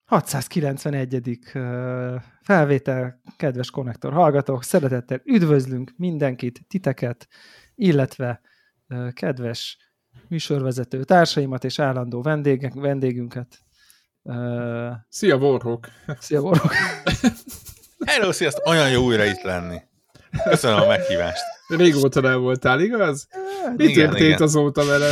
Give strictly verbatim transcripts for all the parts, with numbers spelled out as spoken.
hatszázkilencvenegyedik felvétel, kedves Konnektor hallgatók, szeretettel üdvözlünk mindenkit, titeket, illetve kedves műsorvezető társaimat és állandó vendégek, vendégünket. Szia, Warhawk! Szia, Warhawk! Hello, sziasztok! Olyan jó újra itt lenni. Köszönöm a meghívást. Régóta nem voltál, igaz? Mi történt azóta veled?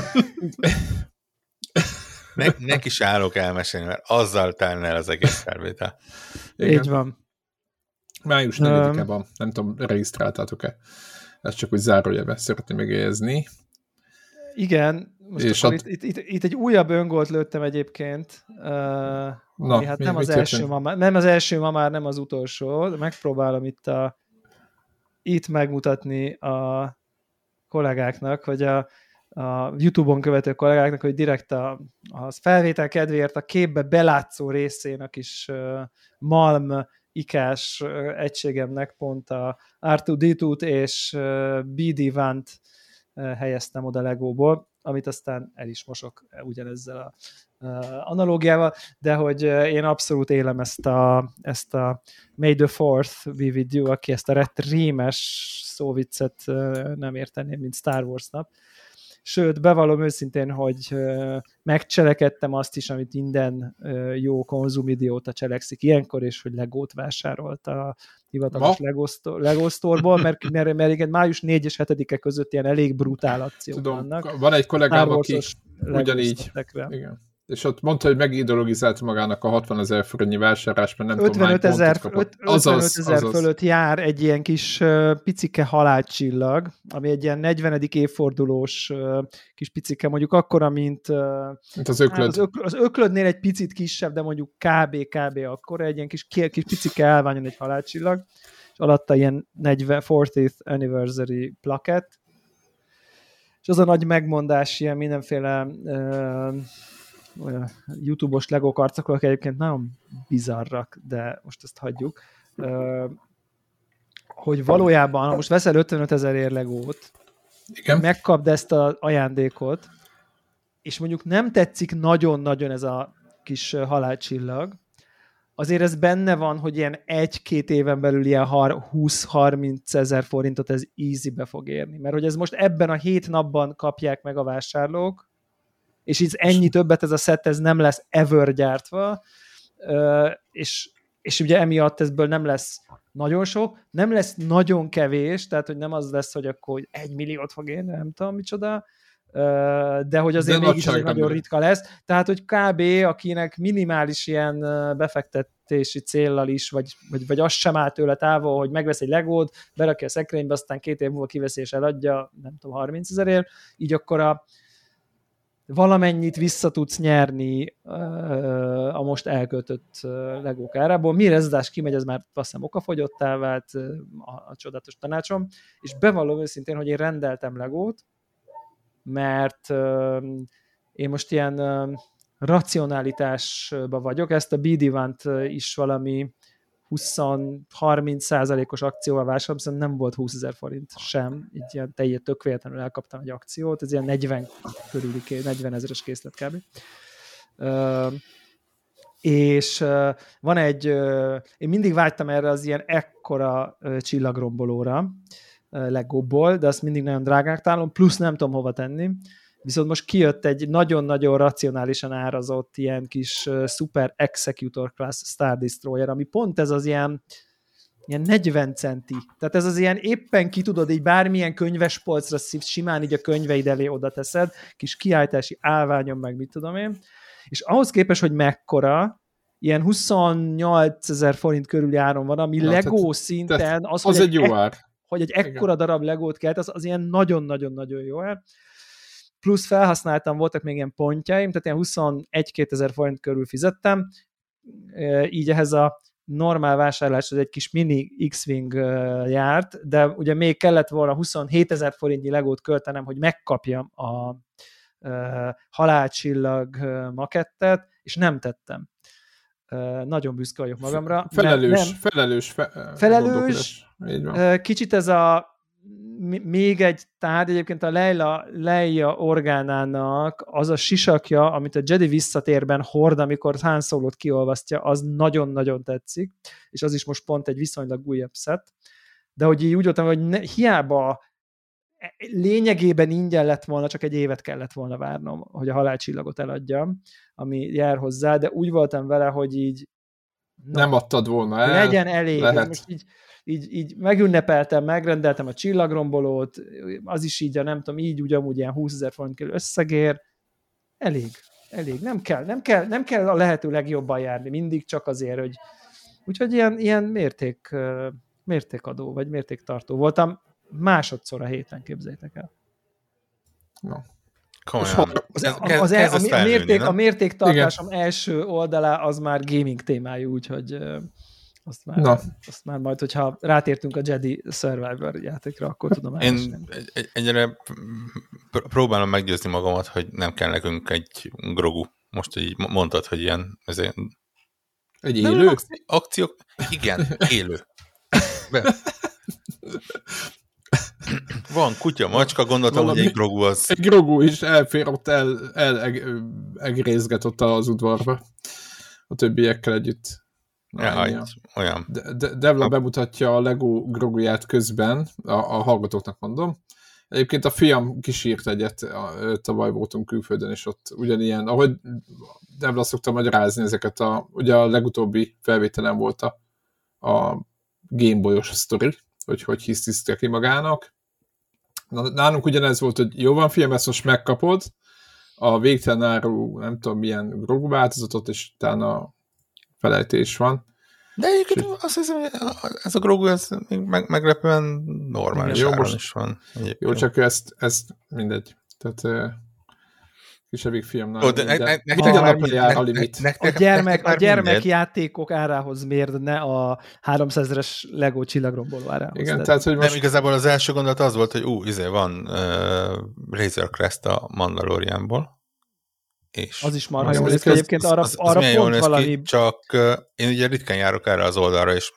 Ne, neki is állok elmesélni, mert azzal telne el az egész felvétel. Így van. május negyedikében, nem tudom, regisztráltátok-e? Ezt csak úgy zárójelben szeretném megjegyezni. Igen, most és akkor at... itt, itt, itt egy újabb öngolt lőttem egyébként. Uh, Na, hát mi, nem, az első ma már, nem az első, ma már nem az utolsó. Megpróbálom itt, a, itt megmutatni a kollégáknak, hogy a, a YouTube-on követő kollégáknak, hogy direkt a, a felvétel kedvéért a képbe belátszó részén a kis uh, Malm ikás uh, egységemnek pont a er kettő dé kettőt és uh, bé dé One-t uh, helyeztem oda Legóból, amit aztán el is mosok ugyanezzel a uh, analógiával, de hogy uh, én abszolút élem ezt a, ezt a May the fourth be with you, aki ezt a retrémes szóviccet uh, nem érteném, mint Star Wars nap. Sőt, bevallom őszintén, hogy uh, megcselekedtem azt is, amit minden uh, jó konzumidióta cselekszik ilyenkor, és hogy Legót vásárolt a hivatalos Lego, Lego Store-ból, mert, mert, mert igen, május negyedike és hetedike között ilyen elég brutál akciók Tudom, vannak. Van egy kollégám, aki ugyanígy, igen. És ott mondta, hogy megideologizált magának a hatvanezer forintnyi vásárlás, mert nem tudom, hány pontot kapott. ötvenezer fölött jár egy ilyen kis uh, picike halálcsillag, ami egy ilyen negyvenedik évfordulós uh, kis picike, mondjuk akkora, mint, uh, mint az öklöd. Az, ök, az öklödnél egy picit kisebb, de mondjuk kb. kb. Akkora, egy ilyen kis, kis picike elványon egy halálcsillag, és alatta ilyen negyven, fortieth anniversary plakett, és az a nagy megmondás, ilyen mindenféle uh, YouTube-os Lego karcok, egyébként nagyon bizarrak, de most ezt hagyjuk, hogy valójában, ha most veszel ötvenöt ezerért Legót, igen, megkapd ezt az ajándékot, és mondjuk nem tetszik nagyon-nagyon ez a kis halálcsillag, azért ez benne van, hogy ilyen egy-két éven belül ilyen húsz-harminc ezer forintot ez easy-be fog érni, mert hogy ez most ebben a hét napban kapják meg a vásárlók, és így ennyi többet ez a set, ez nem lesz ever gyártva, és, és ugye emiatt ezből nem lesz nagyon sok, nem lesz nagyon kevés, tehát hogy nem az lesz, hogy akkor egy milliót fog érni, nem tudom micsoda, de hogy azért de mégis azért nagyon ritka lesz, tehát hogy kb. Akinek minimális ilyen befektetési céllal is, vagy, vagy, vagy az sem áll tőle távol, hogy megvesz egy Legót, berakja a szekrénybe, aztán két év múlva kiveszi és eladja, nem tudom, harminc ezerért, így akkor a valamennyit vissza tudsz nyerni uh, a most elköltött uh, Legók árából. Mire ez adás kimegy, ez már azt hiszem okafogyottá vált uh, a, a csodálatos tanácsom, és bevallom őszintén, hogy én rendeltem Legót, mert uh, én most ilyen uh, racionalitásban vagyok, ezt a bé dé One-t is valami húsz-harminc százalékos akcióval vásároltam, hiszen nem volt húszezer forint sem, így ilyen teljesen tök véletlenül elkaptam egy akciót, ez ilyen negyven körüli, negyven ezeres készlet kb. Uh, és uh, van egy, uh, én mindig vágytam erre az ilyen ekkora uh, csillagrombolóra uh, Legóból, de azt mindig nagyon drágának találom, plusz nem tudom hova tenni. Viszont most kijött egy nagyon-nagyon racionálisan árazott ilyen kis uh, Super Executor Class Star Destroyer, ami pont ez az ilyen, ilyen negyven centi. Tehát ez az ilyen éppen ki tudod, így bármilyen könyvespolcra simán így a könyveid elé oda teszed, kis kiállítási állványon meg mit tudom én. És ahhoz képest, hogy mekkora, ilyen huszonnyolc ezer forint körüli áron van, ami na, Lego tehát, szinten tehát az, az hogy egy jó egy, ár. Hogy egy ekkora darab Legót kelt, az, az ilyen nagyon-nagyon-nagyon jó ár. Plusz felhasználtam, voltak még ilyen pontjaim, tehát ilyen huszonegy-két ezer forint körül fizettem, így ehhez a normál vásárláshoz egy kis mini X-Wing járt, de ugye még kellett volna huszonhét ezer forintnyi Legót költenem, hogy megkapjam a halálcsillag makettet, és nem tettem. Nagyon büszke vagyok magamra. Felelős, nem, felelős. Fe, felelős, kicsit ez a még egy tárgy, egyébként a Leila, Leia Orgánának az a sisakja, amit a Jedi visszatérben hord, amikor Han Solót kiolvasztja, az nagyon-nagyon tetszik, és az is most pont egy viszonylag újabb szett. De hogy így úgy voltam, hogy ne, hiába lényegében ingyen lett volna, csak egy évet kellett volna várnom, hogy a halálcsillagot eladjam, ami jár hozzá, de úgy voltam vele, hogy így na, nem adtad volna el. Legyen elég. Most így, így, így megünnepeltem, megrendeltem a csillagrombolót, az is így, a nem tudom, így ugyanúgy ilyen húszezer forint körül összegér. Elég. Elég. Nem kell, nem kell, nem kell a lehető legjobban járni, mindig csak azért, hogy úgyhogy ilyen, ilyen mérték, mértékadó, vagy mértéktartó voltam másodszor a héten, képzeljétek el. No. Komolyan. Az, az, az, az, az, a, mérték, a mértéktartásom igen. első oldalá az már gaming témájú, úgyhogy azt már, no. azt már majd, hogyha rátértünk a Jedi Survivor játékra, akkor tudom elmesélni. Én egy, egyre próbálom meggyőzni magamat, hogy nem kell nekünk egy Grogu. Most így mondtad, hogy ilyen ezért... egy élő? Akci- akciók? Igen, élő. Be. Van kutya, macska, gondoltam, valami, hogy egy Grogu az... Egy Grogu is elfér, ott el, el eg, egrészget ott az udvarba. A többiekkel együtt. Na, ja, egy, olyan. De, de, Devla a... bemutatja a Lego Groguját közben, a, a hallgatóknak mondom. Egyébként a fiam kisírt egyet, tavaly voltunk külföldön, és ott ugyanilyen, ahogy Devla szokta magyarázni ezeket a, ugye a legutóbbi felvételen volt a, a Gameboy-os sztori, hogy hogy hisztisztja ki magának. Nálunk ugyanez volt, hogy jó van, fiam, ezt most megkapod, a végtelen áru, nem tudom milyen Grogu változatot, és utána felejtés van. De egyébként és azt hiszem, hogy ez a Grogu, ez meg, meglepően normális jó, áron most, is van. Egyébként. Jó, csak ezt, ezt mindegy. Tehát kisebbik fiamnál. Oh, de ne, ne, ne, a, a, ne, a gyermek, a gyermekjátékok árához mérne a háromszázeres Lego csillagromboló árához. Igen, tehát, tehát hogy most... Nem, igazából az első gondolat az volt, hogy ú, izé van uh, Razor Crest a Mandalorianból. És az is marha jól néz ki, egyébként arra, az, az arra pont valami... Ki, csak uh, én ugye ritkán járok erre az oldalra, és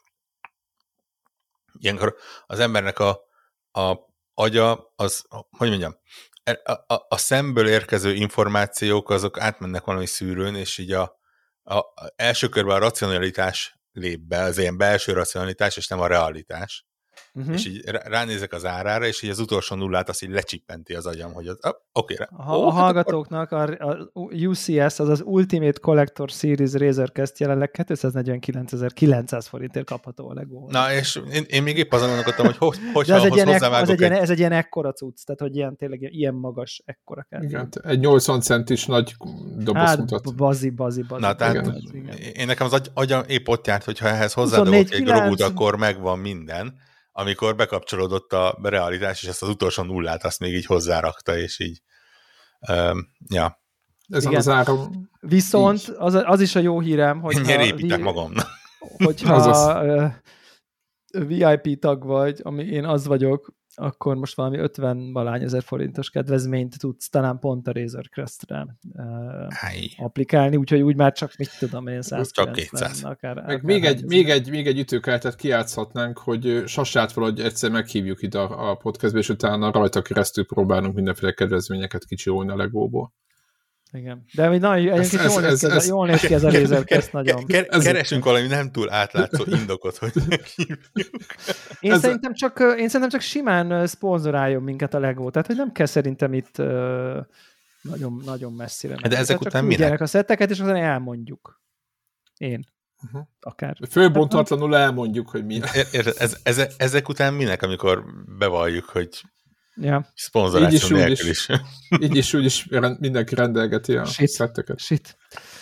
ilyenkor az embernek a, a agya, az, hogy mondjam, A, a, a szemből érkező információk, azok átmennek valami szűrőn, és így a, a, a első körben a racionalitás lép be, az ilyen belső racionalitás, és nem a realitás. Uh-huh. És így ránézek az árára, és így az utolsó nullát azt így lecsippenti az agyam, hogy az, ah, oké. Okay, a, oh, a hallgatóknak a, a U C S, az az Ultimate Collector Series Razor Crest jelenleg kétszáznegyvenkilencezer-kilencszáz forintért kapható a Lego. Na, és én, én még épp azon gondolkodtam, hogy hogy, hogyha ahhoz hozzávágok egy... Ez egy ilyen ekkora cucc, tehát hogy ilyen tényleg ilyen magas ekkora kell. Igen, egy nyolcvan centis nagy doboz hát, mutat. bazi, bazi, bazi. Na, tehát igen. Igen. Én nekem az agyam épp ott járt, hogyha ehhez hozzádobok egy Grogut, akkor megvan minden. Amikor bekapcsolódott a realitás, és ezt az utolsó nullát azt még így hozzárakta, és így um, ja. Ez az áram. Viszont az, az is a jó hírem, hogy én építek magamnak. Hogyha uh, vé i pé tag vagy, ami én az vagyok, akkor most valami ötven-valány ezer forintos kedvezményt tudsz talán pont a Razor Crest-re uh, applikálni, úgyhogy úgy már csak mit tudom én száz kilencven akár, akár még, egy, még, egy, még egy ütőkártyát kijátszhatnánk, hogy Sasát valahogy egyszer meghívjuk ide a, a podcastbe, és utána rajta keresztül próbálunk mindenféle kedvezményeket kicsiolni a Legóból. Igen. De na, egyébként ez, jól, ez, néz ez, ez, jól néz ki ez a Razor Crest nagyon. Keresünk valami nem túl átlátszó indokot, hogy meghívjuk. Én, ez szerintem a... csak, én szerintem csak simán szponzoráljon minket a Lego, tehát hogy nem kell szerintem itt uh, nagyon, nagyon messzire. De ezek csak után minek? A szetteket, és aztán elmondjuk. Én. Uh-huh. Akár. Fölbontatlanul elmondjuk, hogy mi. Érted, ez, ez, ezek után minek, amikor bevalljuk, hogy ja. szponzoráció nélkül is. Így is, úgy is mindenki rendelgeti a Shit. szetteket. Shit.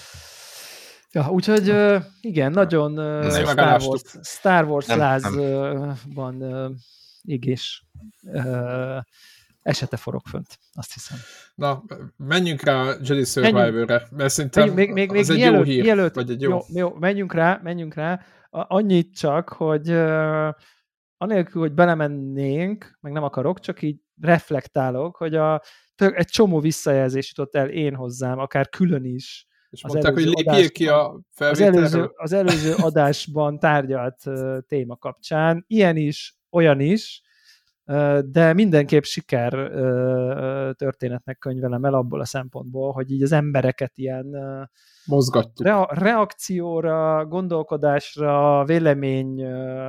Ja, úgyhogy uh, igen, nagyon uh, Star Wars, Star Wars lázban uh, igés uh, esete forog fönt, azt hiszem. Na, menjünk rá a Jedi Survivor-re, mert szerintem még, még, még az egy mielőtt, jó hír. Mielőtt, vagy egy jó... Jó, jó, menjünk rá, menjünk rá. Annyit csak, hogy uh, anélkül, hogy belemennénk, meg nem akarok, csak így reflektálok, hogy a, tök, egy csomó visszajelzés jutott el én hozzám, akár külön is. És az mondták, hogy lépjél ki a felvételről. Az előző, az előző adásban tárgyalt uh, téma kapcsán. Ilyen is, olyan is. de mindenképp siker történetnek könyvelem el abból a szempontból, hogy így az embereket ilyen mozgattuk. Rea- reakcióra, gondolkodásra, vélemény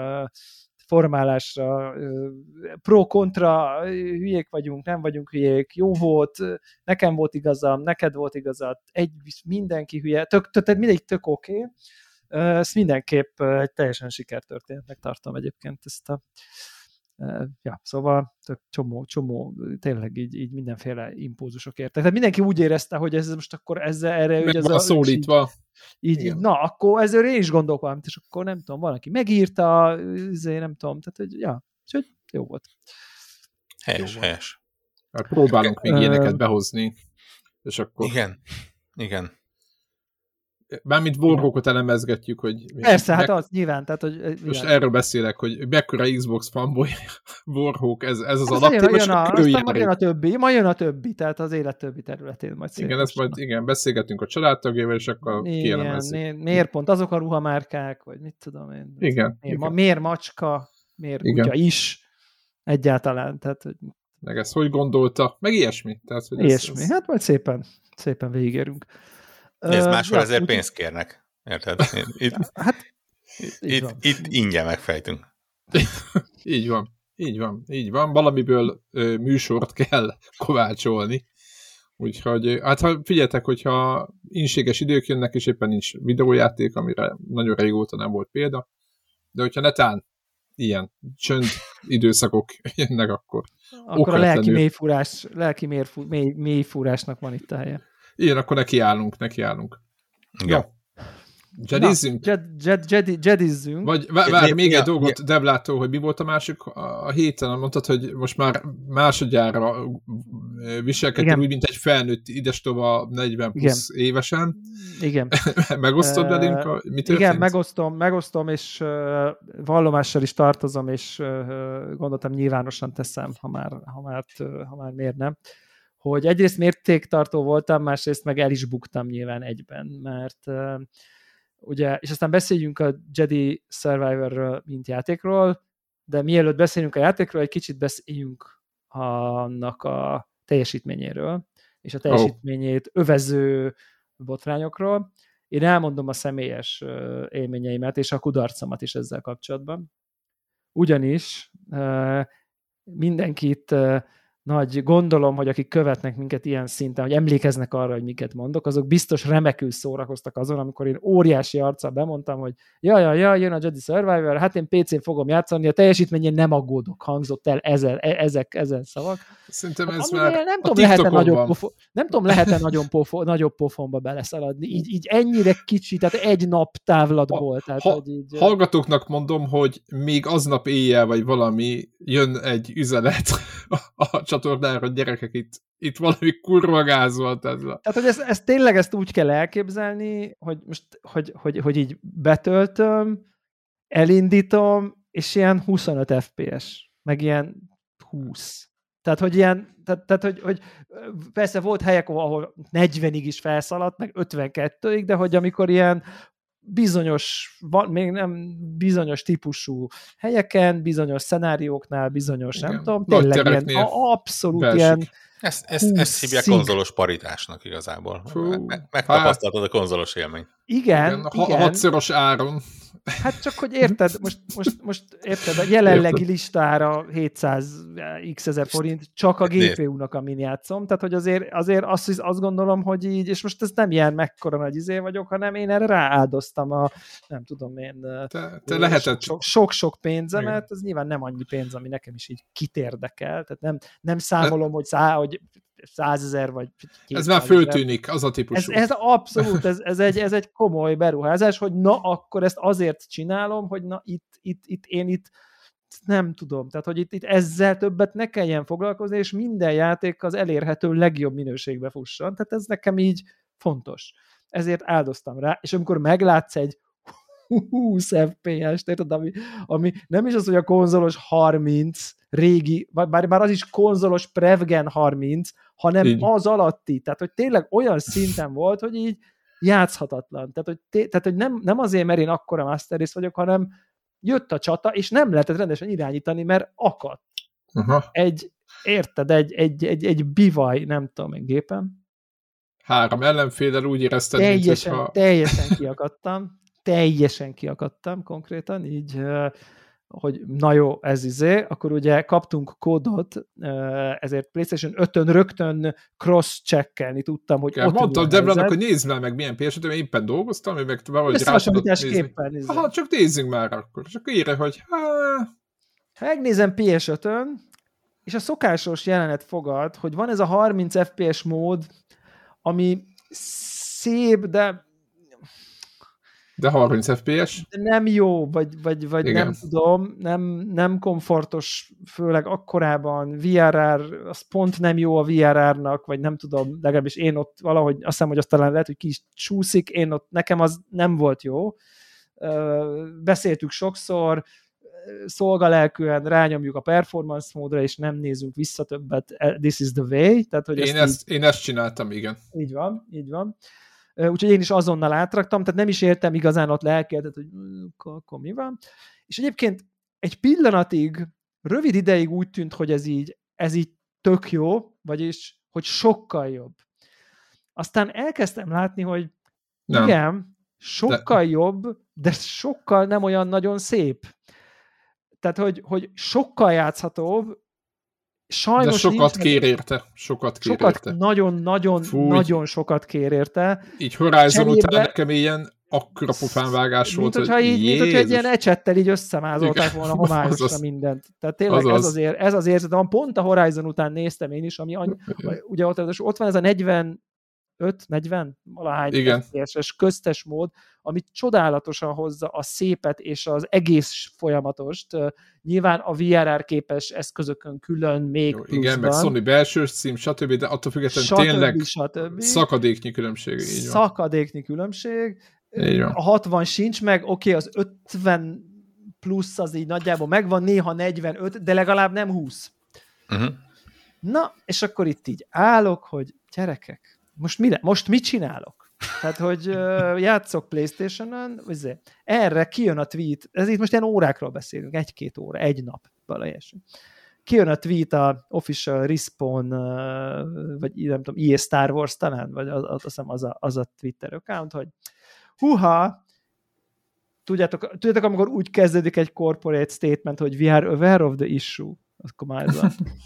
formálásra, pro-kontra, hülyék vagyunk, nem vagyunk hülyék, jó volt, nekem volt igazam, neked volt igazad, egy, mindenki hülye, tök, tök, mindegyik tök oké. Okay. Ezt mindenképp egy teljesen sikertörténetnek tartom egyébként ezt a ja, szóval tök csomó, csomó, tényleg így, így mindenféle impulzusok értek. Tehát mindenki úgy érezte, hogy ez most akkor ezzel erre... Meg van szólítva. Így, így, na, akkor ezzel én is gondolkodom, és akkor nem tudom, valaki megírta, ezért nem tudom, tehát, hogy ja, úgyhogy jó volt. Helyes, jó helyes. Hát próbálunk még ilyeneket behozni, és akkor... Igen, igen. Mármint Warhawkot elemezgetjük, hogy... Persze, meg... hát az nyilván, tehát, hogy... Nyilván. Most erről beszélek, hogy mekkora Xbox fanboy Warhawk, ez, ez az alaptéma, és aztán majd jön a többi, majd jön a többi, tehát az élet többi területén majd igen, ezt majd igen, beszélgetünk a családtagjával, és akkor kielemezzük. Miért pont azok a ruhamárkák, vagy mit tudom én. Igen. Miért, igen. Ma, miért macska, miért igen. Kutya is egyáltalán, tehát... Hogy... Meg ezt hogy gondolta, meg ilyesmi. Tehát, hogy ilyesmi, ez, ez... hát majd szépen, szépen végigérünk. Nézd, máshol uh, ezért ja, pénzt kérnek. Érted? Itt, hát, itt, itt ingyen megfejtünk. Így van. Így van. Így van. Valamiből ö, műsort kell kovácsolni. Úgyhogy, hát ha figyeljetek, hogyha inséges idők jönnek, és éppen nincs videójáték, amire nagyon régóta nem volt példa, de hogyha netán ilyen csönd időszakok jönnek, akkor akkor a lelki mélyfúrás, lelki mélyfú, mély, mélyfúrásnak van itt a helye. Igen, akkor nekiállunk, nekiállunk. Ja. Jedizzünk? Jed, jed, jed, jedizzünk. Vagy vár, vár még egy dolgot, Devlától, hogy mi volt a másik a héten, mondtad, hogy most már másodjára viselkedtél úgy, mint egy felnőtt idestova negyven plusz igen. évesen. Igen. Megosztod velünk, a, mi történt? Igen, megosztom, megosztom, és uh, vallomással is tartozom, és uh, gondoltam nyilvánosan teszem, ha már, ha már, ha már miért nem. Hogy egyrészt mértéktartó voltam, másrészt meg el is buktam nyilván egyben, mert uh, ugye, és aztán beszéljünk a Jedi Survivorről, mint játékról, de mielőtt beszéljünk a játékról, egy kicsit beszéljünk annak a teljesítményéről, és a teljesítményét övező botrányokról. Én elmondom a személyes uh, élményeimet, és a kudarcomat is ezzel kapcsolatban. Ugyanis uh, mindenkit uh, nagy gondolom, hogy akik követnek minket ilyen szinten, hogy emlékeznek arra, hogy miket mondok, azok biztos remekül szórakoztak azon, amikor én óriási arccal bemondtam, hogy ja, ja, ja, jön a Jedi Survivor, hát én pé cén fogom játszani, a teljesítményén nem aggódok, hangzott el ezer, ezek, ezen szavak. Szerintem ez hát, már nem tudom, lehet-e nagyobb, pofo, nem tudom, lehet-e nagyon pofo, nagyobb pofonba beleszaladni, így, így ennyire kicsi, tehát egy nap távlatból. Tehát, ha, hogy így... Hallgatóknak mondom, hogy még aznap éjjel, vagy valami jön egy üzenet a csatornára, gyerekek, itt, itt valami kurva gáz volt ez. Tehát, hogy ezt, ezt tényleg ezt úgy kell elképzelni, hogy most, hogy, hogy, hogy így betöltöm, elindítom, és ilyen huszonöt ef pé es, meg ilyen húsz. Tehát, hogy ilyen, tehát, tehát hogy, hogy persze volt helyek, ahol negyvenig is felszaladt, meg ötvenkettőig, de hogy amikor ilyen bizonyos, van, még nem bizonyos típusú helyeken, bizonyos szenárióknál, bizonyos, igen, nem tudom, tényleg ilyen abszolút belsik. Ilyen Ezt, ezt, ezt hívják konzolos paritásnak igazából. Me- megtapasztaltad a konzolos élményt. Igen, igen. igen. Hatszoros áron. Hát csak, hogy érted, most, most, most érted, a jelenlegi érted. listára hétszáz x ezer forint csak a gé pé u-nak, amin játszom, tehát hogy azért, azért azt, azt gondolom, hogy így, és most ez nem ilyen mekkora nagy izé vagyok, hanem én erre rááldoztam a, nem tudom én, te, te lehetett... sok-sok pénzemet, ez nyilván nem annyi pénz, ami nekem is így kitérdekel, tehát nem, nem számolom, Le... hogy, szá, hogy százezer vagy ez már föltűnik, az a típusú. Ez, ez abszolút, ez, ez, egy, ez egy komoly beruházás, hogy na, akkor ezt azért csinálom, hogy na, itt, itt, itt én itt nem tudom, tehát, hogy itt, itt ezzel többet ne kelljen foglalkozni, és minden játék az elérhető legjobb minőségbe fusson, tehát ez nekem így fontos. Ezért áldoztam rá, és amikor meglátsz egy húsz ef pé es-t, érted, ami, ami nem is az, hogy a konzolos harminc régi, bár, bár az is konzolos Prevgen harminc, hanem így. Az alatti, tehát hogy tényleg olyan szinten volt, hogy így játszhatatlan. Tehát, hogy, té- tehát, hogy nem, nem azért, mert én akkora Master Race vagyok, hanem jött a csata, és nem lehetett rendesen irányítani, mert akadt. Aha. Egy, érted, egy, egy, egy, egy bivaj, nem tudom én gépen. Három ellenféllel úgy érezted, teljesen, mint hogyha... Teljesen kiakadtam, teljesen kiakadtam konkrétan, így, hogy na jó, ez izé, akkor ugye kaptunk kódot, ezért PlayStation ötön rögtön cross-checkelni tudtam, hogy ja, ott mondtam Debrának, hogy nézd már meg milyen pé es ötön, én éppen dolgoztam, én meg valahogy rá tudott nézni. Aha, csak nézzünk már akkor. És akkor írja, hogy há... Megnézem pé es ötön, és a szokásos jelenet fogad, hogy van ez a harminc ef pé es mód, ami szép, de de harminc ef pé es? Nem jó, vagy, vagy, vagy nem tudom, nem, nem komfortos, főleg akkorában vé er er, az pont nem jó a vé er er-nak, vagy nem tudom, legalábbis én ott valahogy, azt hiszem, hogy azt talán lehet, hogy ki is csúszik, én ott, nekem az nem volt jó. Beszéltük sokszor, szolgalelkűen rányomjuk a performance módra, és nem nézünk vissza többet, this is the way. Tehát, hogy én, ezt, így, én ezt csináltam, igen. Így van, így van. Úgyhogy én is azonnal átraktam, tehát nem is értem igazán ott lelkeltet, hogy akkor mi van. És egyébként egy pillanatig, rövid ideig úgy tűnt, hogy ez így, ez így tök jó, vagyis, hogy sokkal jobb. Aztán elkezdtem látni, hogy nem. igen, sokkal de... jobb, de sokkal nem olyan nagyon szép. Tehát, hogy, hogy sokkal játszhatóbb, sajnos de sokat nincs, kér érte. Sokat kér sokat, érte. Nagyon-nagyon nagyon sokat kér érte. Így Horizon Cserébe, után nekem ilyen akkora pofánvágás volt, mint, hogy így, mint hogyha egy ilyen ecsettel így összemázolták volna homályosra mindent. Tehát tényleg az ez azért, ez az érzet, pont a Horizon után néztem én is, ami any, ugye ott, ott van ez a negyvenöt negyven valahány ef pé es-es köztes mód, ami csodálatosan hozza a szépet és az egész folyamatost. Nyilván a vé er er képes eszközökön külön még jó, igen, meg Sony belső cím, stb., de attól függetlenül stb., tényleg stb. Szakadéknyi különbség. Így szakadéknyi különbség. A hatvan sincs meg, oké, okay, az ötven plusz az így nagyjából megvan, néha negyvenöt, de legalább nem húsz. Uh-huh. Na, és akkor itt így állok, hogy gyerekek, most, mire, most mit csinálok? Tehát, hogy uh, játszok PlayStation-on, erre kijön a tweet, ez itt most ilyen órákról beszélünk, egy-két óra, egy nap, valahogy. Kijön a tweet a official Respawn, uh, vagy nem tudom, i á Star Wars talán, vagy az, azt hiszem az a, az a Twitter account, hogy húha, tudjátok, tudjátok, amikor úgy kezdődik egy corporate statement, hogy we are aware of the issue, akkor már ez a...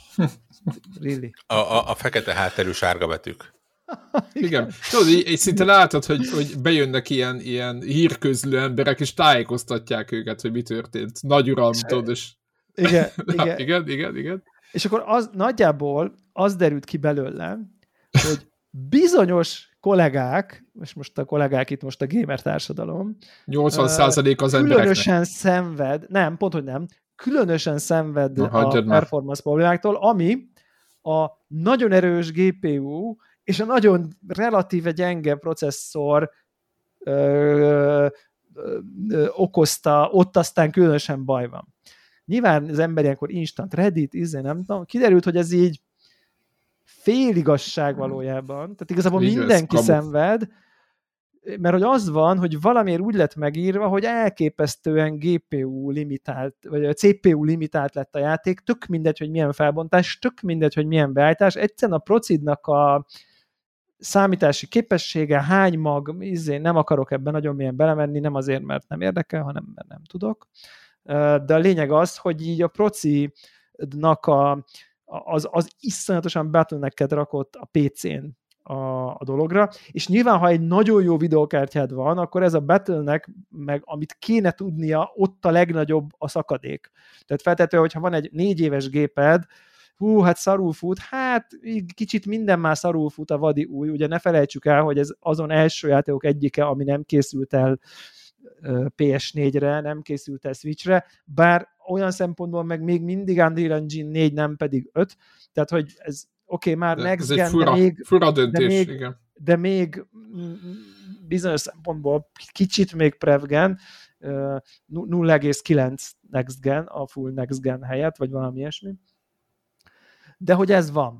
really? A, a, a fekete hátterű sárga betűk. Igen. Tudod, így, így szinte látod, hogy, hogy bejönnek ilyen, ilyen hírközlő emberek, és tájékoztatják őket, hogy mi történt. Nagy uram, tudod, és... Igen, Na, igen. igen, igen, igen. És akkor az, nagyjából az derült ki belőle, hogy bizonyos kollégák, és most a kollégák itt most a gamer társadalom, nyolcvan százalék az embereknek. Különösen szenved, nem, pont, hogy nem, különösen szenved Na, a performance problémáktól, ami a nagyon erős gé pé u és a nagyon relatíve gyenge processzor ö, ö, ö, okozta, ott aztán különösen baj van. Nyilván az ember ilyenkor instant Reddit, izé, nem tudom, kiderült, hogy ez így féligasság valójában. Tehát igazából így mindenki szenved, mert hogy az van, hogy valamiért úgy lett megírva, hogy elképesztően gé pé u limitált, vagy cé pé u limitált lett a játék, tök mindegy, hogy milyen felbontás, tök mindegy, hogy milyen beállítás. Egyszerűen a procidnak a számítási képessége, hány mag, izé, nem akarok ebben nagyon mélyen belemenni, nem azért, mert nem érdekel, hanem mert nem tudok. De a lényeg az, hogy így a procinak a, az, az iszonyatosan bottlenecket rakott a pé cén a, a dologra, és nyilván, ha egy nagyon jó videokártyád van, akkor ez a bottleneck, meg amit kéne tudnia, ott a legnagyobb a szakadék. Tehát feltétlenül, hogyha van egy négy éves géped, hú, hát szarul fut, hát kicsit minden már szarul fut a vadi új, ugye ne felejtsük el, hogy ez azon első játékok egyike, ami nem készült el pé es négyre, nem készült el Switchre, bár olyan szempontból meg még mindig Unreal Engine négy, nem pedig öt, tehát hogy ez oké, okay, már de next ez gen, egy fura, de még, fura döntés, de még, igen. de még bizonyos szempontból kicsit még prevgen, nulla egész kilenc next gen, a full next gen helyett, vagy valami ilyesmi. De hogy ez van.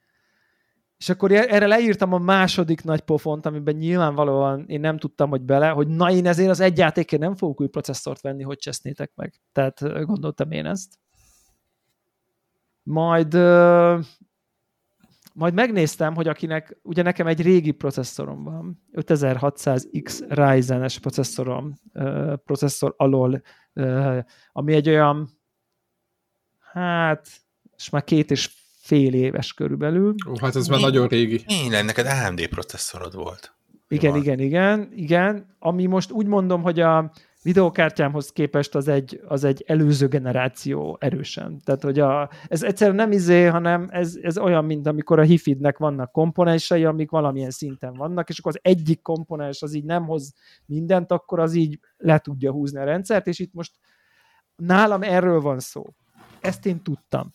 És akkor erre leírtam a második nagy pofont, amiben nyilvánvalóan én nem tudtam, hogy bele, hogy na én ezért az egy játékért nem fogok új processzort venni, hogy csesznétek meg. Tehát gondoltam én ezt. Majd, uh, majd megnéztem, hogy akinek, ugye nekem egy régi processzorom van, ötezer-hatszáz X Ryzen-es processzorom, uh, processzor alól, uh, ami egy olyan, hát, és már két és fél éves körülbelül. Ó, hát ez már én, nagyon régi. Én, neked á em dé processzorod volt. Igen, igen, igen, igen. Ami most úgy mondom, hogy a videókártyámhoz képest az egy, az egy előző generáció erősen. Tehát, hogy a, ez egyszerűen nem izé, hanem ez, ez olyan, mint amikor a hifidnek vannak komponensei, amik valamilyen szinten vannak, és akkor az egyik komponens az így nem hoz mindent, akkor az így le tudja húzni a rendszert, és itt most nálam erről van szó. Ezt én tudtam.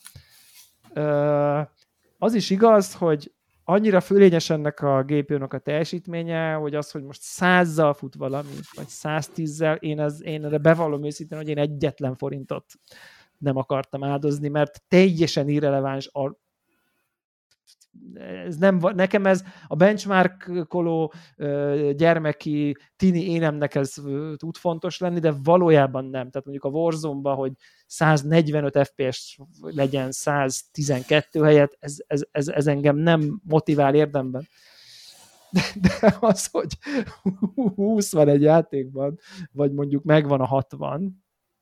Az is igaz, hogy annyira fölényes ennek a gé pé únak a teljesítménye, hogy az, hogy most százzal fut valami, vagy száztízzel, én, ez, én erre bevallom őszintén, hogy én egyetlen forintot nem akartam áldozni, mert teljesen irreleváns a ez nem, nekem ez a benchmarkoló gyermeki tini énemnek ez tud fontos lenni, de valójában nem. Tehát mondjuk a Warzone-ban, hogy száznegyvenöt ef pé es legyen száztizenkettő helyett, ez, ez, ez, ez engem nem motivál érdemben. De, de az, hogy húsz van egy játékban, vagy mondjuk megvan a hatvan,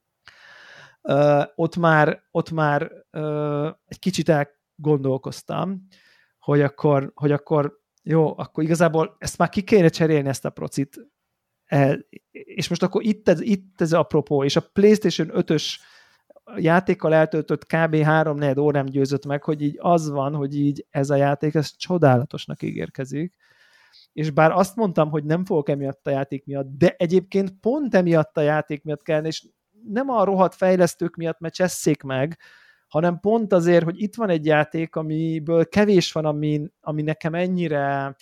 uh, ott már, ott már uh, egy kicsit elgondolkoztam, hogy akkor, hogy akkor jó, akkor igazából ezt már ki kéne cserélni, ezt a procit. E, és most akkor itt ez, itt ez apropó, és a PlayStation ötös játékkal eltöltött kb. három-négy órám győzött meg, hogy így az van, hogy így ez a játék, ez csodálatosnak ígérkezik. És bár azt mondtam, hogy nem fogok emiatt a játék miatt, de egyébként pont emiatt a játék miatt kellene, és nem a rohadt fejlesztők miatt, mert csesszék meg, hanem pont azért, hogy itt van egy játék, amiből kevés van, ami, ami nekem ennyire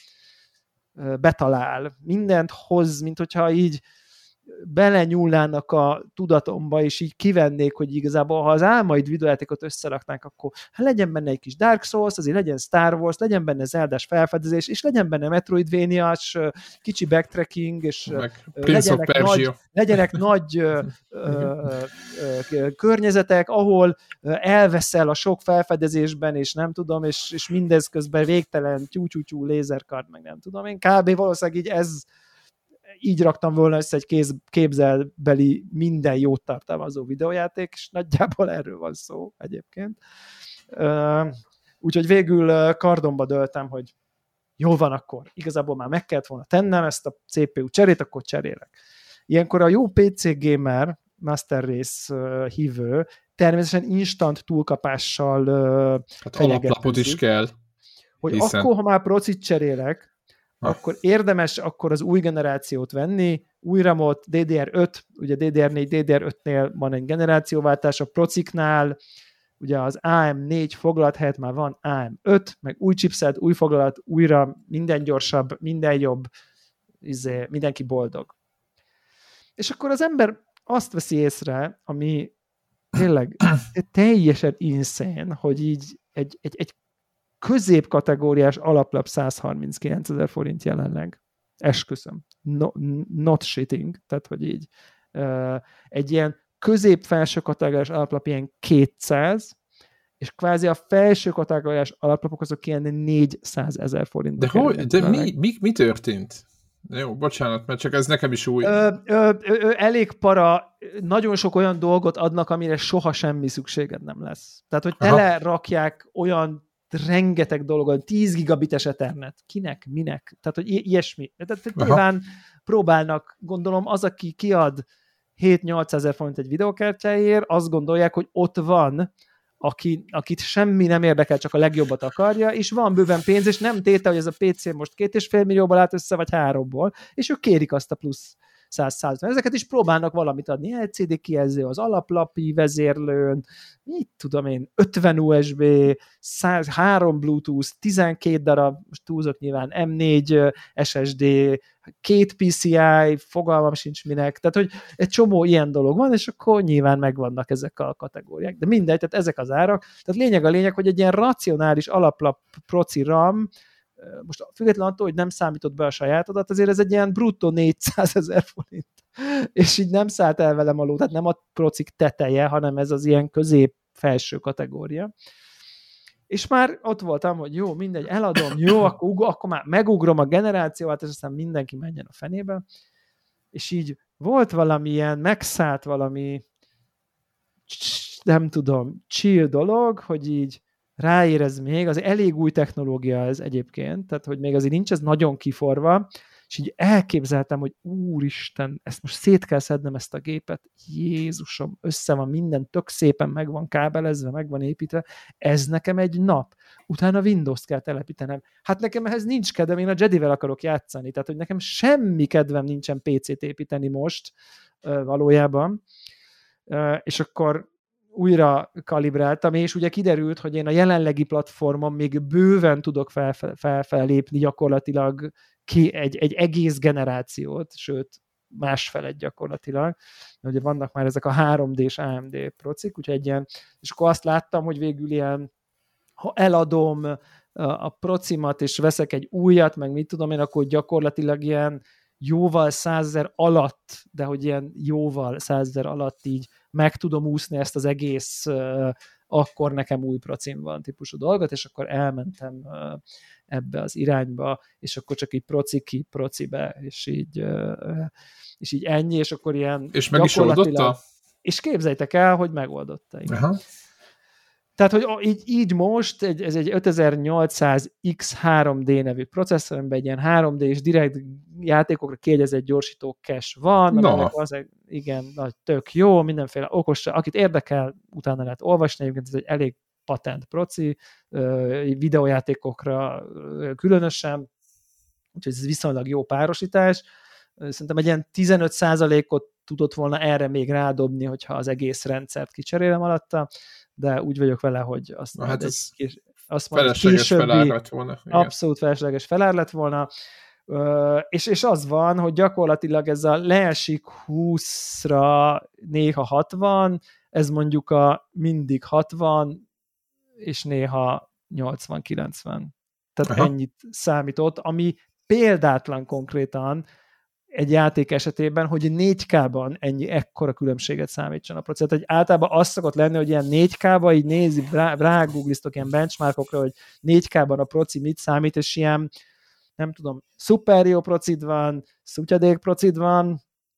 betalál. Mindent hoz, mint hogyha így belenyúlnának a tudatomba, és így kivennék, hogy igazából, ha az álmaid videójátékot összeraknánk, akkor hát legyen benne egy kis Dark Souls, azért legyen Star Wars, legyen benne Zeldás felfedezés, és legyen benne Metroidvania-s kicsi backtracking, és legyenek nagy, legyenek nagy ö, ö, ö, környezetek, ahol elveszel a sok felfedezésben, és nem tudom, és, és mindez közben végtelen tyú-tyú-tyú lézerkard, meg nem tudom. Én kb. Valószínűleg így ez így raktam volna össze egy kéz, képzelbeli minden jót tartalmazó videójáték, és nagyjából erről van szó egyébként. Úgyhogy végül kardomba döltem, hogy jó van akkor, igazából már meg kellett volna tennem ezt a cé pé u cserét, akkor cserélek. Ilyenkor a jó pé cé gamer, Master Race hívő, természetesen instant túlkapással hát alaplapot is kell. Hogy hiszen... akkor, ha már procit cserélek, akkor érdemes akkor az új generációt venni, új ramot, dé dé er öt, ugye dé dé er négy, dé dé er ötnél van egy generációváltás, a prociknál ugye az á em négy foglalat helyett már van á em öt, meg új chipset, új foglalat, újra minden gyorsabb, minden jobb, izé, mindenki boldog. És akkor az ember azt veszi észre, ami tényleg teljesen insane, hogy így egy, egy, egy középkategóriás alaplap százharminckilencezer forint jelenleg. Esküszöm. No, not shitting. Tehát, hogy így uh, egy ilyen közép-felső kategóriás alaplap ilyen kétszáz, és kvázi a felső kategóriás alaplapok azok ilyen négyszázezer forint. De, hogy, de mi, mi, mi történt? Jó, bocsánat, mert csak ez nekem is új. Ö, ö, ö, elég para, nagyon sok olyan dolgot adnak, amire soha semmi szükséged nem lesz. Tehát, hogy telerakják olyan rengeteg dolog, tíz gigabites Ethernet. Kinek, minek? Tehát, hogy i- ilyesmi. Tehát nyilván próbálnak, gondolom, az, aki kiad hét-nyolcezer forint egy videókártyáért, azt gondolják, hogy ott van, aki, akit semmi nem érdekel, csak a legjobbat akarja, és van bőven pénz, és nem tétel, hogy ez a pé cé most két és fél millióból állt össze, vagy háromból, és ők kérik azt a plusz száz-száz. Ezeket is próbálnak valamit adni. el cé dé kijelző az alaplapi vezérlőn, mit tudom én, ötven u es bé, száz, három Bluetooth, tizenkét darab, most túlzok nyilván, em négy es es dé, két pé cé i, fogalmam sincs minek, tehát hogy egy csomó ilyen dolog van, és akkor nyilván megvannak ezek a kategóriák. De mindegy, tehát ezek az árak. Tehát lényeg a lényeg, hogy egy ilyen racionális alaplap proci RAM, most független attól, hogy nem számított be a sajátodat, azért ez egy ilyen bruttó négyszázezer forint. És így nem szállt el velem a ló, tehát nem a procik teteje, hanem ez az ilyen közép-felső kategória. És már ott voltam, hogy jó, mindegy, eladom, jó, akkor, ugor, akkor már megugrom a generációt, és aztán mindenki menjen a fenébe. És így volt valamilyen, megszállt valami, nem tudom, chill dolog, hogy így ráérez még, az elég új technológia ez egyébként, tehát hogy még azért nincs ez nagyon kiforva, és így elképzeltem, hogy úristen, ezt most szét kell szednem ezt a gépet, Jézusom, össze van minden, tök szépen meg van kábelezve, meg van építve, ez nekem egy nap. Utána Windows-t kell telepítenem. Hát nekem ehhez nincs kedvem, én a Jedivel akarok játszani, tehát hogy nekem semmi kedvem nincsen pé cét építeni most valójában. És akkor újra kalibráltam, és ugye kiderült, hogy én a jelenlegi platformon még bőven tudok felfelépni gyakorlatilag ki egy, egy egész generációt, sőt, másfelet gyakorlatilag. Ugye vannak már ezek a három dés á em dé procik, úgyhogy egy ilyen, és akkor azt láttam, hogy végül ilyen, ha eladom a procimat, és veszek egy újat, meg mit tudom én, akkor gyakorlatilag ilyen jóval százezer alatt, de hogy ilyen jóval százezer alatt így meg tudom úszni ezt az egész uh, akkor nekem új procim van típusú dolgot, és akkor elmentem uh, ebbe az irányba, és akkor csak így proci ki, proci be, és így, uh, és így ennyi, és akkor ilyen és meg is oldotta? És képzeljétek el, hogy megoldotta. Aha. Tehát, hogy így, így most egy, ez egy ötezer-nyolcszáz iksz három dé nevű processzor, amiben egy ilyen három dés direkt játékokra kiegyezett gyorsító cache van, no. az, igen, nagy, tök jó, mindenféle okos, akit érdekel, utána lehet olvasni, egyébként ez egy elég patent proci, videójátékokra különösen, úgyhogy ez viszonylag jó párosítás. Szerintem egy ilyen tizenöt százalékot tudott volna erre még rádobni, hogyha az egész rendszert kicserélem alatta, de úgy vagyok vele, hogy azt Na, hát egy, ez kis, azt felesleges felár lett volna. Igen. Abszolút felesleges felár lett volna. Ö, és, és az van, hogy gyakorlatilag ez a leesik húszra, néha hatvan, ez mondjuk a mindig hatvan, és néha nyolcvan-kilencven. Tehát Aha. ennyit számított, ami példátlan konkrétan egy játék esetében, hogy négy ká-ban ennyi ekkora különbséget számítson a procent. Egy általában az szokott lenni, hogy ilyen négy ká-ban így nézi, rá, rá googliztok ilyen benchmarkokra, hogy négy ká-ban a proci mit számít, és ilyen, nem tudom, szuper jó procid van, szutyadék procid van,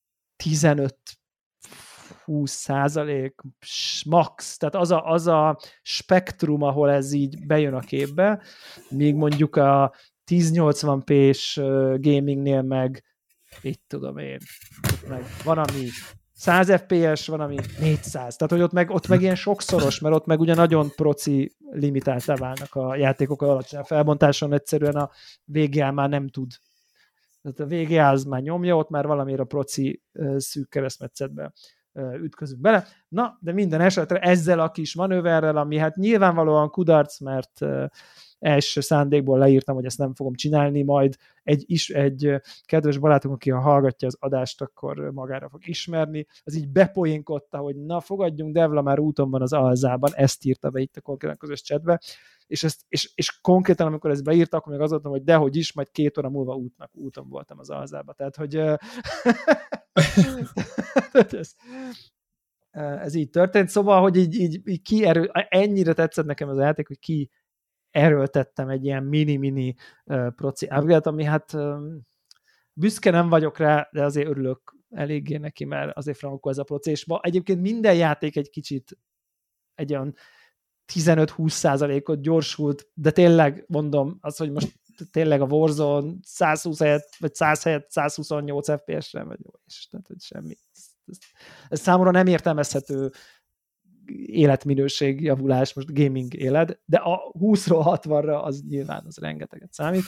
tizenöt-húsz százalék max, tehát az a, az a spektrum, ahol ez így bejön a képbe, míg mondjuk a tíz-nyolcvan pés gamingnél meg így tudom én, meg van, ami száz ef pé es, van, ami négyszáz. Tehát, hogy ott meg, ott meg ilyen sokszoros, mert ott meg ugye nagyon proci limitáltá válnak a játékok alacsony felbontáson, egyszerűen a vé gé á már nem tud. Tehát a vé gé á az már nyomja, ott már valamire a proci uh, szűk keresztmetszetbe uh, ütközünk bele. Na, de minden esetre ezzel a kis manőverrel, ami hát nyilvánvalóan kudarc, mert uh, első szándékból leírtam, hogy ezt nem fogom csinálni, majd egy, is, egy kedves barátunk, aki hallgatja az adást, akkor magára fog ismerni, az így bepoénkodta, hogy na fogadjunk, Devla már úton van az Alzában, ezt írta be itt a konkrétan közös chatbe, és, ezt, és, és konkrétan, amikor ezt beírta, akkor még az voltam, hogy dehogy is, majd két óra múlva útnak, úton voltam az Alzába. Tehát, hogy ez, ez így történt. Szóval, hogy így, így, így kierő, ennyire tetszett nekem az játék, hogy ki erőltettem egy ilyen mini-mini uh, proci upgrade, ami hát um, büszke nem vagyok rá, de azért örülök eléggé neki, mert azért frankó ez a proci, és ma egyébként minden játék egy kicsit egy olyan tizenöt-húsz százalékot gyorsult, de tényleg mondom, az, hogy most tényleg a Warzone százhúsz helyett, vagy száz helyett százhuszonnyolc ef pé es-re vagy jó, és tehát, hogy semmi. Ez, ez, ez számomra nem értelmezhető életminőség javulás, most gaming élet, de a húszról hatvanra az nyilván az rengeteget számít.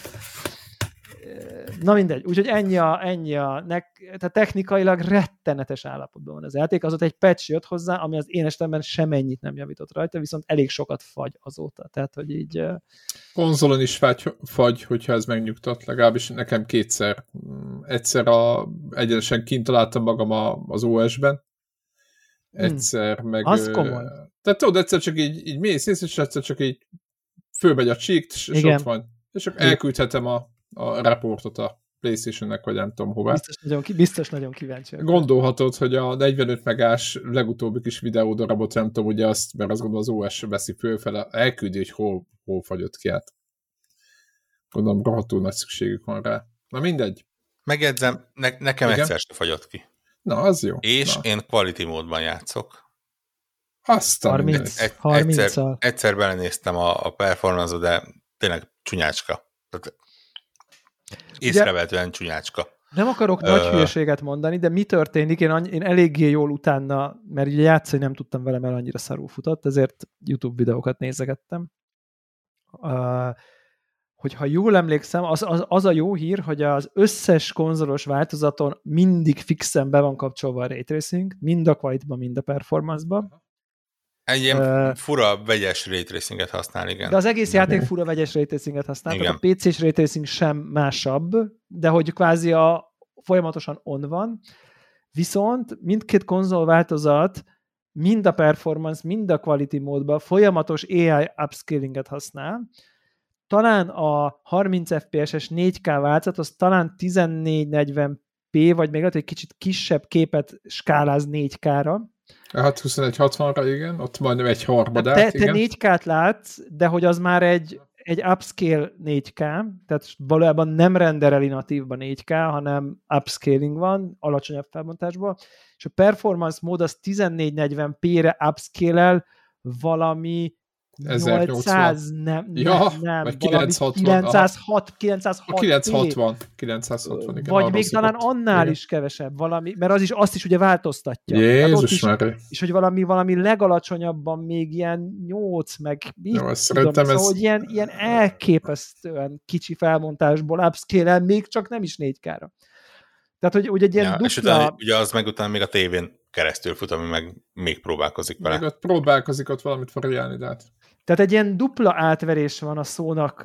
Na mindegy, úgyhogy ennyi a, ennyi a nek, tehát technikailag rettenetes állapotban van az játék, azóta egy patch jött hozzá, ami az én esetemben semennyit nem javított rajta, viszont elég sokat fagy azóta, tehát hogy így... Konzolon is fagy, fagy, hogyha ez megnyugtat, legalábbis nekem kétszer. Egyszer a, egyenesen kint találtam magam a, az o es-ben, egyszer hmm. meg... Az komoly. Tehát tudod, egyszer csak így, így mész, és egyszer csak így fölmegy a csíkt, és, és ott van. És akkor elküldhetem a, a reportot a PlayStation-nek, vagy nem tudom hová. Biztos nagyon, biztos nagyon kíváncsi. Gondolhatod, hogy a negyvenöt megás legutóbbi kis videódarabot, nem tudom, ugye azt, mert azt gondolom az o es veszi fölfele, elküldi, hogy hol, hol fagyott ki át. Gondolom, rohadtul nagy szükségük van rá. Na mindegy. Megjegyzem, ne, nekem Igen? egyszer se fagyott ki. Na, az jó. És Na. én quality módban játszok. Aztán harminc, egy, egyszer, egyszer belenéztem a, a performance-ba, de tényleg csúnyácska. Észrevehetően csúnyácska. Nem akarok uh, nagy hülyeséget mondani, de mi történik? Én, annyi, én eléggé jól utána, mert ugye játszani nem tudtam vele, mert annyira szarul futott, ezért YouTube videókat nézegettem. Uh, hogyha jól emlékszem, az, az, az a jó hír, hogy az összes konzolos változaton mindig fixen be van kapcsolva a Ray Tracing, mind a quality-ban, mind a performance-ban. Egy ilyen uh, fura vegyes Ray Tracinget használ, igen. De az egész játék fura vegyes Ray Tracinget használ, igen. A pé cés Ray Tracing sem másabb, de hogy kvázi a, folyamatosan on van, viszont mindkét konzol változat mind a performance, mind a quality módban folyamatos á i upscalinget használ. Talán a harminc ef pé es-es négy ká változat, az talán tizennégy negyven pé, vagy még lehet, egy kicsit kisebb képet skáláz négy ká-ra. Hát huszonegy hatvanra, igen, ott majdnem egy harmadát, te, te igen. négy ká-t látsz, de hogy az már egy, egy upscale négy ká, tehát valójában nem rendereli natívban négy ká, hanem upscaling van, alacsonyabb felbontásból, és a performance mód az tizennégy negyven pé-re upscale-el valami nyolcszáz, nem, ja, nem, vagy kilencszázhatvan, kilencszázhat, kilencszázhatvan, kilencszázhatvan, kilencszázhatvan, igen. Vagy még talán annál igen. is kevesebb, valami, mert az is, azt is ugye változtatja. Jézus már. És hogy valami, valami legalacsonyabban még ilyen nyolc, meg mit Jó, tudom, szóval, ez... hogy ilyen, ilyen elképesztően kicsi felmontásból upscale-el, még csak nem is négy ká-ra. Tehát, hogy, hogy egy ilyen ja, dupla... És utána, ugye az meg utána még a tévén keresztül fut, ami meg még próbálkozik vele. Még ott próbálkozik ott valamit variálni, de hát... Tehát egy ilyen dupla átverés van a szónak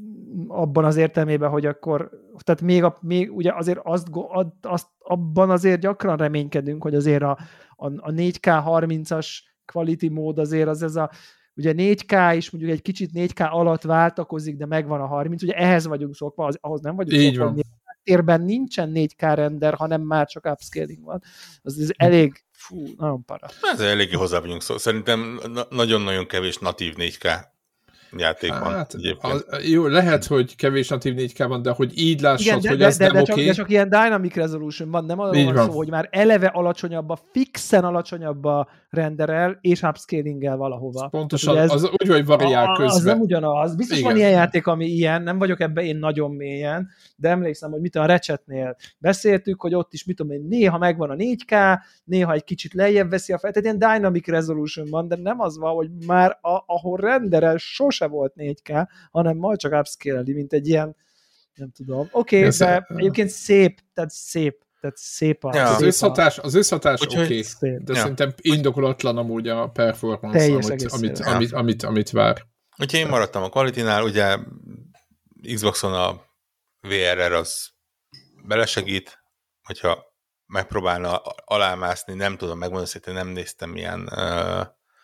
abban az értelmében, hogy akkor, tehát még, a, még ugye azért azt, azt, abban azért gyakran reménykedünk, hogy azért a, a, a négy ká harmincas quality mód azért az ez a, ugye négy ká is mondjuk egy kicsit négy ká alatt váltakozik, de megvan a harminc, ugye ehhez vagyunk szokva, az, ahhoz nem vagyunk így szokva. Térben nincsen négy ká render, hanem már csak upscaling van. Az, az elég, fú, nagyon para. Ez eléggé hozzá vagyunk szó. Szerintem nagyon-nagyon kevés natív négy ká játék van. Hát, az, jó, lehet, hogy kevés natív négy ká van, de hogy így lássad, igen, de, hogy ez de, nem de, oké. Okay. De csak ilyen dynamic resolution van, nem arról van szó, hogy már eleve alacsonyabb, a fixen alacsonyabb a renderel, és upscalinggel valahova. Pontosan, ez, az úgy, hogy variál közben. Az nem ugyanaz. Biztos igen. Van ilyen játék, ami ilyen, nem vagyok ebben én nagyon mélyen, de emlékszem, hogy mit a Ratchetnél beszéltük, hogy ott is, mit tudom én, néha megvan a négy ká, néha egy kicsit lejjebb veszi a fel, tehát ilyen dynamic resolution van, de nem az van, hogy már a, ahol renderel sose volt négy ká, hanem majd csak upscale-eli, mint egy ilyen, nem tudom. Oké, okay, de a... egyébként szép, tehát szép, tehát szép a... Ja. Szép az összhatás, az összhatás oké, okay, de ja. Szerintem indokolatlan amúgy a performance, amit, amit, ja. amit, amit, amit vár. Úgyhogy én maradtam a Quality-nál, ugye Xboxon a vé er er az belesegít, hogyha megpróbálna alámászni, nem tudom megmondani, hogy nem néztem ilyen uh,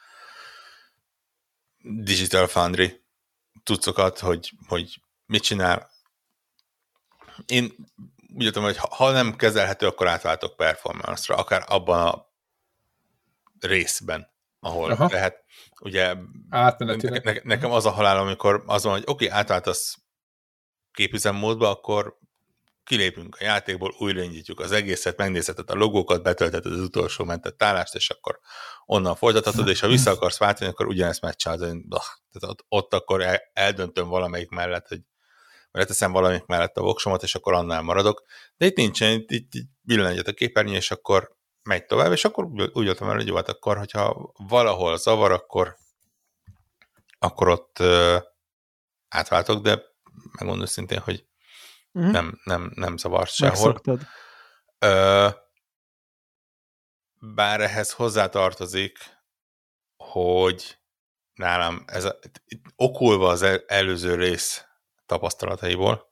Digital Foundry cuccokat, hogy, hogy mit csinál. Én úgy tudom, hogy ha nem kezelhető, akkor átváltok performance-ra, akár abban a részben, ahol aha. lehet. Ugye ne, ne, nekem az a halál, amikor az van, hogy oké, okay, átváltasz képüzemmódba, akkor kilépünk a játékból, újraindítjuk az egészet, megnézheted a logókat, betöltheted az utolsó mentett állást, és akkor onnan folytathatod, és ha vissza akarsz váltani, akkor ugyanezt megcsinálod. Tehát ott, ott akkor el, eldöntöm valamelyik mellett, hogy leteszem valamelyik mellett a voksomat, és akkor annál maradok. De itt nincsen, itt, itt, itt billen egyet a képernyő, és akkor megy tovább, és akkor úgy jöttem el, hogy jó, hát akkor, hogyha valahol zavar, akkor, akkor ott uh, átváltok, de megmondom szintén, hogy uh-huh. nem, nem, nem zavart sehol. Uh, bár ehhez hozzátartozik, hogy nálam ez a, okulva az el, előző rész tapasztalataiból,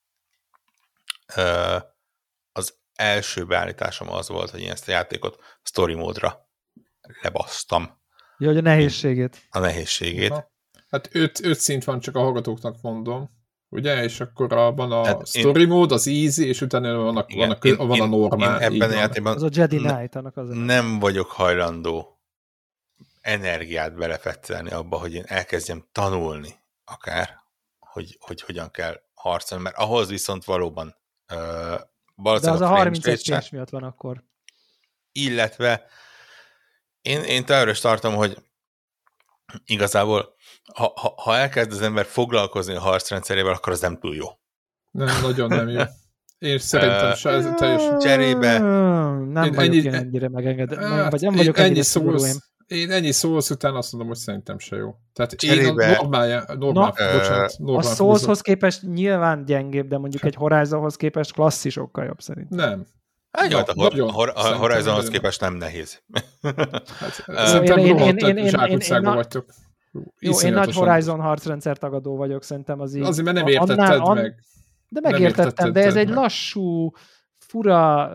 uh, az első beállításom az volt, hogy én ezt a játékot story módra lebasztam. Jó, hogy a nehézségét. A nehézségét. Na. Hát öt, öt szint van, csak a hallgatóknak mondom. ugye? És akkor a, van a hát story én... mód, az easy, és utána van a, igen, van a, én, van a normál. Én ebben a játékban az a Jedi Knight, annak az nem vagyok hajlandó energiát belefettelni abba, hogy én elkezdjem tanulni akár, hogy, hogy hogyan kell harcolni, mert ahhoz viszont valóban uh, de az a harminc ef pé es miatt van akkor. Illetve én, én teljesen tartom, hogy igazából ha, ha, ha elkezd az ember foglalkozni a harcrendszerével, akkor az nem túl jó. Nem, nagyon nem jó. Én szerintem uh, ez teljesen... Cserébe... Nem én vagyok ennyi, én ennyire megengedett. Nem, vagy nem vagyok ennyire szigorú én. Én ennyi Souls után azt mondom, hogy szerintem se jó. Tehát cserébe... én a normál, normál, Na, bocsánat, normál a Soulshoz képest nyilván gyengébb, de mondjuk egy Horizonhoz képest klasszisokkal jobb szerintem. Nem. Hát jó, a, hor- a, hor- a Horizonhoz képest nem nehéz. Hát, szerintem rohadtak zsákutcákban vagytok. Jó, én nagy Horizon harcrendszer tagadó vagyok, szerintem az így... Azért, mert nem értetted annál, an... meg. De megértettem, de ez egy lassú, fura,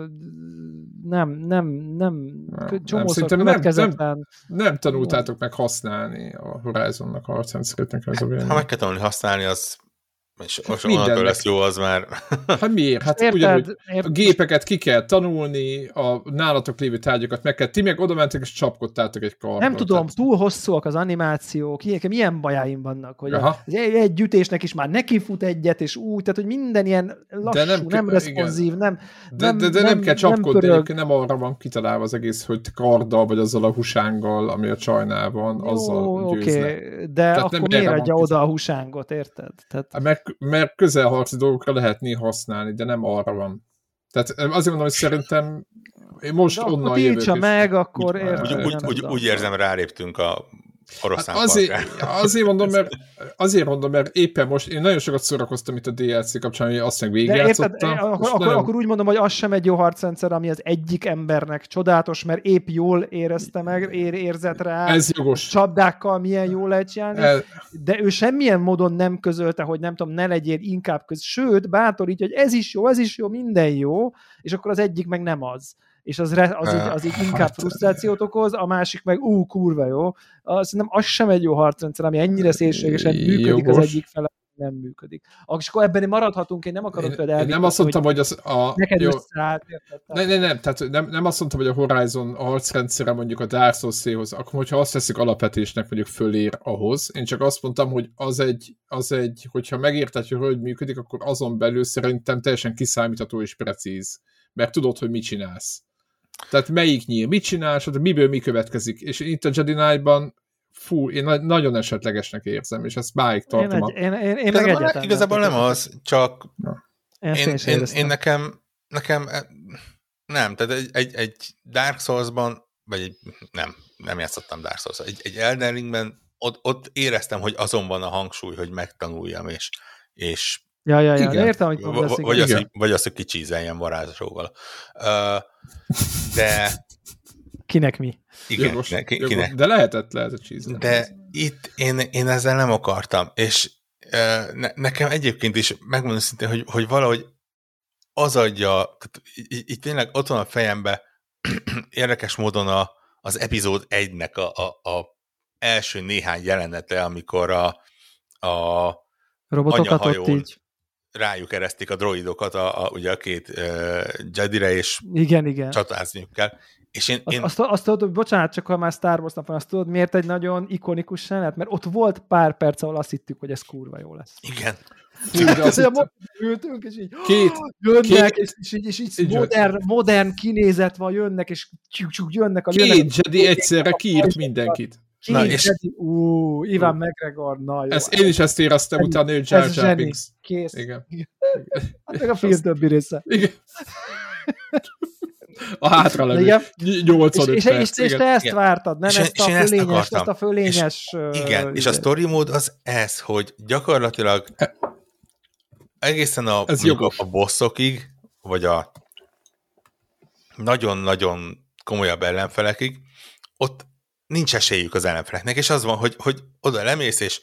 nem, nem, nem, csomószor következetlen... Nem, nem tanultátok meg használni a Horizonnak a harcrendszereknek ez a vélemény. Ha meg kell tanulni használni, az... És most onnantól lesz jó, az már... Hát miért? Hát érted, ugyanúgy érted. A gépeket ki kell tanulni, a nálatok lévő tárgyakat meg kell. Ti meg oda mentek és csapkodtátok egy karral. Nem tudom, tehát... túl hosszúak az animációk, ilyenek, milyen bajáim vannak, hogy a, egy ütésnek is már neki fut egyet, és úgy, tehát hogy minden ilyen lassú, nem, nem responsív, nem De, nem, de, de nem, nem kell csapkodni, nem, nem arra van kitalálva az egész, hogy karddal, vagy azzal a husánggal, ami a csajnál van, jó, azzal győznek. Okay, de tehát akkor miért adja oda a husángot, érted? Tehát... Mert, mert közelharci dolgokra lehet néha használni, de nem arra van. Tehát azért mondom, hogy szerintem én most de onnan jövök. Tiltsa meg, akkor úgy, úgy, úgy, úgy, úgy érzem, ráléptünk a oroszlán hát azért, azért mondom, mert azért mondom, mert éppen most én nagyon sokat szórakoztam itt a dé el cé kapcsán, hogy azt meg végigjátszottam. Akkor, akkor, nagyon... akkor úgy mondom, hogy az sem egy jó harcrendszer, ami az egyik embernek csodálatos, mert épp jól érezte meg, ér, érzett rá. Ez jogos. Csapdákkal milyen jól lehet csinálni, Ez... de ő semmilyen módon nem közölte, hogy nem tudom, ne legyél inkább köz. Sőt, bátorítja, hogy ez is jó, ez is jó, minden jó, és akkor az egyik meg nem az. És az, re, az, így, az így inkább frusztrációt okoz, a másik meg ú, kurva jó. Azt nem, az sem egy jó harcrendszer, ami ennyire szélsőségesen működik, jogos. Az egyik fele nem működik. És akkor ebben maradhatunk, én nem akarok például elvinni. Nem azt mondtam, hogy, hogy az a... Neked jó, összeállt, érted? Nem, nem, nem, tehát nem, nem azt mondtam, hogy a Horizon a harcrendszere mondjuk a Dark Souls-éhoz, akkor hogyha azt veszik alapvetésnek, mondjuk fölér ahhoz. Én csak azt mondtam, hogy az egy, az egy hogyha megérted, hogy hogy működik, akkor azon belül szerintem teljesen kiszámítható és precíz. Mert tudod, hogy mit csinálsz. Tehát melyik nyíl, mit csinálsz, miből mi következik. És itt a Jedi Knight-ban fú, én na- nagyon esetlegesnek érzem, és ezt máig tartom. Én, egy, én, én, én meg igazából, igazából nem az, csak én, én, én, én nekem, nekem nem, tehát egy, egy, egy Dark Souls-ban, vagy egy, nem, nem játszottam Dark Souls-ban, egy, egy Elden Ringben ott, ott éreztem, hogy azon van a hangsúly, hogy megtanuljam, és, és Ja, ja, ja, értem, hogy mondasz. V- vagy, az, hogy, vagy az, hogy kicsízeljen varázsróval. Uh, de... Kinek mi? Igen, jogos, ne, ki, jogos. kinek. De lehetett, lehetett csízelni. De itt én, én ezzel nem akartam, és uh, ne, nekem egyébként is megmondom szintén, hogy, hogy valahogy az adja, itt tényleg ott van a fejembe érdekes módon a, az epizód egynek a, a, a első néhány jelenete, amikor a, a robotokat ott így rájuk eresztik a droidokat, a, a, ugye a két uh, Jedire, és igen, igen. csatázniuk kell. És én, azt, én... azt, azt tudod, bocsánat, csak ha már Star Wars-nak van, azt tudod, miért egy nagyon ikonikus jelenet? Mert ott volt pár perc, ahol azt hittük, hogy ez kurva jó lesz. Igen. Fú, de azt mondja, ültünk, és így két, jönnek, két, és így, és így modern, modern kinézet van, jönnek, és csuk, csuk, jönnek. A két jönnek, Jedi egyszerre kiírt mindenkit. Két na, és... Jedi, ú, Ivan McGregor, na jó. Ez, én is ezt éreztem ez, utána, hogy Jar Jar Binks. Kész. Igen. Hát meg a film többi része. Igen. A hátra levő nyolcvanöt és, perc. És, és, és te ezt vártad, nem? És ezt, a fölényes, ezt a fölényes... És, igen, és a story mód az ez, hogy gyakorlatilag egészen a, a, a bosszokig, vagy a nagyon-nagyon komolyabb ellenfelekig, ott nincs esélyük az ellenfeleknek, és az van, hogy, hogy oda lemész, és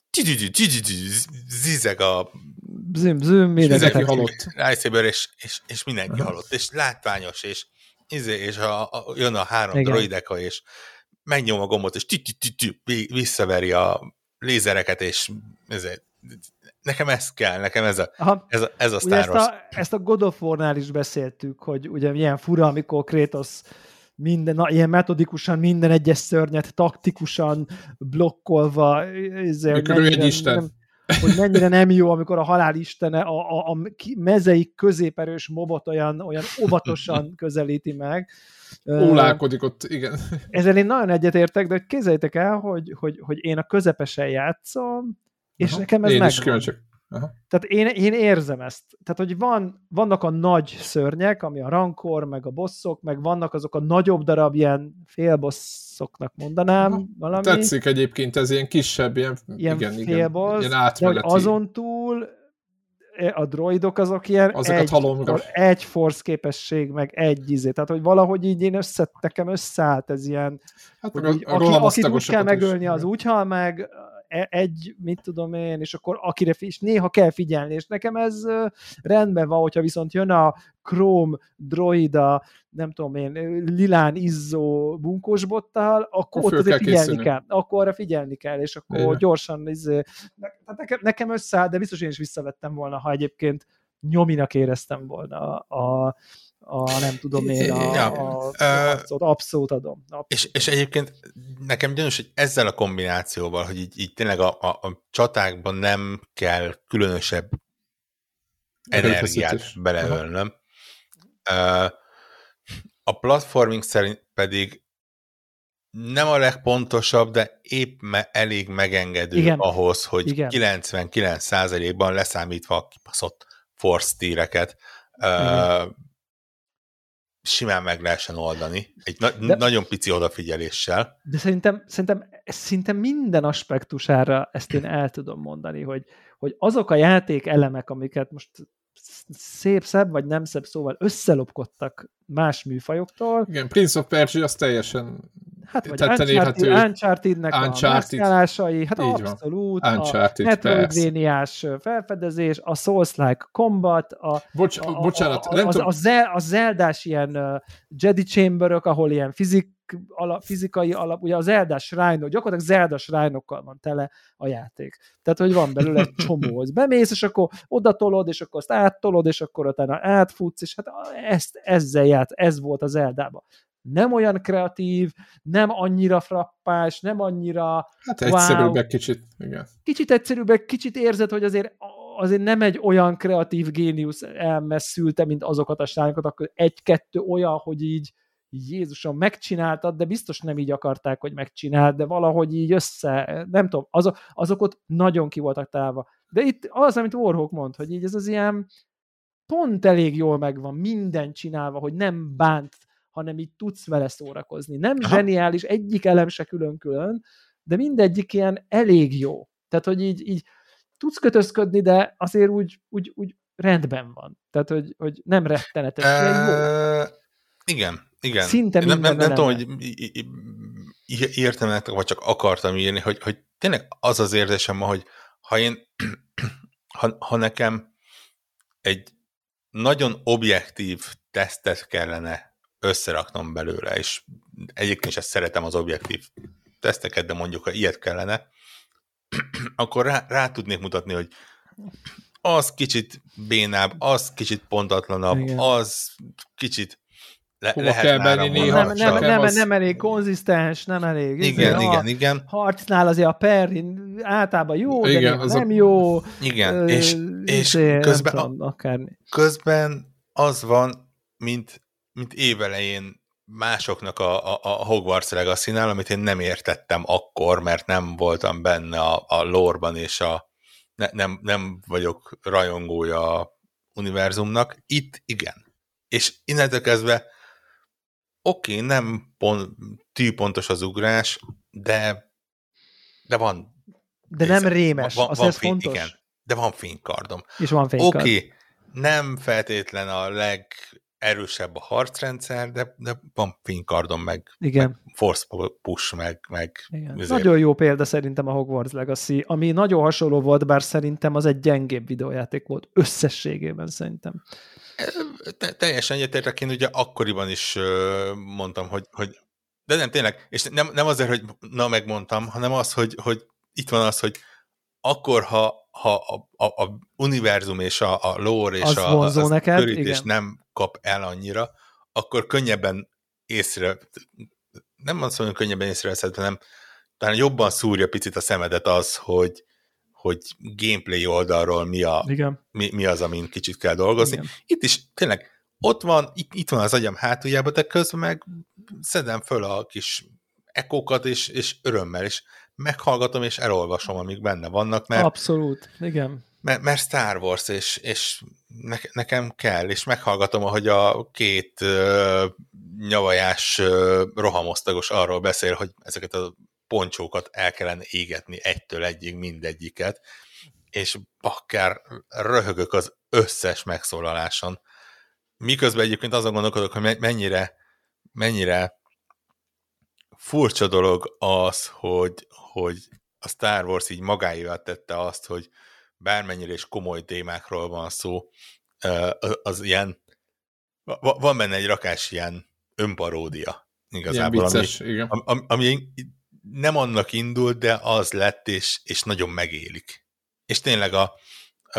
zizeg a züm, züm, mindenki halott. Lightsaber, és, és, és mindenki halott, és látványos, és, és a, a, jön a három igen. droideka, és megnyom a gombot, és tü, tü, tü, tü, visszaveri a lézereket, és ezért nekem ez kell, nekem ez a, ez a, ez a Star Wars. Ezt a, ezt a God of War-nál is beszéltük, hogy ugye milyen fura, amikor Kratos minden, na, ilyen metodikusan minden egyes szörnyet taktikusan blokkolva, ezért, mikor ő egy isten. Nem, hogy mennyire nem jó, amikor a halál istene a, a, a mezeik középerős mobot olyan, olyan óvatosan közelíti meg. Ólálkodik ott, igen. Ezzel én nagyon egyetértek, de képzeljétek el, hogy, hogy, hogy én a közepesen játszom, és Aha, nekem ez én megvan. Is Aha. Tehát én, én érzem ezt. Tehát, hogy van, vannak a nagy szörnyek, ami a rankor, meg a bosszok, meg vannak azok a nagyobb darab ilyen félbosszoknak mondanám. Aha. Valami. Tetszik egyébként, ez ilyen kisebb, ilyen, ilyen igen, félbossz, igen, ilyen átmeneti. Azon túl a droidok azok ilyen egy, for, egy force képesség, meg egy izé. Tehát, hogy valahogy így én össze, nekem összeállt ez ilyen, hát hogy így, aki, akit úgy kell megölni, az úgy hal meg, egy, mit tudom én, és akkor akire és néha kell figyelni, és nekem ez rendben van, hogyha viszont jön a Chrome droida, nem tudom én, lilán izzó bunkósbottal, akkor ott azért figyelni készülni. kell. Akkor arra figyelni kell, és akkor Igen. gyorsan izé, nekem, nekem összeáll, de biztos én is visszavettem volna, ha egyébként nyominak éreztem volna a, a a nem tudom én, a, ja. a, a, abszolút, abszolút adom. Abszolút. És, és egyébként nekem gyanús, hogy ezzel a kombinációval, hogy így, így tényleg a, a, a csatákban nem kell különösebb energiát beleölnöm. A platforming szerint pedig nem a legpontosabb, de épp me, elég megengedő Igen. ahhoz, hogy Igen. kilencvenkilenc százalékban leszámítva a kibaszott force tíreket simán meg lehessen oldani. Egy na- de, nagyon pici odafigyeléssel. De szerintem, szerintem szinte minden aspektusára ezt én el tudom mondani, hogy, hogy azok a játék elemek, amiket most szép, szebb vagy nem szebb szóval összelopkodtak más műfajoktól. Igen, Prince of Persia az teljesen hát vagy Uncharted, Uncharted-nek Uncharted. a mászkálásai, hát így abszolút, Uncharted, a Metroidvania-s felfedezés, a Souls-like combat, a, Bocs, a, bocsánat, a, a, a, a, a Zeldás ilyen uh, Jedi Chamberök, ahol ilyen fizik, alap, fizikai alap, ugye a Zelda shrine-ok, gyakorlatilag Zelda shrine-okkal van tele a játék. Tehát, hogy van belőle egy csomó, hogy bemész, és akkor odatolod, és akkor azt áttolod, és akkor utána átfutsz, és hát ezt, ezzel ját, ez volt a Zeldában. Nem olyan kreatív, nem annyira frappás, nem annyira hát egyszerűbb egy kicsit, igen. Kicsit egyszerűbb, kicsit érzed, hogy azért, azért nem egy olyan kreatív géniusz elmesszülte, mint azokat a srányokat, akkor egy-kettő olyan, hogy így Jézusom, megcsináltad, de biztos nem így akarták, hogy megcsináld, de valahogy így össze, nem tudom, azok, azok ott nagyon ki voltak találva. De itt az, amit Warhawk mond, hogy így ez az ilyen pont elég jól megvan, minden csinálva, hogy nem bánt, hanem így tudsz vele szórakozni. Nem Aha. zseniális, egyik elem se külön-külön, de mindegyik ilyen elég jó. Tehát, hogy így, így tudsz kötözködni, de azért úgy, úgy, úgy rendben van. Tehát, hogy, hogy nem rettenetes, de jó. Igen, igen. Szinte nem, nem, nem tudom, hogy írtam nektek, vagy csak akartam írni, hogy, hogy tényleg az az érzésem ma, hogy ha én, ha, ha nekem egy nagyon objektív tesztet kellene összeraknom belőle, és egyébként is ezt szeretem az objektív teszteket, de mondjuk, ha ilyet kellene, akkor rá, rá tudnék mutatni, hogy az kicsit bénább, az kicsit pontatlanabb, Igen. az kicsit le, lehet kell benni néha. Nem, nem, nem, az... nem elég konzisztens, nem elég. Igen, igen, a igen. Harcnál azért a Perrin általában jó, igen, de nem a... jó. Igen, ö, és, és közben, tudom, a, közben az van, mint, mint évelején másoknak a, a, a Hogwarts Legacy-nál, amit én nem értettem akkor, mert nem voltam benne a, a lore-ban, és a, ne, nem, nem vagyok rajongója a univerzumnak. Itt igen. És innentől kezdve oké, okay, nem pont, tűpontos az ugrás, de de van. De nem rémes, van, az van ez fény, fontos. Igen, de van fénykardom. És van fénykard. Oké, okay, nem feltétlen a legerősebb a harcrendszer, de, de van fénykardom, meg, meg force push, meg... meg nagyon jó példa szerintem a Hogwarts Legacy, ami nagyon hasonló volt, bár szerintem az egy gyengébb videójáték volt összességében szerintem. Te, teljesen egyetértek, én ugye akkoriban is mondtam, hogy, hogy de nem tényleg, és nem, nem azért, hogy na megmondtam, hanem az, hogy, hogy itt van az, hogy akkor, ha, ha a, a, a univerzum és a, a lore és az a, a, a neked, körítés nem kap el annyira, akkor könnyebben észre, nem azt mondom, hogy könnyebben észreveszed, hanem talán jobban szúrja picit a szemedet az, hogy, hogy gameplay oldalról mi, a, mi, mi az, amin kicsit kell dolgozni. Igen. Itt is tényleg ott van, itt, itt van az agyam hátuljában, de közben meg szedem föl a kis ekókat, és, és örömmel, és meghallgatom, és elolvasom, amik benne vannak, mert... Abszolút, igen. Mert, mert Star Wars, és, és ne, nekem kell, és meghallgatom, ahogy a két uh, nyavajás uh, rohamosztagos arról beszél, hogy ezeket a poncsókat el kellene égetni egytől egyig mindegyiket, és bakker röhögök az összes megszólaláson. Miközben egyébként azon gondolkodok, hogy mennyire, mennyire furcsa dolog az, hogy, hogy a Star Wars így magáévá tette azt, hogy bármennyire is komoly témákról van szó, az ilyen, van benne egy rakás ilyen önparódia igazából, ilyen vicces, ami, igen. ami, ami nem annak indult, de az lett, és, és nagyon megélik. És tényleg a, a,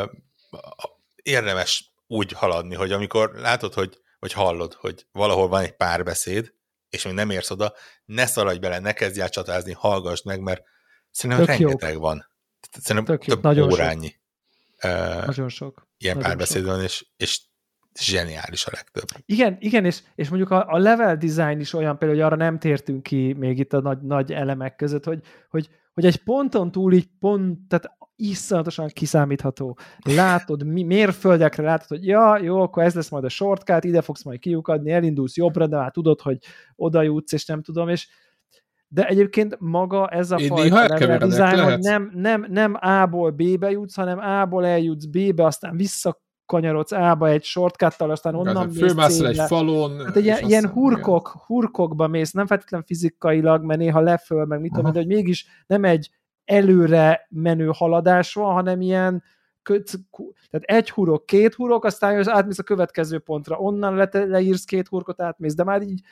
a érdemes úgy haladni, hogy amikor látod, hogy, vagy hallod, hogy valahol van egy párbeszéd, és még nem érsz oda, ne szaladj bele, ne kezdj el csatázni, hallgassd meg, mert szerintem tök rengeteg jók. Van. Szerintem több nagyon órányi. Uh, nagyon sok. Ilyen nagyon párbeszéd van, és, és zseniális a legtöbb. Igen, igen, és, és mondjuk a, a level design is olyan például, hogy arra nem tértünk ki még itt a nagy, nagy elemek között, hogy, hogy, hogy egy ponton túl így pont, tehát iszonyatosan kiszámítható. Látod, mi, mérföldekre látod, hogy ja, jó, akkor ez lesz majd a shortcut, ide fogsz majd kiukadni, elindulsz jobbra, de már tudod, hogy oda jutsz, és nem tudom, és de egyébként maga ez a Én fajta level design, hogy nem, nem, nem A-ból B-be jutsz, hanem A-ból eljutsz B-be, aztán visszakanyarodsz A-ba egy shortcuttal, aztán onnan mész fölmászol egy falon. Hát egy ilyen, ilyen hurkok, hurkokba mész, nem feltétlenül fizikailag, mert néha leföl, meg mit tudom, de hogy mégis nem egy előre menő haladás van, hanem ilyen tehát egy hurok, két hurok, aztán jössz, átmész a következő pontra, onnan le, leírsz két hurkot, átmész, de már így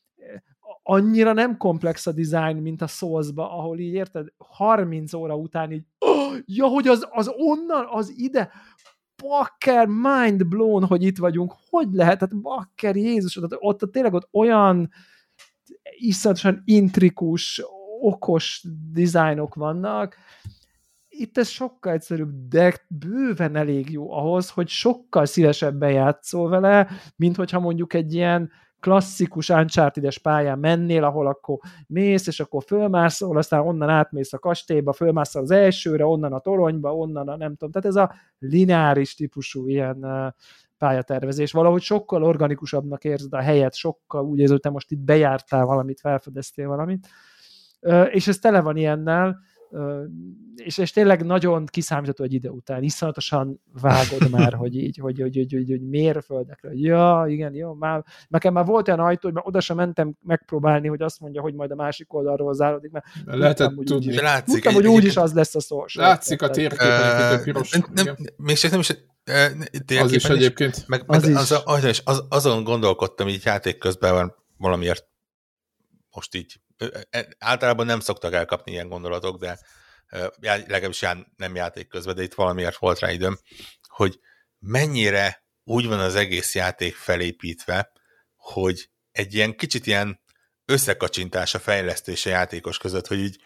annyira nem komplex a design, mint a Souls-ba, ahol így érted, harminc óra után így, oh, ja, hogy az, az onnan, az ide, bakker, mind blown, hogy itt vagyunk, hogy lehet, tehát bakker, Jézus, ott, ott tényleg ott olyan iszonyatosan intrikus, okos dizájnok vannak, itt ez sokkal egyszerűbb, de bőven elég jó ahhoz, hogy sokkal szívesebben játszol vele, mint hogyha mondjuk egy ilyen klasszikus Uncharted-es pályán mennél, ahol akkor mész, és akkor fölmászol, aztán onnan átmész a kastélyba, fölmászol az elsőre, onnan a toronyba, onnan a nem tudom. Tehát ez a lineáris típusú ilyen pályatervezés. Valahogy sokkal organikusabbnak érzed a helyet, sokkal úgy érzed, hogy te most itt bejártál valamit, felfedeztél valamit. És ez tele van ilyennel, és, és tényleg nagyon kiszámítható egy ide után. Iszonyatosan vágod már, hogy így, hogy, hogy, hogy, hogy, hogy mérföldekre. Ja, igen, jó, már, nekem már volt olyan ajtó, hogy már oda sem mentem megpróbálni, hogy azt mondja, hogy majd a másik oldalról záródik, mert lehetett tudtam, tudni. Úgy, látszik, tudtam, hogy úgyis az lesz a szó. Látszik a térképen, egy piros. Még csak nem is az is egyébként. Meg, meg az, is. Az, az, az, azon gondolkodtam így játék közben valamiért most így általában nem szoktak elkapni ilyen gondolatok, de legalábbis nem játék közben, de itt valamiért volt rá időm, hogy mennyire úgy van az egész játék felépítve, hogy egy ilyen kicsit ilyen összekacsintás a fejlesztése játékos között, hogy így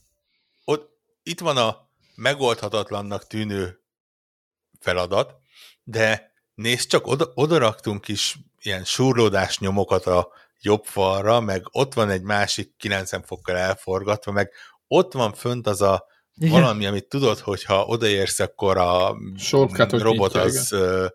ott, itt van a megoldhatatlannak tűnő feladat, de nézd csak, oda, oda raktunk is ilyen surlódás nyomokat a jobb falra, meg ott van egy másik kilencven fokkal elforgatva, meg ott van fönt az a igen. valami, amit tudod, hogyha odaérsz, akkor a Shortcut robot nyitja, az igen.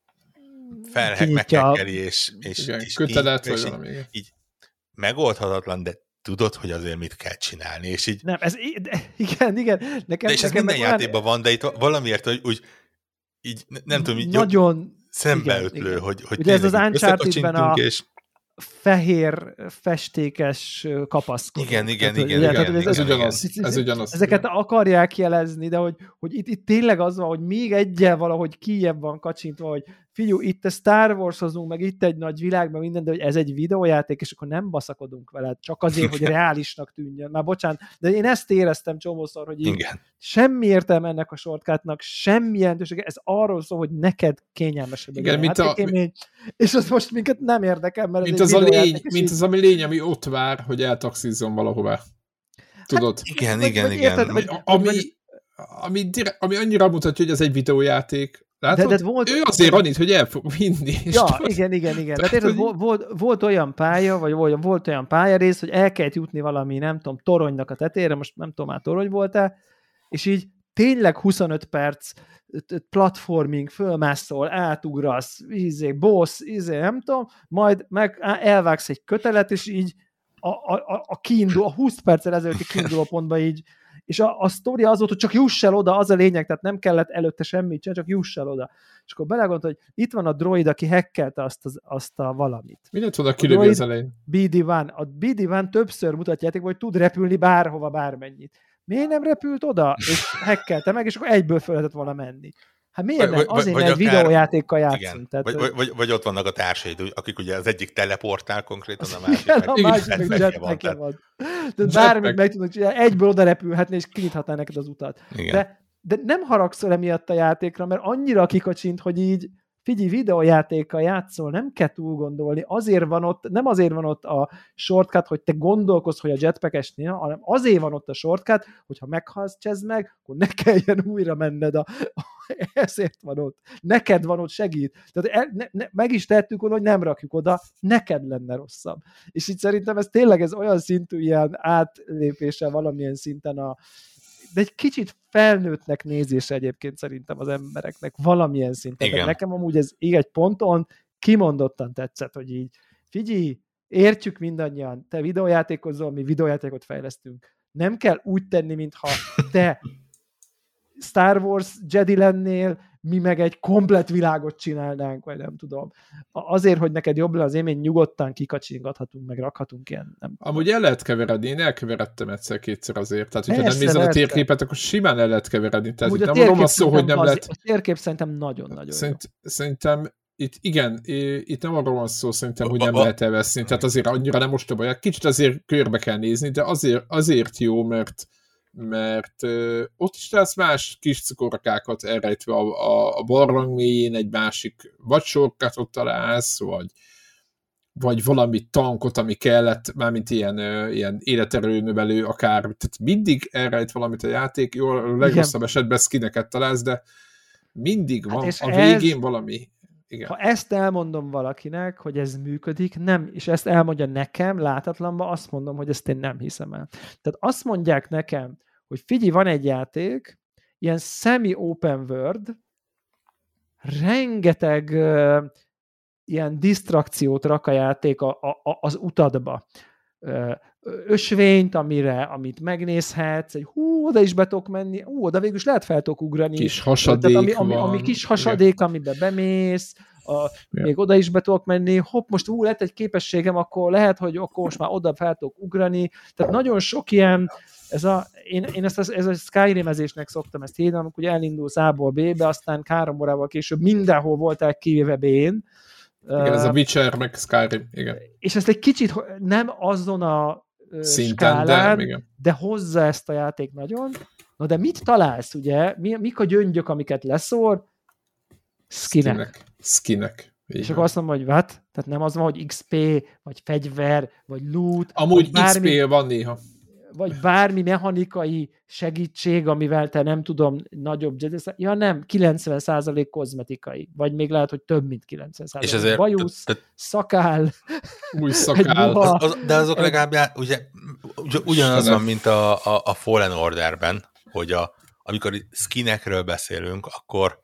felhek meghekkeli, és, és, igen, és, kötelet, így, és így, így megoldhatatlan, de tudod, hogy azért mit kell csinálni, és így... Nem, ez, de, igen, igen. Nekem, de és ez nekem minden játékban olyan... van, de itt valamiért, hogy úgy, így nem tudom, így nagyon szembeötlő, igen, hogy, hogy ugye ez az Uncharted-ben a és... fehér festékes kapaszkodó. Igen, igen, tehát, igen, ugye, igen, tehát, igen, ez, igen, ugyanaz, igen. ez ugyanaz. Ezeket igen. akarják jelezni, de hogy, hogy itt, itt tényleg az van, hogy még egyel valahogy kijebb van kacsintva, hogy figyú, itt a Star Wars-hozunk, meg itt egy nagy világ, meg minden, de hogy ez egy videójáték, és akkor nem baszakodunk vele, csak azért, hogy reálisnak tűnjön. Már bocsánat, de én ezt éreztem csomószor, hogy így semmi értelme ennek a shortcutnak, semmi jelentősége, ez arról szól, hogy neked kényelmesebb. Igen, mint a... És az most minket nem érdekel, mert mint az, a lény, mint az, ami lény, ami ott vár, hogy eltaxizzon valahová. Tudod? Hát, igen, vagy, igen, vagy, igen. Érted, vagy, ami, vagy, ami, ami annyira mutatja, hogy ez egy videójáték. Látod? De, de volt, ő azért annyit, hogy el fog vinni. Ja, tudod? igen, igen, igen. De érted, hogy... volt, volt olyan pálya, vagy volt, volt olyan pályarész, hogy el kellett jutni valami, nem tudom, toronynak a tetejére, most nem tudom, már torony volt-e, és így tényleg huszonöt perc platforming, fölmászol, átugrasz, izé, boss, izé, nem tudom, majd meg elvágsz egy kötelet, és így a, a, a kiindul, a húsz perccel ezelőtti kiinduló pontba így, és a, a sztória az volt, hogy csak juss el oda, az a lényeg, tehát nem kellett előtte semmit csinálni, csak juss el oda. És akkor belegondol, hogy itt van a droid, aki hackelte azt, az, azt a valamit. Mi lett oda kilövi az elején? bé dé egy. A bé dé egy többször mutatja, hogy tud repülni bárhova, bármennyit. Miért nem repült oda, és hackelte meg, és akkor egyből föl lehetett volna menni. Hát miért nem? Azért, mert egy videójátékkal játszunk. Tehát, vagy, vagy, vagy ott vannak a társaid, akik ugye az egyik teleportál konkrétan, a másik igen, meg, a másik meg jetpackje van. De bármit meg tudnak csinálni, egyből oda repülhetné, és kinyithatná neked az utat. De, de nem haragszol emiatt a játékra, mert annyira kikacsint, hogy így figyelj, videójátékkal játszol, nem kell túl gondolni, azért van ott, nem azért van ott a shortcut, hogy te gondolkozz, hogy a jetpackesnél, hanem azért van ott a shortcut, hogyha meghalsz, csezd meg, akkor ne kelljen újra menned, a, ezért van ott. Neked van ott, segít. Tehát el, ne, ne, meg is tettük volna, hogy nem rakjuk oda, neked lenne rosszabb. És így szerintem ez tényleg ez olyan szintű ilyen átlépése valamilyen szinten a de egy kicsit felnőttnek nézése egyébként szerintem az embereknek valamilyen szinten. De nekem amúgy ez így egy ponton kimondottan tetszett, hogy így figyelj, értjük mindannyian, te videójátékozol, mi videójátékot fejlesztünk. Nem kell úgy tenni, mintha te Star Wars Jedi lennél, mi meg egy komplett világot csinálnánk, vagy nem tudom. Azért, hogy neked jobb le az élmény, nyugodtan kikacsingathatunk, meg rakhatunk ilyen. Nem Amúgy el lehet keveredni, én elkeveredtem egyszer-kétszer azért. Tehát, hogyha nem nézed a térképet, akkor simán el lehet keveredni. Tehát itt nem arról van szó, hogy nem az, lehet... A térkép szerintem nagyon-nagyon Szerint, jó. Szerintem itt igen, itt nem arról van szó szerintem, hogy nem lehet elveszni. Tehát azért annyira nem ostoba. Kicsit azért körbe kell nézni, de azért, azért jó, mert mert ö, ott is lesz más kis cukorakákat elrejtve a, a, a barlang mélyén, egy másik vagy sorkatot találsz, vagy, vagy valami tankot, ami kellett, mármint ilyen, ö, ilyen életerőnövelő akár, tehát mindig elrejt valamit a játék, jó, a legrosszabb igen. esetben skineket találsz, de mindig van hát a végén ez, valami. Igen. Ha ezt elmondom valakinek, hogy ez működik, nem, és ezt elmondja nekem látatlanban, azt mondom, hogy ezt én nem hiszem el. Tehát azt mondják nekem, hogy figyelj, van egy játék, ilyen semi-open world, rengeteg uh, ilyen disztrakciót rak a játék a, a, az utadba. Uh, ösvényt, amire, amit megnézhetsz, hogy hú, oda is be tudok menni, hú, oda végül is lehet fel tudok ugrani. Kis hasadék ami, ami, ami kis hasadék, igen. amiben bemész, a, még oda is be tudok menni, hopp, most hú, lett egy képességem, akkor lehet, hogy akkor most már oda fel tudok ugrani. Tehát nagyon sok ilyen, ez a, én, én ezt, ez a Skyrim-ezésnek szoktam ezt hívni, amikor elindulsz A-ból B-be, aztán három órával később mindenhol voltál kivéve B-n. Igen, uh, ez a Witcher meg Skyrim, igen. És ezt egy kicsit nem azon a szinten, skálán, de, de hozza ezt a játék nagyon. Na de mit találsz, ugye? Mi, mik a gyöngyök, amiket leszór? Skinek. Skinek. Skinek. És akkor azt mondom, hogy what? Tehát nem az van, hogy iksz pé, vagy fegyver, vagy loot. Amúgy bármi, iksz pé van néha. Vagy bármi mechanikai segítség, amivel te nem tudom, nagyobb... Ja nem, kilencven százalék kozmetikai. Vagy még lehet, hogy több, mint kilencven százalék. És ezért... Bajusz, te, te, szakál. Új szakál. Az, az, de azok legalább já, ugye, ugyanaz van, mint a, a, a Fallen Orderben, hogy a, amikor skinekről beszélünk, akkor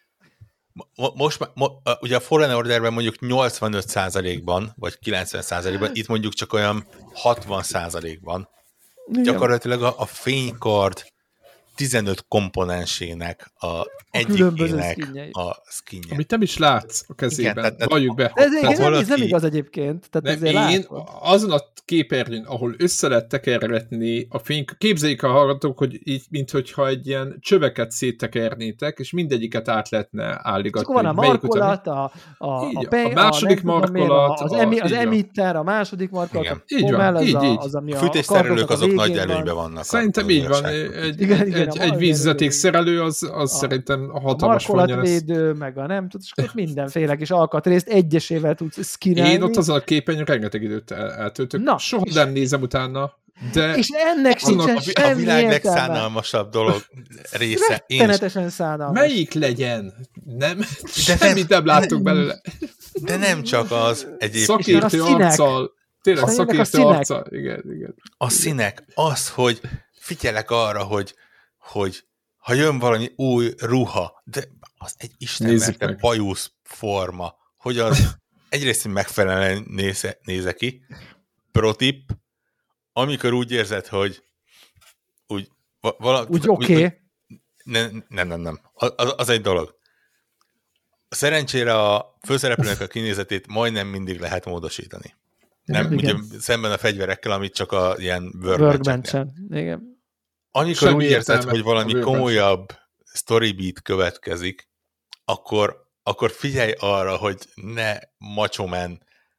most mo, ugye a Fallen Orderben mondjuk nyolcvanöt százalékban, vagy kilencven százalékban, itt mondjuk csak olyan hatvan százalékban. Igen. Gyakorlatilag a, a fénykard, tizenöt komponensének a egyikének a skinje. Amit nem is látsz a kezében. Valljuk be. Ez, ez, valaki... ez nem igaz egyébként. Tehát nem, én látod. Azon a képernyőn, ahol össze lehet tekergetni a fény, képzeljük a hallgatók, hogy így, minthogyha egy ilyen csöveket széttekernétek, és mindegyiket át lehetne álligatni. Akkor van a markolat, a, a, így, a, pay, a második a, markolat, az, emi, az emitter, a második markolat, igen. Így van, így, így. Az, ami a fűtésszerelők azok nagy előnyben vannak. Szerintem így van. Egy, igen, igen, egy, egy vízvezeték szerelő, az, az a, szerintem hatalmas vonja lesz. Markolatvédő, meg a nem tudsz, és mindenféle kis alkatrészt egyesével tudsz skinelni. Én ott azon a képen rengeteg időt el, eltöltök. Na, soha nem nézem utána. De és ennek sincsen semmi a világ legszánalmasabb dolog része. Rettenetesen szánalmas. Melyik legyen? Nem? De semmit nem láttuk belőle. De nem csak az egyébként. Szakértő arccal. Tényleg szakértő arccal. Igen, igen. A színek. Az, hogy figyelek arra, hogy, hogy ha jön valami új ruha, de az egy istenverte bajusz forma, hogy az egyrészt megfelelően néze, néze ki. Pro tip, amikor úgy érzed, hogy úgy, vala, úgy oké. Okay. Nem, nem, nem, nem. Az, az egy dolog. Szerencsére a főszereplőnek a kinézetét majdnem mindig lehet módosítani. Nem, ugye szemben a fegyverekkel, amit csak a ilyen workbench-en. Igen. Amikor semmi úgy érzed, hogy valami komolyabb storybeat következik, akkor, akkor figyelj arra, hogy ne Macho Man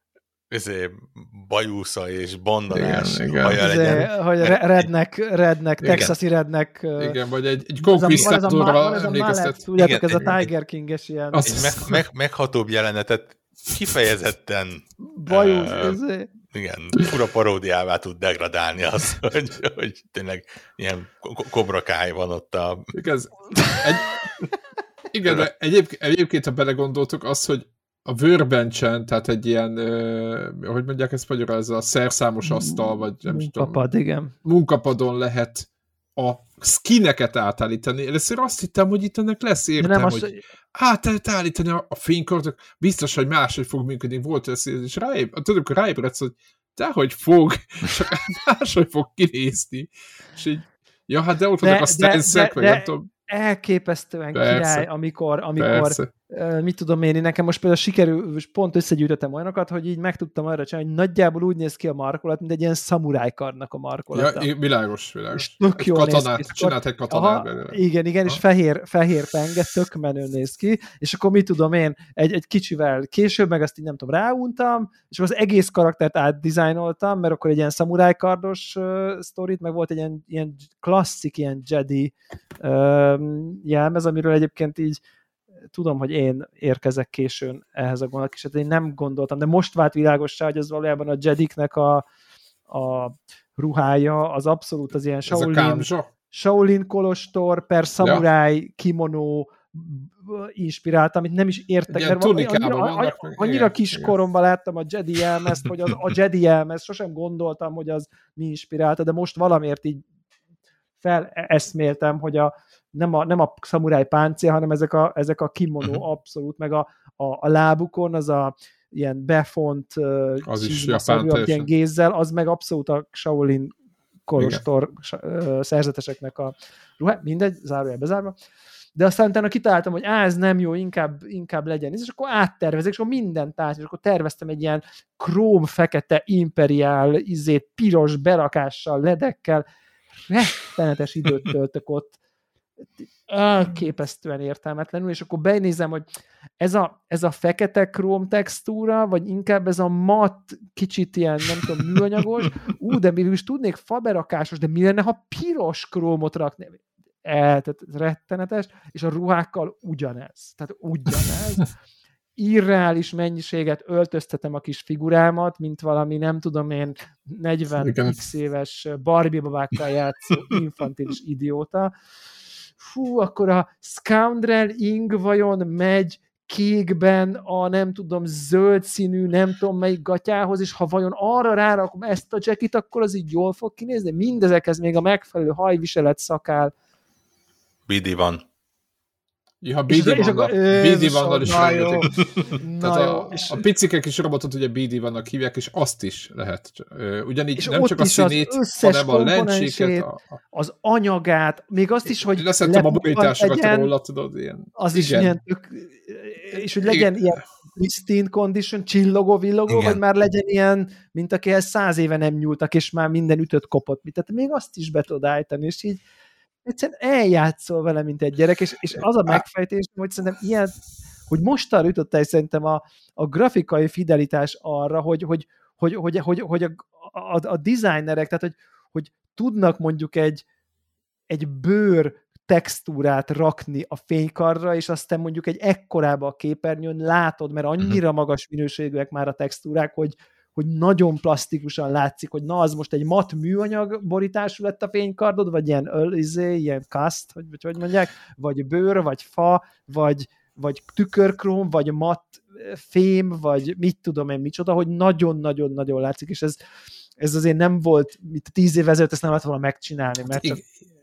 bajúsza és bandalás haja legyen. Hogy rednek, rednek, texasi rednek. Igen, vagy egy, egy konquisztátorra emlékeztet. Tudjátok, ez a Tiger King-es ilyen. Egy meg, meg, meghatóbb jelenetet kifejezetten bajúsz, uh, ez igen, fura paródiává tud degradálni az, hogy, hogy tényleg ilyen kobrakály van ott a... Igen, egy, igen de egyébként, egyébként, ha belegondoltuk, az, hogy a workbench-en, tehát egy ilyen, uh, hogy mondják ezt magyarul, ez a szerszámos asztal, vagy nem munkapad, tudom, igen. munkapadon lehet a skineket átállítani. Először azt hittem, hogy itt ennek lesz értem, hogy az... átállítani a, a fénykortot, biztos, hogy máshogy fog működni. Volt ez, és ráéb, tudok, ráébredsz, hogy dehogy fog, csak máshogy fog kinézni. És így, ja, hát de ott vannak a stanszek, vagy nem tudom. Elképesztően persze, király, amikor, amikor uh, mit tudom én, nekem most például sikerül, pont összegyűjtöttem olyanokat, hogy így meg tudtam arra csinálni, hogy nagyjából úgy néz ki a markolat, mint egy ilyen szamurájkarnak a markolata. Ja, világos, világos. És tök egy jól katonát, néz ki. Csinált egy katonát belőle. Igen, igen, aha. És fehér, fehér penge, tök menő néz ki, és akkor mit tudom én, egy, egy kicsivel később, meg azt így nem tudom, ráuntam, és az egész karaktert átdizájnoltam, mert akkor egy ilyen szamurájkardos uh, sztorit, meg volt egy ilyen, ilyen klasszik, ilyen Jedi uh, jelmez, amiről egyébként így tudom, hogy én érkezek későn ehhez a gondolatkísérlethez, én nem gondoltam, de most vált világossá, hogy ez valójában a Jediknek a, a ruhája, az abszolút az ilyen Shaolin, Shaolin kolostor per szamuráj ja. kimono inspirált, amit nem is értek, igen, mert annyira, vannak, annyira kis koromban láttam a Jedi jelmezt, hogy az, a Jedi jelmez, sosem gondoltam, hogy az mi inspirálta, de most valamiért így feleszméltem, hogy a, nem a, nem a szamuráj páncél, hanem ezek a, ezek a kimono uh-huh. abszolút, meg a, a, a lábukon az a ilyen befont az is japán ilyen gézzel, az meg abszolút a Shaolin kolostor igen. szerzeteseknek a ruhá, mindegy, zárójel bezárva. De aztán utána kitaláltam, hogy á, ez nem jó, inkább, inkább legyen. És akkor áttervezek, és akkor mindent át, és akkor terveztem egy ilyen króm-fekete imperiál, izét, piros berakással, ledekkel, rettenetes időt töltök ott, elképesztően értelmetlenül, és akkor benézem, hogy ez a, ez a fekete króm textúra, vagy inkább ez a matt, kicsit ilyen, nem tudom, műanyagos, ú, de mi is tudnék faberakásos, de mi lenne, ha piros krómot rakni? El, tehát rettenetes, és a ruhákkal ugyanez. Tehát ugyanez. Irreális mennyiséget öltöztetem a kis figurámat, mint valami, nem tudom én, negyven x éves Barbie babákkal játszó infantilis idióta. Fú, akkor a Scoundrel Ing vajon megy kékben a nem tudom, zöld színű, nem tudom melyik gatyához, és ha vajon arra rárakom ezt a jackit, akkor az így jól fog kinézni. Mindezekhez még a megfelelő hajviselet, szakál. Bidi van. Ja, bé dé vannal is rengetek. Tehát a, a picike kis robotot ugye bé dé vannak hívják, és azt is lehet. Ugyanígy nem csak a színét, hanem a lencséket. A, a... az anyagát, még azt is, hogy leszettem a borításokat róla, tudod, ilyen. Az igen. Is ilyen tök, és hogy legyen igen. Ilyen pristine condition, csillogó, villogó, igen. Vagy már legyen ilyen, mint akihez száz éve nem nyúltak, és már minden ütött kopott. Tehát még azt is be tudod állítani, és így egyszerűen eljátszol vele, mint egy gyerek, és, és az a megfejtés, hogy szerintem ilyen, hogy mostanra jutottál szerintem a, a grafikai fidelitás arra, hogy, hogy, hogy, hogy, hogy, hogy a, a, a designerek, tehát hogy, hogy tudnak mondjuk egy, egy bőr textúrát rakni a fénykarra, és aztán mondjuk egy ekkorába a képernyőn látod, mert annyira magas minőségűek már a textúrák, hogy hogy nagyon plastikusan látszik, hogy na, az most egy mat műanyag borítású lett a fénykardod, vagy ilyen ölizé, ilyen cast, hogy, vagy hogy mondják, vagy bőr, vagy fa, vagy, vagy tükörkróm, vagy mat fém, vagy mit tudom én micsoda, hogy nagyon-nagyon-nagyon látszik, és ez, ez azért nem volt, mit tíz év ezelőtt ezt nem lehet volna megcsinálni, mert csak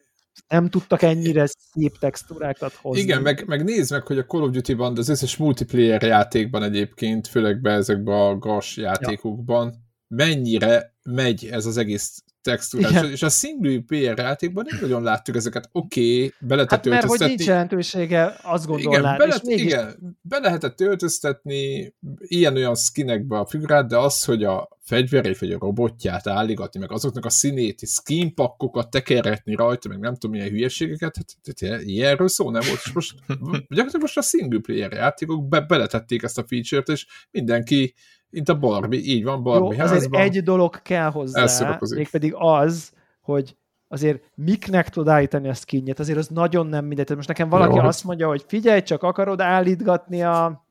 nem tudtak ennyire szép textúrákat hozni. Igen, meg, meg nézd meg, hogy a Call of Duty-ban, de az összes multiplayer játékban egyébként, főleg be ezekben a gas játékokban, ja. mennyire megy ez az egész textúrás. És a single player játékban nem nagyon láttuk ezeket. Oké, okay, be lehetett hát mert hogy nincs jelentősége, azt gondolnád. Igen, be, lehet, mégis... igen, be lehetett öltöztetni ilyen-olyan skinekbe a figurát, de az, hogy a fegyverét vagy a robotját álligatni, meg azoknak a színét, skinpakkokat tekerhetni rajta, meg nem tudom milyen hülyeségeket, hát ilyenről szó nem volt. És most gyakorlatilag most a single player játékok be, beletették ezt a feature-t, és mindenki mint a Barbie, így van, Barbie Jó, azért egy dolog kell hozzá, mégpedig az, hogy azért miknek tud állítani a skinjét, azért az nagyon nem mindegy. Most nekem valaki Jó. azt mondja, hogy figyelj, csak akarod állítgatni a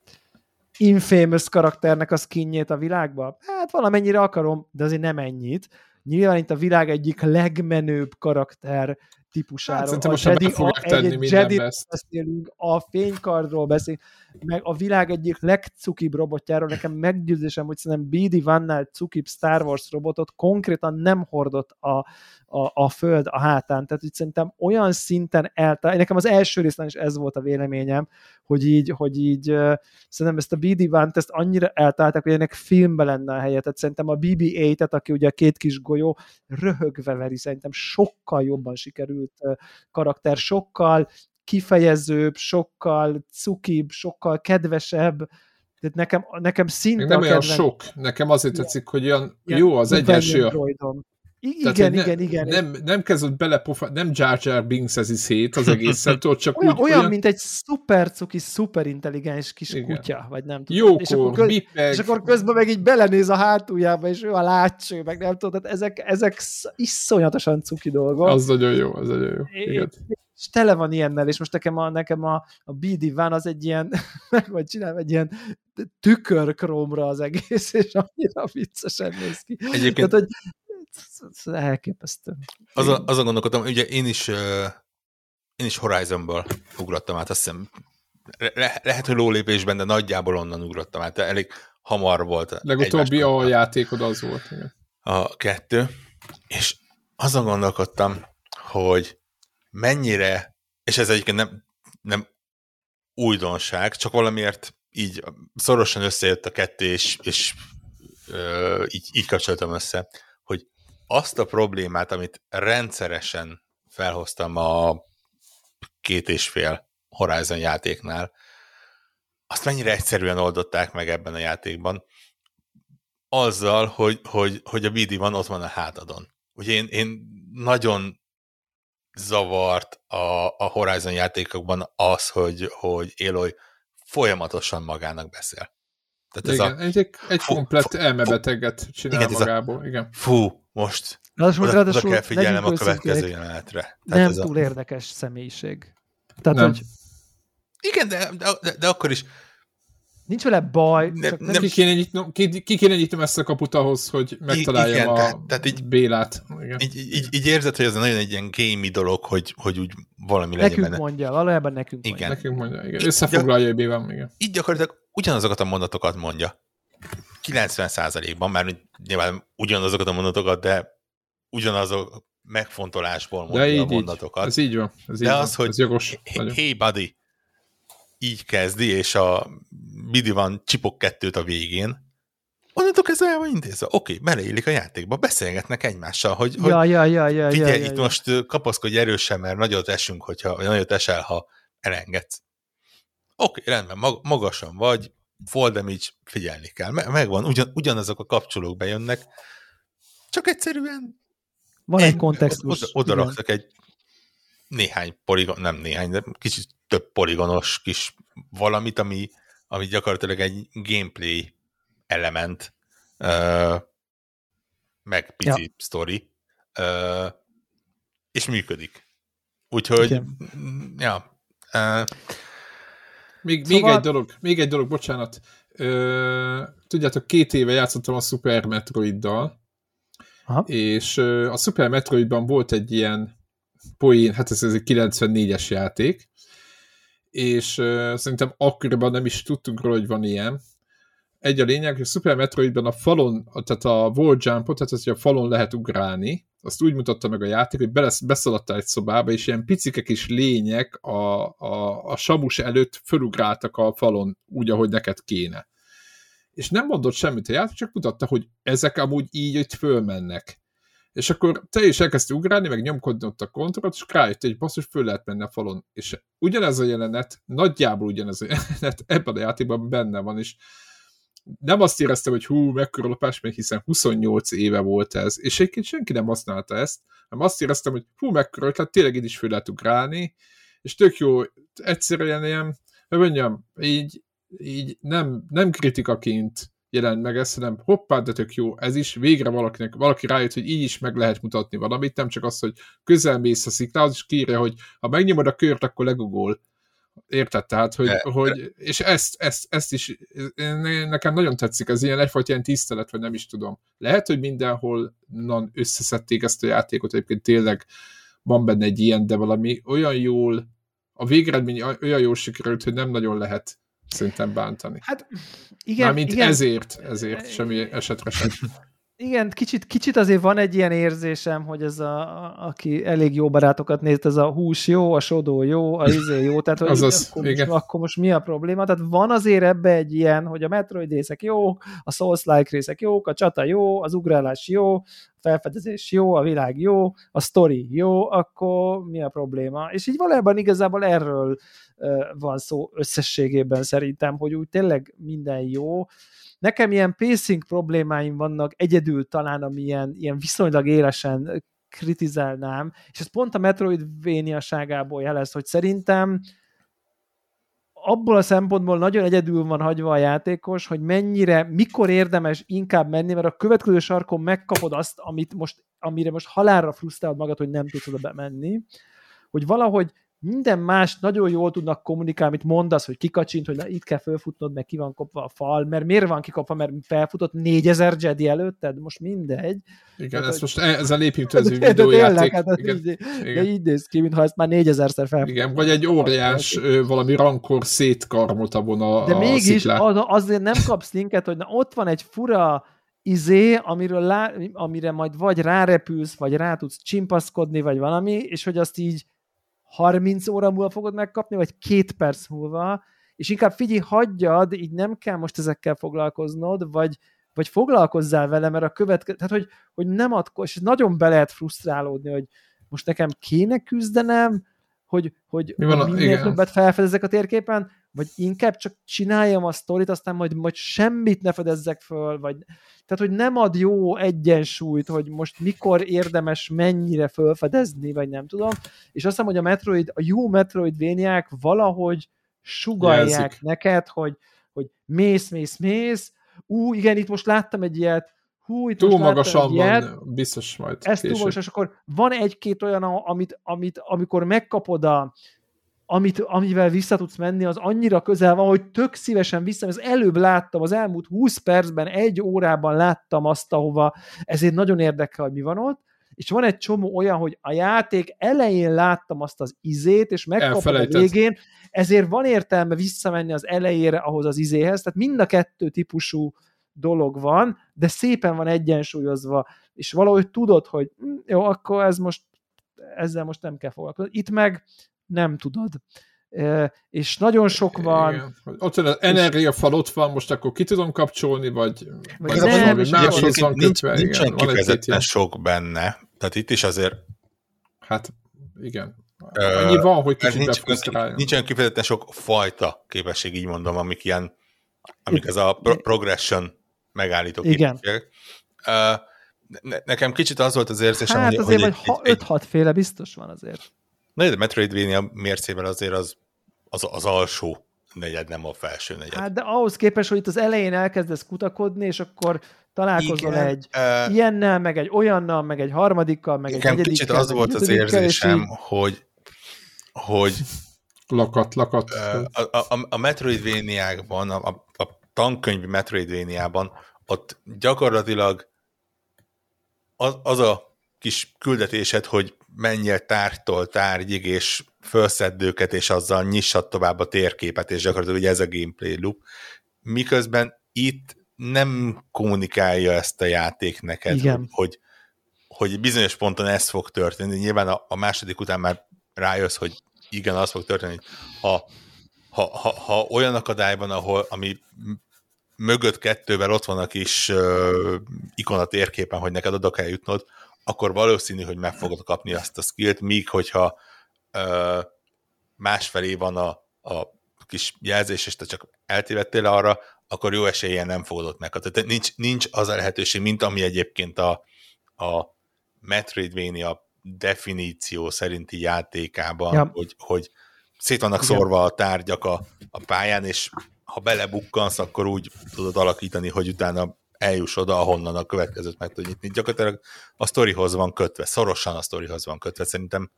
Infamous karakternek a skinjét a világba? Hát valamennyire akarom, de azért nem ennyit. Nyilván itt a világ egyik legmenőbb karakter típusáról. Hát, a Jedi, a, egy Jedi-ről beszélünk, a fénykardról beszélünk, meg a világ egyik legcukibb robotjáról. Nekem meggyőzésem, hogy szerintem bé dé One-nál cukibb Star Wars robotot konkrétan nem hordott a, a, a föld a hátán. Tehát úgy szerintem olyan szinten eltál. Nekem az első részben is ez volt a véleményem, hogy így, hogy így uh, szerintem ezt a bé dé One-t ezt annyira eltálták, hogy ennek filmbe lenne a helye. Tehát szerintem a bé bé nyolcat, aki ugye a két kis golyó, röhögve veri, szerintem sokkal jobban sikerült uh, karakter, sokkal kifejezőbb, sokkal cukibb, sokkal kedvesebb. Tehát nekem, nekem szinte nem olyan kedven... sok. Nekem azért tetszik, hogy olyan ilyen, jó az egyensúly. Igen, Tehát, igen, ne, igen. Nem, nem kezdett bele, nem Jar Jar Binks-ezi szét az egészen, csak olyan, úgy... Olyan, olyan, mint egy szuper cuki, szuper intelligens kis igen. kutya, vagy nem tudom. Jókor, és akkor, köz, és akkor közben meg így belenéz a hátuljába, és ő a látső, meg nem tudom, tehát ezek, ezek iszonyatosan cuki dolgok. Az nagyon jó, az nagyon jó. Igen. És tele van ilyennel, és most nekem a, nekem a, a bé dé One az egy ilyen, vagy csinálom egy ilyen tükörkrómra az egész, és annyira viccesen néz ki. Egyébként... Tehát, hogy elképesztő. Azon, azon gondolkodtam, ugye én is, uh, én is Horizonból ugrottam át, azt hiszem, le, lehet, hogy lólépésben, de nagyjából onnan ugrottam át, elég hamar volt. Legutóbbi a játékod az volt. Igen. A kettő, és azon gondolkodtam, hogy mennyire, és ez egyébként nem, nem újdonság, csak valamiért így szorosan összejött a kettő, és, és uh, így, így kapcsoltam össze, hogy azt a problémát, amit rendszeresen felhoztam a két és fél Horizon játéknál, azt mennyire egyszerűen oldották meg ebben a játékban, azzal, hogy, hogy, hogy a bé dé One ott van a hátadon. Ugye én, én nagyon zavart a, a Horizon játékokban az, hogy, hogy Aloy folyamatosan magának beszél. Tehát igen, ez a, egy, egy fú, komplett elmebeteget csinál igen, magából. Igen. Fú, most oda, oda, oda kell figyelnem a következő jelenetre. Nem túl a... érdekes személyiség. Tehát, nem. Hogy... Igen, de, de, de akkor is nincs vele baj. Ne, nem nem ki, kéne nyitnom, ki, ki kéne nyitnom ezt a kaput ahhoz, hogy megtaláljam igen, a tehát, tehát így, Bélát. Igen. Így, így, így érzed, hogy ez nagyon egy ilyen gamey dolog, hogy, hogy úgy valami nekünk legyen benne. Nekünk mondja, valójában nekünk igen. mondja. Nekünk mondja, igen. Összefoglalja, hogy van, igen. Így gyakorlatilag ugyanazokat a mondatokat mondja. kilencven százalékban, mert nyilván ugyanazokat a mondatokat, de ugyanazok megfontolásból mondja így, a mondatokat. Így. Ez így van. Ez de így az, van. hogy jogos, hey buddy, így kezdi, és a Bidi van csipok kettőt a végén, onnantól kezdve el van intézve. Oké, okay, beleillik a játékba, beszélgetnek egymással, hogy, ja, hogy ja, ja, ja, figyelj, ja, itt ja. most kapaszkodj erősen, mert nagyot esünk, hogyha, vagy nagyot esel, ha elengedsz. Oké, okay, rendben, mag- magasan vagy, fall damage, figyelni kell. Me- megvan, ugyan, ugyanazok a kapcsolók bejönnek, csak egyszerűen van egy kontextus. Oda, oda raktak egy néhány poligon, nem néhány, de kicsit több poligonos kis valamit, ami, ami gyakorlatilag egy gameplay element, uh, meg pici ja. sztori, uh, és működik. Úgyhogy, igen. ja. Uh, még, szóval... még egy dolog, még egy dolog, bocsánat. Uh, tudjátok, két éve játszottam a Super Metroiddal, aha. és uh, a Super Metroidban volt egy ilyen poén, hát ez, ez egy kilencvennégyes játék, és uh, szerintem akkoriban nem is tudtunk róla, hogy van ilyen. Egy a lényeg, hogy a Super Metroidban a falon, tehát a wall jumpot, tehát az, hogy a falon lehet ugrálni, azt úgy mutatta meg a játék, hogy belesz, beszaladtál egy szobába, és ilyen picike kis lények a, a, a samus előtt fölugráltak a falon úgy, ahogy neked kéne. És nem mondott semmit a játék, csak mutatta, hogy ezek amúgy így, hogy fölmennek. És akkor te is elkezdtél ugrálni, meg nyomkodni ott a kontrollt, és rájött, hogy basszus, föl lehet menni a falon. És ugyanez a jelenet, nagyjából ugyanez a jelenet ebben a játékban benne van, és nem azt éreztem, hogy hú, mekkora lopás, mert hiszen huszonnyolc éve volt ez, és egyébként senki nem használta ezt, hanem azt éreztem, hogy hú, mekkora ötlet, tényleg így is föl lehet ugrálni, és tök jó, egyszerűen ilyen, hogy mondjam, így, így nem, nem kritikaként jelent meg ezt, hanem hoppá, de tök jó, ez is végre valakinek, valaki rájött, hogy így is meg lehet mutatni valamit, nem csak az, hogy közel mész a sziklához, és kiírja, hogy ha megnyomod a kört, akkor legugol. Érted? Tehát, hogy, de, hogy és ezt, ezt, ezt is nekem nagyon tetszik, ez ilyen egyfajta ilyen tisztelet, vagy nem is tudom. Lehet, hogy mindenhol non, összeszedték ezt a játékot, egyébként tényleg van benne egy ilyen, de valami olyan jól, a végeredmény olyan jól sikerült, hogy nem nagyon lehet szerintem bántani. Hát igen. Mármint igen. ezért, ezért, semmi esetre sem. Igen, kicsit, kicsit azért van egy ilyen érzésem, hogy ez a, a aki elég jó barátokat néz, ez a hús jó, a sodó jó, a izé jó, tehát hogy Azaz, akkor, most, akkor most mi a probléma? Tehát van azért ebbe egy ilyen, hogy a Metroid részek jók, a Souls-like részek jók, a csata jó, az ugrálás jó, a felfedezés jó, a világ jó, a sztori jó, akkor mi a probléma? És így valójában igazából erről uh, van szó összességében szerintem, hogy úgy tényleg minden jó. Nekem ilyen pacing problémáim vannak egyedül talán, ami ilyen, ilyen viszonylag élesen kritizálnám, és ez pont a Metroidvania-ságából jelez, hogy szerintem abból a szempontból nagyon egyedül van hagyva a játékos, hogy mennyire, mikor érdemes inkább menni, mert a következő sarkon megkapod azt, amit most, amire most halálra frusztrálod magad, hogy nem tudsz oda bemenni, hogy valahogy minden más nagyon jól tudnak kommunikálni, amit mondasz, hogy kikacsint, hogy na, itt kell fölfutnod, meg ki van kopva a fal, mert miért van kikopva, mert felfutott négyezer Jedi előtted, most mindegy. Igen, hát, ezt most ez a lépítőző videójáték. Hát, így, de így néz ki, mintha ezt már négyezerszer felfutott. Igen, vagy egy óriás valami rankor szétkarmolt abban a De a mégis az, azért nem kapsz linket, hogy na, ott van egy fura izé, amiről lá, amire majd vagy rárepülsz, vagy rá tudsz csimpaszkodni, vagy valami, és hogy azt így harminc óra múlva fogod megkapni, vagy két perc múlva, és inkább figyelj, hagyjad, így nem kell most ezekkel foglalkoznod, vagy, vagy foglalkozzál vele, mert a következő, tehát hogy, hogy nem adko, és nagyon be lehet frusztrálódni, hogy most nekem kéne küzdenem, hogy, hogy, hogy minél többet felfedezek a térképen, vagy inkább csak csináljam a sztorit, aztán majd, majd semmit ne fedezzek föl, vagy tehát, hogy nem ad jó egyensúlyt, hogy most mikor érdemes mennyire felfedezni, vagy nem tudom, és azt hiszem, hogy a Metroid, a jó Metroidvaniák valahogy sugallják Jelzik. neked, hogy, hogy mész, mész, mész, ú, igen, itt most láttam egy ilyet, hú, itt túl most magasan láttam egy van, ilyet, biztos majd ez túl magas, és akkor van egy-két olyan, amit, amit amikor megkapod a Amit, amivel vissza tudsz menni, az annyira közel van, hogy tök szívesen vissza. Az előbb láttam, az elmúlt húsz percben, egy órában láttam azt, ahova ezért nagyon érdekel, hogy mi van ott, és van egy csomó olyan, hogy a játék elején láttam azt az izét, és megkapod a végén, ezért van értelme visszamenni az elejére ahhoz az izéhez, tehát mind a kettő típusú dolog van, de szépen van egyensúlyozva, és valahogy tudod, hogy jó, akkor ez most, ezzel most nem kell foglalkozni. Itt meg nem tudod. és nagyon sok van. Igen. Ott van az energiafal, ott van, most akkor ki tudom kapcsolni, vagy, vagy vagy nem, valami máshoz van nincs, kötve. Nincsen igen, kifejezetten sok benne, tehát itt is azért hát igen. Annyi uh, van, hogy kicsit nincs, befrusztráljon. Nincsen kifejezetten sok fajta képesség, így mondom, amik ilyen, amik ez a pro- progression megállító képességek. Uh, ne, nekem kicsit az volt az érzésem, hát hogy... azért hogy vagy öt-hat féle biztos van azért. Na, de Metroidvania mércével azért az, az, az alsó negyed, nem a felső negyed. Hát de ahhoz képest, hogy itt az elején elkezdesz kutakodni, és akkor találkozol igen, egy uh, ilyennel, meg egy olyannal, meg egy harmadikkal, meg egy negyedikkel. Kicsit az volt az érzésem, így... hogy hogy lakat, lakat. A, a, a Metroidvania-ban, a, a tankönyvi Metroidvania-ban ott gyakorlatilag az, az a kis küldetésed, hogy menjél tárgytól tárgyig, és felszedd őket, és azzal nyissad tovább a térképet, és gyakorlatilag ugye ez a gameplay loop. Miközben itt nem kommunikálja ezt a játék neked, hogy, hogy, hogy bizonyos ponton ez fog történni. Nyilván a, a második után már rájössz, hogy igen, az fog történni, hogy ha, ha, ha, ha olyan akadály van, ahol, ami mögött kettővel ott van a kis uh, ikon a térképen, hogy neked oda kell jutnod, akkor valószínű, hogy meg fogod kapni azt a skillt, míg hogyha uh, másfelé van a, a kis jelzés, és te csak eltévedtél arra, akkor jó eséllyel nem fogod ott megkapni. Tehát nincs, nincs az a lehetőség, mint ami egyébként a, a Metroidvania definíció szerinti játékában, ja. hogy, hogy szét vannak igen. szórva a tárgyak a, a pályán, és ha belebukkansz, akkor úgy tudod alakítani, hogy utána eljuss oda, ahonnan a következőt meg tudod nyitni. Gyakorlatilag a sztorihoz van kötve, szorosan a sztorihoz van kötve. Szerintem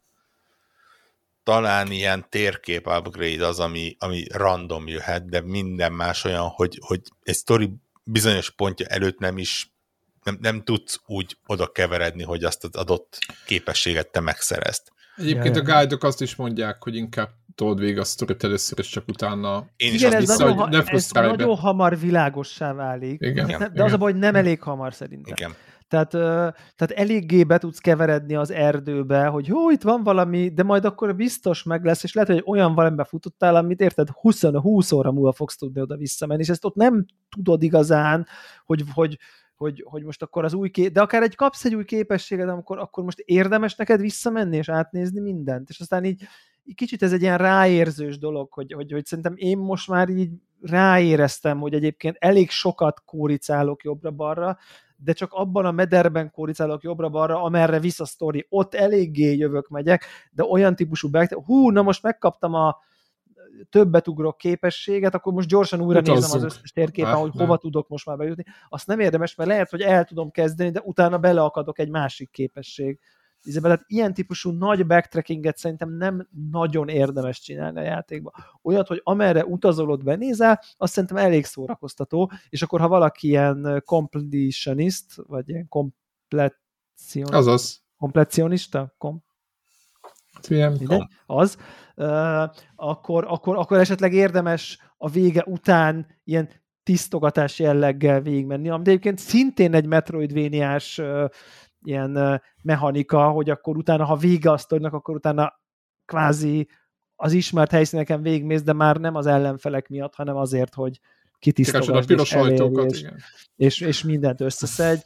talán ilyen térkép upgrade az, ami, ami random jöhet, de minden más olyan, hogy, hogy egy sztori bizonyos pontja előtt nem is Nem, nem tudsz úgy oda keveredni, hogy azt az adott képességet te megszerezd. Egyébként a guide-ok azt is mondják, hogy inkább told végig a sztorit először, és csak utána én igen, is ez, vissza, nagyon, ha, ne ez nagyon hamar világossá válik. Igen. De Igen. az a baj, hogy nem elég hamar szerintem. Igen. Tehát, tehát eléggé be tudsz keveredni az erdőbe, hogy hú, itt van valami, de majd akkor biztos meg lesz, és lehet, hogy olyan valamibe futottál, amit érted, húsz, húsz óra múlva fogsz tudni oda visszamenni, és ezt ott nem tudod igazán, hogy, hogy Hogy, hogy most akkor az új kép, de akár egy kapsz egy új képességet, amikor akkor most érdemes neked visszamenni és átnézni mindent, és aztán így, így kicsit ez egy ilyen ráérzős dolog, hogy, hogy, hogy szerintem én most már így ráéreztem, hogy egyébként elég sokat kóricálok jobbra-balra, de csak abban a mederben kóricálok jobbra-balra, amerre visz a sztori, ott eléggé jövök-megyek, de olyan típusú back, hú, na most megkaptam a többet ugrok képességet, akkor most gyorsan újra Utazzunk. nézem az összes térképen, ah, hogy hova nem. tudok most már bejutni. Azt nem érdemes, mert lehet, hogy el tudom kezdeni, de utána beleakadok egy másik képesség. Tehát ilyen típusú nagy backtrackinget szerintem nem nagyon érdemes csinálni a játékban. Olyat, hogy amerre utazolod, benézel, azt szerintem elég szórakoztató, és akkor ha valaki ilyen completionist, vagy ilyen kompletionista, Azaz. kompletionista, kom Mindegy, az, uh, akkor, akkor, akkor esetleg érdemes a vége után ilyen tisztogatás jelleggel végigmenni, ami egyébként szintén egy Metroidvania-s uh, ilyen uh, mechanika, hogy akkor utána, ha vége a sztorinak, akkor utána kvázi az ismert helyszíneken végigmész, de már nem az ellenfelek miatt, hanem azért, hogy kitisztogasd és elérj, és, és, és mindent összeszedj.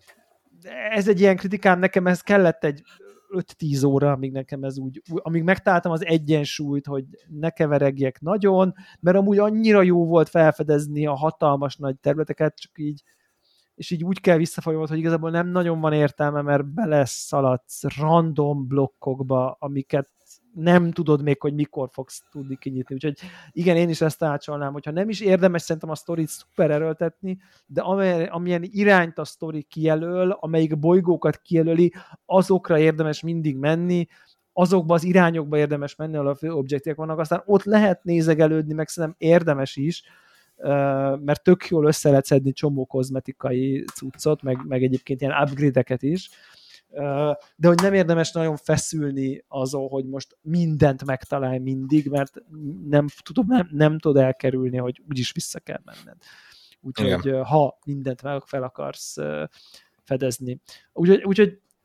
Ez egy ilyen kritikám, nekem ez kellett egy öt-tíz óra, amíg nekem ez úgy, amíg megtaláltam az egyensúlyt, hogy ne keveregjek nagyon, mert amúgy annyira jó volt felfedezni a hatalmas nagy területeket, csak így, és így úgy kell visszafolyamod, hogy igazából nem nagyon van értelme, mert beleszaladsz random blokkokba, amiket nem tudod még, hogy mikor fogsz tudni kinyitni. Úgyhogy igen, én is ezt tanácsolnám, hogyha nem is érdemes szerintem a sztorit szuper erőltetni, de amilyen irányt a sztori kijelöl, amelyik bolygókat kijelöli, azokra érdemes mindig menni, azokba az irányokba érdemes menni, ahol a fő objektívek vannak, aztán ott lehet nézegelődni, meg szerintem érdemes is, mert tök jól össze lehet szedni csomó kozmetikai cuccot, meg, meg egyébként ilyen upgrade-eket is, de hogy nem érdemes nagyon feszülni azon, hogy most mindent megtalálj mindig, mert nem, tudom, nem, nem tud elkerülni, hogy úgyis vissza kell menned. Úgyhogy igen. Ha mindent fel akarsz fedezni. Úgyhogy, úgyhogy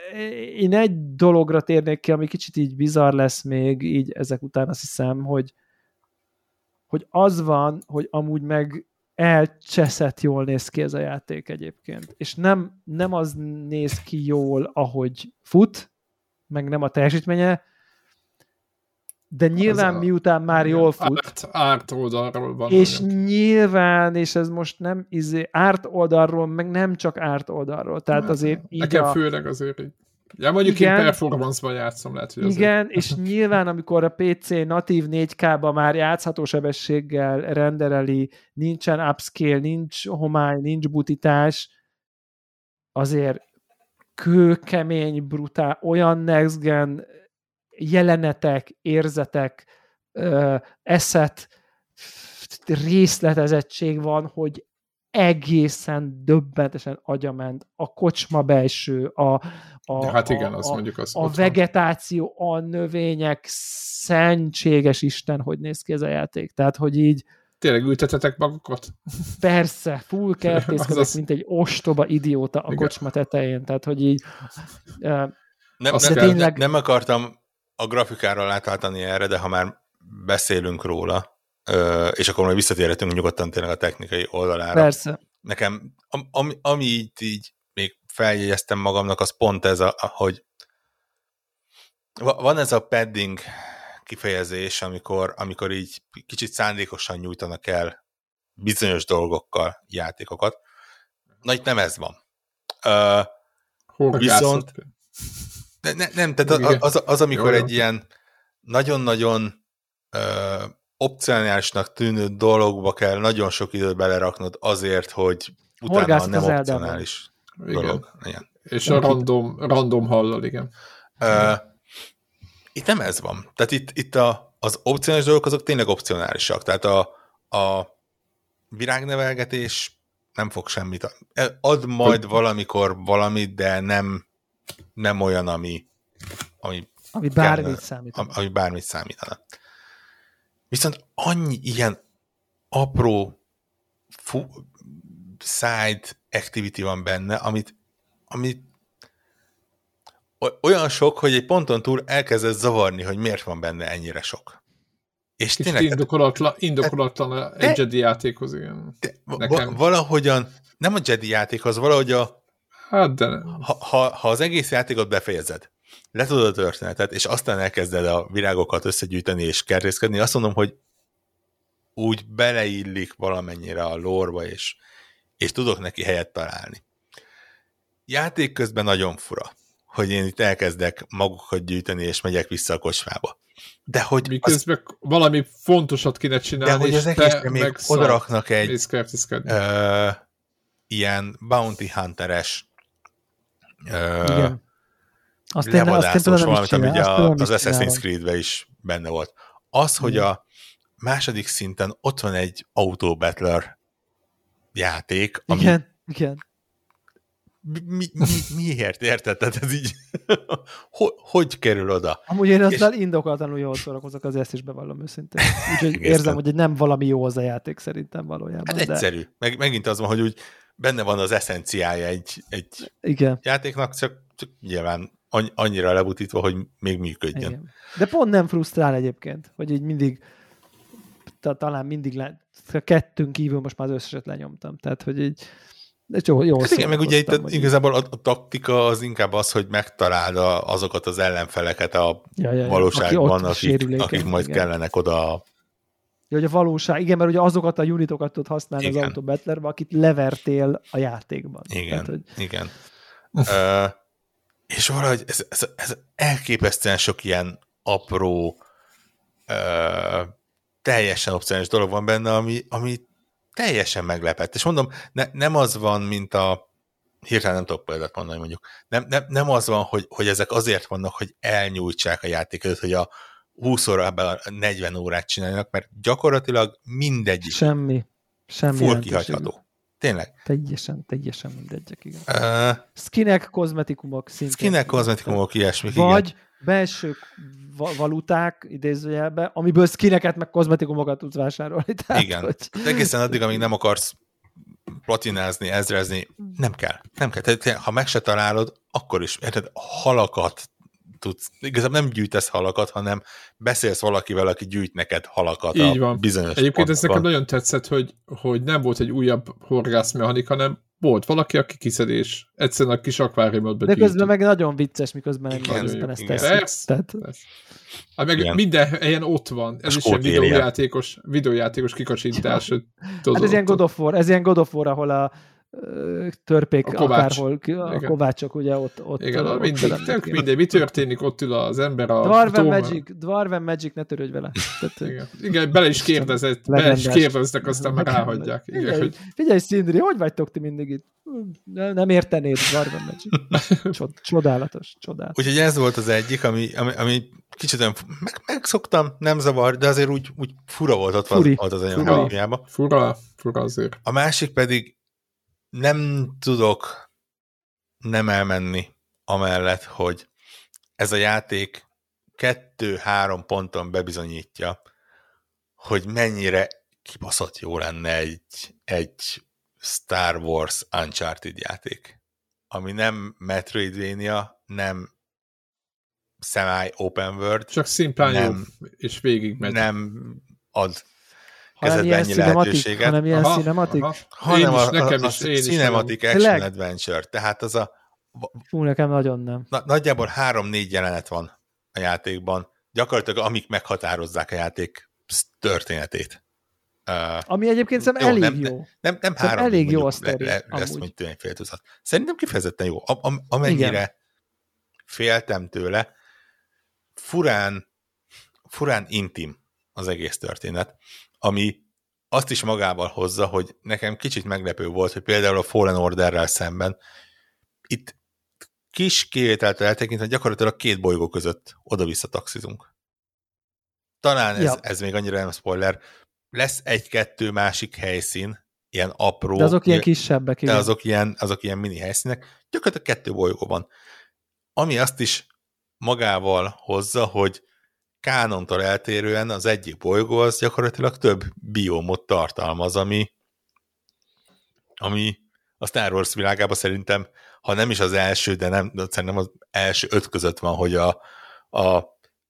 én egy dologra térnék ki, ami kicsit így bizarr lesz még, így ezek után azt hiszem, hogy, hogy az van, hogy amúgy meg elcseszett jól néz ki ez a játék egyébként. És nem, nem az néz ki jól, ahogy fut, meg nem a teljesítménye, de nyilván a, miután már jól fut. Árt, árt oldalról van. És olyan. Nyilván, és ez most nem izé, árt oldalról, meg nem csak árt oldalról. Tehát hát, azért így nekem a... főleg azért így. Ja, mondjuk igen, én performance-ban játszom, lehet, hogy azért. Igen, és nyilván, amikor a pé cé natív négy ká-ba már játszható sebességgel rendereli, nincsen upscale, nincs homály, nincs butítás, azért kőkemény, brutál, olyan next gen jelenetek, érzetek, eszet, részletezettség van, hogy egészen döbbentesen agyament. A kocsma belső, a, a, hát igen, az a, mondjuk az a vegetáció, a növények, szentséges Isten, hogy néz ki ez a játék. Tehát, hogy így tényleg ültetetek magukat? Persze, full kertészkedek, az... mint egy ostoba idióta a igen. kocsma tetején. Tehát, hogy így uh, nem, nem, tényleg... nem akartam a grafikáról átváltani erre, de ha már beszélünk róla, és akkor majd visszatérhetünk nyugodtan tényleg a technikai oldalára. Persze. Nekem, ami, ami így, így még feljegyeztem magamnak, az pont ez, a, hogy van ez a padding kifejezés, amikor, amikor így kicsit szándékosan nyújtanak el bizonyos dolgokkal játékokat. Na itt nem ez van. Uh, viszont ne, ne, nem, tehát az, az, amikor jó, egy jó. ilyen nagyon-nagyon uh, opcionálisnak tűnő dologba kell nagyon sok időt beleraknod azért, hogy utána Horgászt nem opcionális dolog. Igen. És a random, random hallal, igen. Uh, itt nem ez van. Tehát itt, itt a, az opcionális dolgok azok tényleg opcionálisak. Tehát a, a virágnevelgetés nem fog semmit. Ad majd valamikor valamit, de nem, nem olyan, ami ami, ami bármit kellene, számítana. Ami bármit számítana. Viszont annyi ilyen apró fu, side activity van benne, amit, amit olyan sok, hogy egy ponton túl elkezdett zavarni, hogy miért van benne ennyire sok. És Kicsit tényleg... indokolatlan, indokolatlan a egy Jedi játékhoz, igen. Nekem. Valahogyan, nem a Jedi játékhoz, valahogy a... Hát de nem. Ha, ha, ha az egész játékot befejezed, letudod a történetet, és aztán elkezded a virágokat összegyűjteni és kertészkedni, azt mondom, hogy úgy beleillik valamennyire a lore-ba, és, és tudok neki helyet találni. Játék közben nagyon fura, hogy én itt elkezdek magukat gyűjteni, és megyek vissza a kocsmába. De hogy... Miközben az... valami fontosat kéne csinálni, de hogy az egészre még odaraknak egy uh, ilyen bounty hunteres uh, igen. Azt levadászós valamit, ami ugye az Assassin's Creed-ben is benne volt. Az, hogy igen. a második szinten ott van egy auto-battler játék, ami... Igen, igen. Mi, mi, mi, miért érted? Tehát ez így... hogy, hogy kerül oda? Amúgy én azzal és... indokolatlanul jól szórakozok, azért ezt is bevallom őszintén. Úgyhogy érzem, hogy nem valami jó az a játék szerintem valójában. Hát egyszerű. De... Meg, megint az van, hogy úgy benne van az eszenciája egy, egy igen. játéknak, csak, csak nyilván annyira lebutítva, hogy még működjön. Igen. De pont nem frusztrál egyébként, hogy így mindig talán mindig le, a kettőn kívül most már az összeset lenyomtam. Tehát, hogy így jó, jó hát igen, meg ugye itt igazából a, a taktika az inkább az, hogy megtaláld a, azokat az ellenfeleket a ja, ja, ja. valóságban, Aki akik, akik majd igen. kellenek oda. Ja, hogy a valóság, igen, mert ugye azokat a unitokat tud használni igen. az Auto-Battlerbe, akit levertél a játékban. Igen, Tehát, hogy... igen. uh, és valahogy ez, ez, ez elképesztően sok ilyen apró uh, teljesen opcionális dolog van benne, ami, ami teljesen meglepett. És mondom, ne, nem az van, mint a hirtelen nem tudok példát mondani, mondjuk. Nem, nem, nem az van, hogy, hogy ezek azért vannak, hogy elnyújtsák a játékot, hogy a húsz órában negyven órát csinálnak, mert gyakorlatilag mindegyik semmi, semmi full kihagyható. Tényleg. Teljesen, teljesen mindegyek, igen. Uh, skinek, kozmetikumok szintén. Skinek, kozmetikumok, ilyesmik, Vagy igen. belső valuták, idézőjelben, amiből skineket, meg kozmetikumokat tudsz vásárolni. Tehát, igen. Hogy... Egészen addig, amíg nem akarsz platinázni, ezrezni, Nem kell. Nem kell. Tehát, ha meg se találod, akkor is. Érted, halakat tudsz. Igazából nem gyűjtesz halakat, hanem beszélsz valakivel, aki gyűjt neked halakat. Így a van. Bizonyos Egyébként ez nekem van. nagyon tetszett, hogy, hogy nem volt egy újabb horgászmechanik, hanem volt valaki, aki kiszedés. Egyszerűen a kis akváriumot De közben meg nagyon vicces, miközben Igen, közben ezt igen. teszik. Persze, Tehát... persze. Hát meg Igen. minden helyen ott van. Ez is ilyen videójátékos, videójátékos kikacsintás. Hogy hát ez ilyen God of War, ez ilyen God of War, ahol a törpék a kovács. akárhol, a Igen. kovácsok ugye ott, ott igen, ott mindig, tök mindegy, mi történik, ott ül az ember a... Dwarven Magic, Dwarven Magic, ne törődj vele. Tehát, igen. igen, bele is kérdezett, bele is kérdeztek, aztán már ráhagyják. Igen, figyelj, hogy... figyelj, Szindri, hogy vagytok ti mindig itt? Nem, nem értenéd, Dwarven Magic. Csod, csodálatos, csodálatos. Úgyhogy ez volt az egyik, ami, ami, ami kicsit olyan, meg, megszoktam, nem zavar, de azért úgy, úgy fura volt ott Furi. volt az Fura. anyagjába. Fura, fura azért. A másik pedig nem tudok nem elmenni amellett, hogy ez a játék kettő-három ponton bebizonyítja, hogy mennyire kibaszott jó lenne egy, egy Star Wars Uncharted játék, ami nem Metroidvania, nem semi-open world, Csak szimplán nem, jó, és végig megy. nem ad hanem kezedbe ilyen ennyi lehetőséget. cinematik, hanem ilyen Aha, cinematik. aha. Hanem Én is, a, nekem a, is, a én is Cinematic nagyon. Action Leg- Adventure, tehát az a Fú, nekem nagyon nem. na, nagyjából három-négy jelenet van a játékban, gyakorlatilag amik meghatározzák a játék történetét. Uh, Ami egyébként szerintem elég nem, jó. Nem, nem Szóval három, elég jó a mondjuk sztori, le, le, lesz, amúgy. mint tőle fél tucat. Szerintem kifejezetten jó. A, a, amennyire Igen. féltem tőle, furán, furán intim az egész történet, ami azt is magával hozza, hogy nekem kicsit meglepő volt, hogy például a Fallen Orderrel szemben itt kis kivételtől eltekintve gyakorlatilag két bolygó között oda-vissza taxizunk. Talán ez, Ja. ez még annyira nem spoiler. Lesz egy-kettő másik helyszín, ilyen apró. De azok ilyen kisebbek, De igen. azok ilyen, azok ilyen mini helyszínek. Gyakorlatilag kettő bolygó van. Ami azt is magával hozza, hogy kánontól eltérően az egyik bolygó az gyakorlatilag több biómot tartalmaz, ami, ami a Star Wars világában szerintem, ha nem is az első, de nem, de szerintem az első öt között van, hogy a, a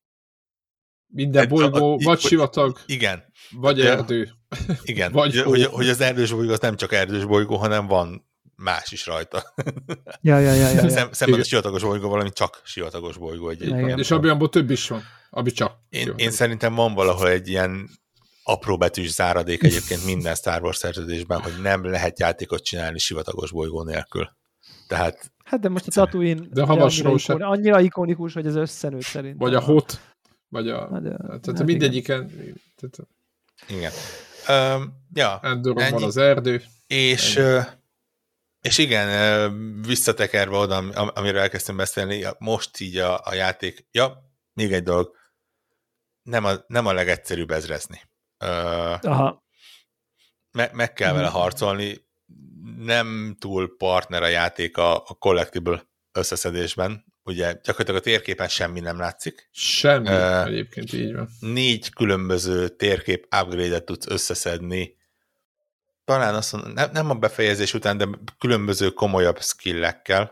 Minden bolygó, a- a- vagy sivatag, igen, vagy de- erdő. igen, Vagy hogy, hó. hogy, hogy az erdős bolygó az nem csak erdős bolygó, hanem van más is rajta. Ja, ja, ja, ja, ja. Szem, szemben Igen. a sivatagos bolygó valami csak sivatagos bolygó egyébként. Igen. És abban több is van, ami csak. Én, Jó. én szerintem van valahol egy ilyen apróbetűs záradék egyébként minden Star Wars szerződésben, hogy nem lehet játékot csinálni sivatagos bolygó nélkül. Tehát Hát de most a Tatooine De ugye havasról annyira, se. ikon, annyira ikonikus, hogy ez összenőtt szerintem. Vagy a hot, vagy a... Hát, de- Tehát hát mindegyiken... Tehát igen. Um, ja, Enduron ennyi. van az erdő. És, Ennyi. ö, és igen, ö, visszatekerve oda, am- amiről elkezdtem beszélni, most így a, a játék, ja, még egy dolog, nem a, nem a legegyszerűbb ezrezni. Ö, Aha. me, meg kell vele harcolni, nem túl partner a játék a, a collectible összeszedésben, ugye gyakorlatilag a térképen semmi nem látszik. Semmi, Ö, egyébként így van. Négy különböző térkép upgrade-et tudsz összeszedni, talán azt mondom, nem, nem a befejezés után, de különböző komolyabb skillekkel,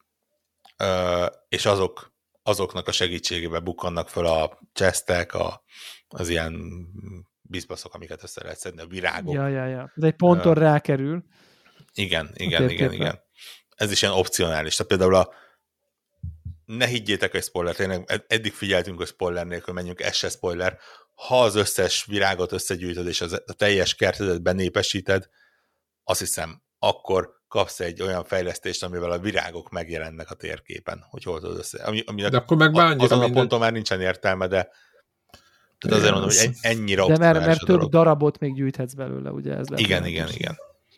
ö, és azok, azoknak a segítségével bukkannak föl a chestek, a, az ilyen bizbaszok, amiket össze lehet szedni, a virágok. Ja, ja, ja. De egy ponton Ö, rákerül. Igen, igen, igen, térképre. igen. Ez is ilyen opcionális. Tehát például a ne higgyétek, hogy spoiler, tényleg ed- eddig figyeltünk, hogy spoiler nélkül menjünk, ez se spoiler. Ha az összes virágot összegyűjtöd, és az, a teljes kertedet benépesíted, azt hiszem, akkor kapsz egy olyan fejlesztést, amivel a virágok megjelennek a térképen, hogy hol tudod össze. Ami, aminek De akkor meg már annyira azon a minden- ponton már nincsen értelme, de tehát azért mondom, hogy en- ennyire De opcionális mert, mert a több dolog. darabot még gyűjthetsz belőle, ugye? Ez lehet Igen, lehet igen, is. igen.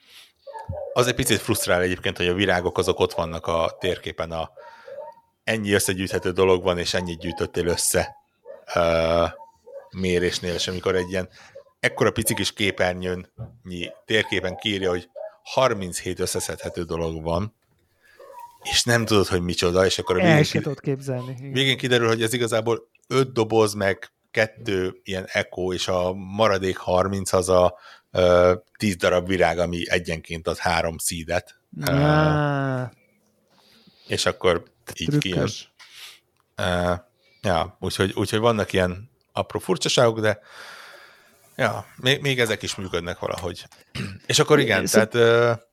Az egy picit frusztrál egyébként, hogy a virágok azok ott vannak a térképen, a ennyi összegyűjthető dolog van, és ennyit gyűjtöttél össze uh, mérésnél, és amikor egy ilyen ekkora pici kis képernyőnyi térképen kiírja, hogy harminchét összeszedhető dolog van, és nem tudod, hogy micsoda, és akkor a El végén, se ki, tudod képzelni. Igen. végén kiderül, hogy ez igazából öt doboz, meg kettő ilyen echo, és a maradék harminc az a uh, tíz darab virág, ami egyenként ad három szídet, Uh, és akkor így kijön. Uh, ja, úgyhogy, úgyhogy vannak ilyen apró furcsaságok, de ja, még, még ezek is működnek valahogy. És akkor igen, Szép. tehát uh,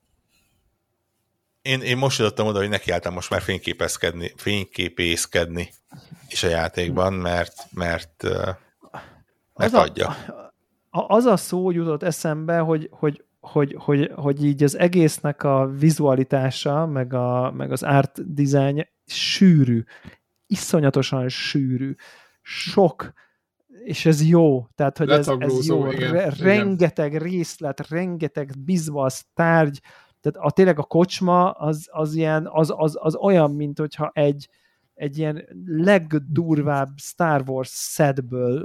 én, én most jutottam oda, hogy nekiálltam most már fényképezkedni, fényképészkedni is a játékban, mert, mert, uh, mert az adja. A, az a szó jutott eszembe, hogy, hogy, hogy, hogy, hogy így az egésznek a vizualitása, meg, a, meg az art design sűrű, iszonyatosan sűrű, sok, és ez jó, tehát hogy ez, ez jó, igen, Re, rengeteg igen. részlet, rengeteg bizbasz, tárgy, tehát a, tényleg a kocsma az, az, ilyen, az, az, az olyan, mint hogyha egy, egy ilyen legdurvább Star Wars setből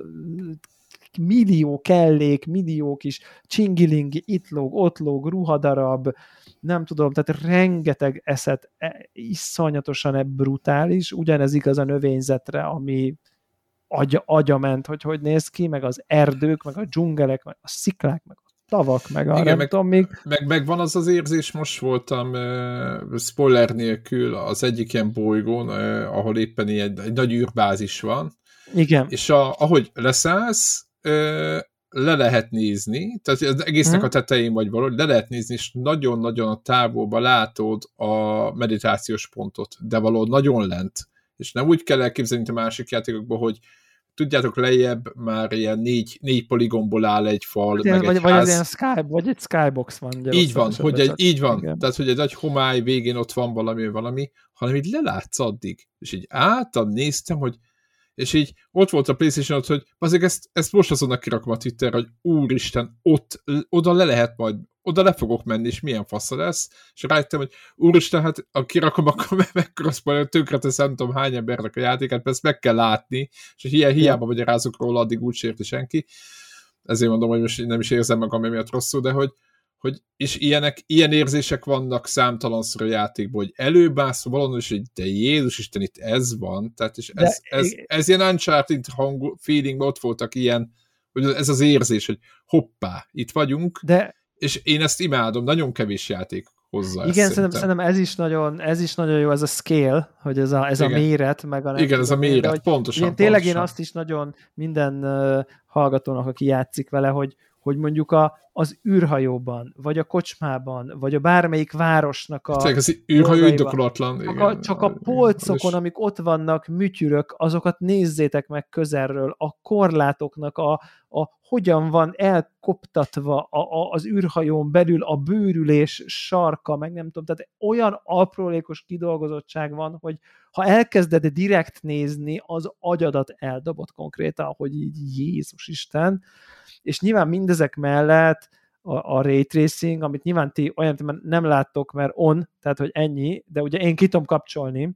millió kellék, millió kis csingilingi, itt lóg, ott lóg, ruhadarab, nem tudom, tehát rengeteg eszet, iszonyatosan brutális, ugyanez igaz a növényzetre, ami agya, agyament, hogy hogy néz ki, meg az erdők, meg a dzsungelek, meg a sziklák, meg a tavak, meg a igen, nem meg, tudom még. Meg, meg van az az érzés, most voltam uh, spoiler nélkül az egyik ilyen bolygón, uh, ahol éppen egy, egy nagy űrbázis van, igen. És a, ahogy leszállsz, ö, le lehet nézni, tehát az egésznek hmm. a tetején vagy valahogy, le lehet nézni, és nagyon-nagyon a távolba látod a meditációs pontot, de valahogy nagyon lent. És nem úgy kell elképzelni, mint a másik játékokban, hogy tudjátok, lejjebb már ilyen négy, négy poligomból áll egy fal, de, meg vagy, egy vagy ház. Ilyen sky, vagy egy skybox van. Ugye, így van, hogy egy, így van. Igen. Tehát, hogy egy nagy homály végén ott van valami, valami, hanem így lelátsz addig. És így álltam, néztem, hogy és így ott volt a PlayStation-ot, hogy azért ezt, ezt most azonnal kirakom a Twitterre, hogy úristen, ott, oda le lehet majd, oda le fogok menni, és milyen fasza lesz, és rájöttem, hogy úristen, hát ha kirakom, akkor megkoroszpolja, tönkre teszem, nem tudom hány embernek a játékát, persze meg kell látni, és hogy hiába, hiába magyarázok róla, addig úgy sérti senki. Ezért mondom, hogy most nem is érzem magam emiatt rosszul, de hogy hogy, és ilyenek, ilyen érzések vannak számtalanszor a játékban, hogy előbász valahol, és hogy de Jézus Isten, itt ez van, tehát és ez, de, ez, ez ilyen Uncharted hangú feelingben ott voltak ilyen, hogy ez az érzés, hogy hoppá, itt vagyunk, de, és én ezt imádom, nagyon kevés játék hozzá. Igen, szerintem, szerintem ez is nagyon, ez is nagyon jó, ez a scale, hogy ez a, ez a méret, meg a igen, ez a méret, de, hogy, pontosan. Én tényleg pontosan. Én azt is nagyon minden uh, hallgatónak, aki játszik vele, hogy hogy mondjuk a, az űrhajóban, vagy a kocsmában, vagy a bármelyik városnak a... Tehát az űrhajó indokolatlan. Csak a, csak a polcokon, amik ott vannak, műtyürök, azokat nézzétek meg közelről, a korlátoknak a, a hogyan van elkoptatva a, a, az űrhajón belül a bőrülés sarka, meg nem tudom, tehát olyan aprólékos kidolgozottság van, hogy ha elkezded direkt nézni, az agyadat eldobott konkrétan, hogy így Jézus Isten. És nyilván mindezek mellett a, a ray tracing, amit nyilván ti olyan nem láttok, mert on, tehát hogy ennyi, de ugye én ki tudom kapcsolni,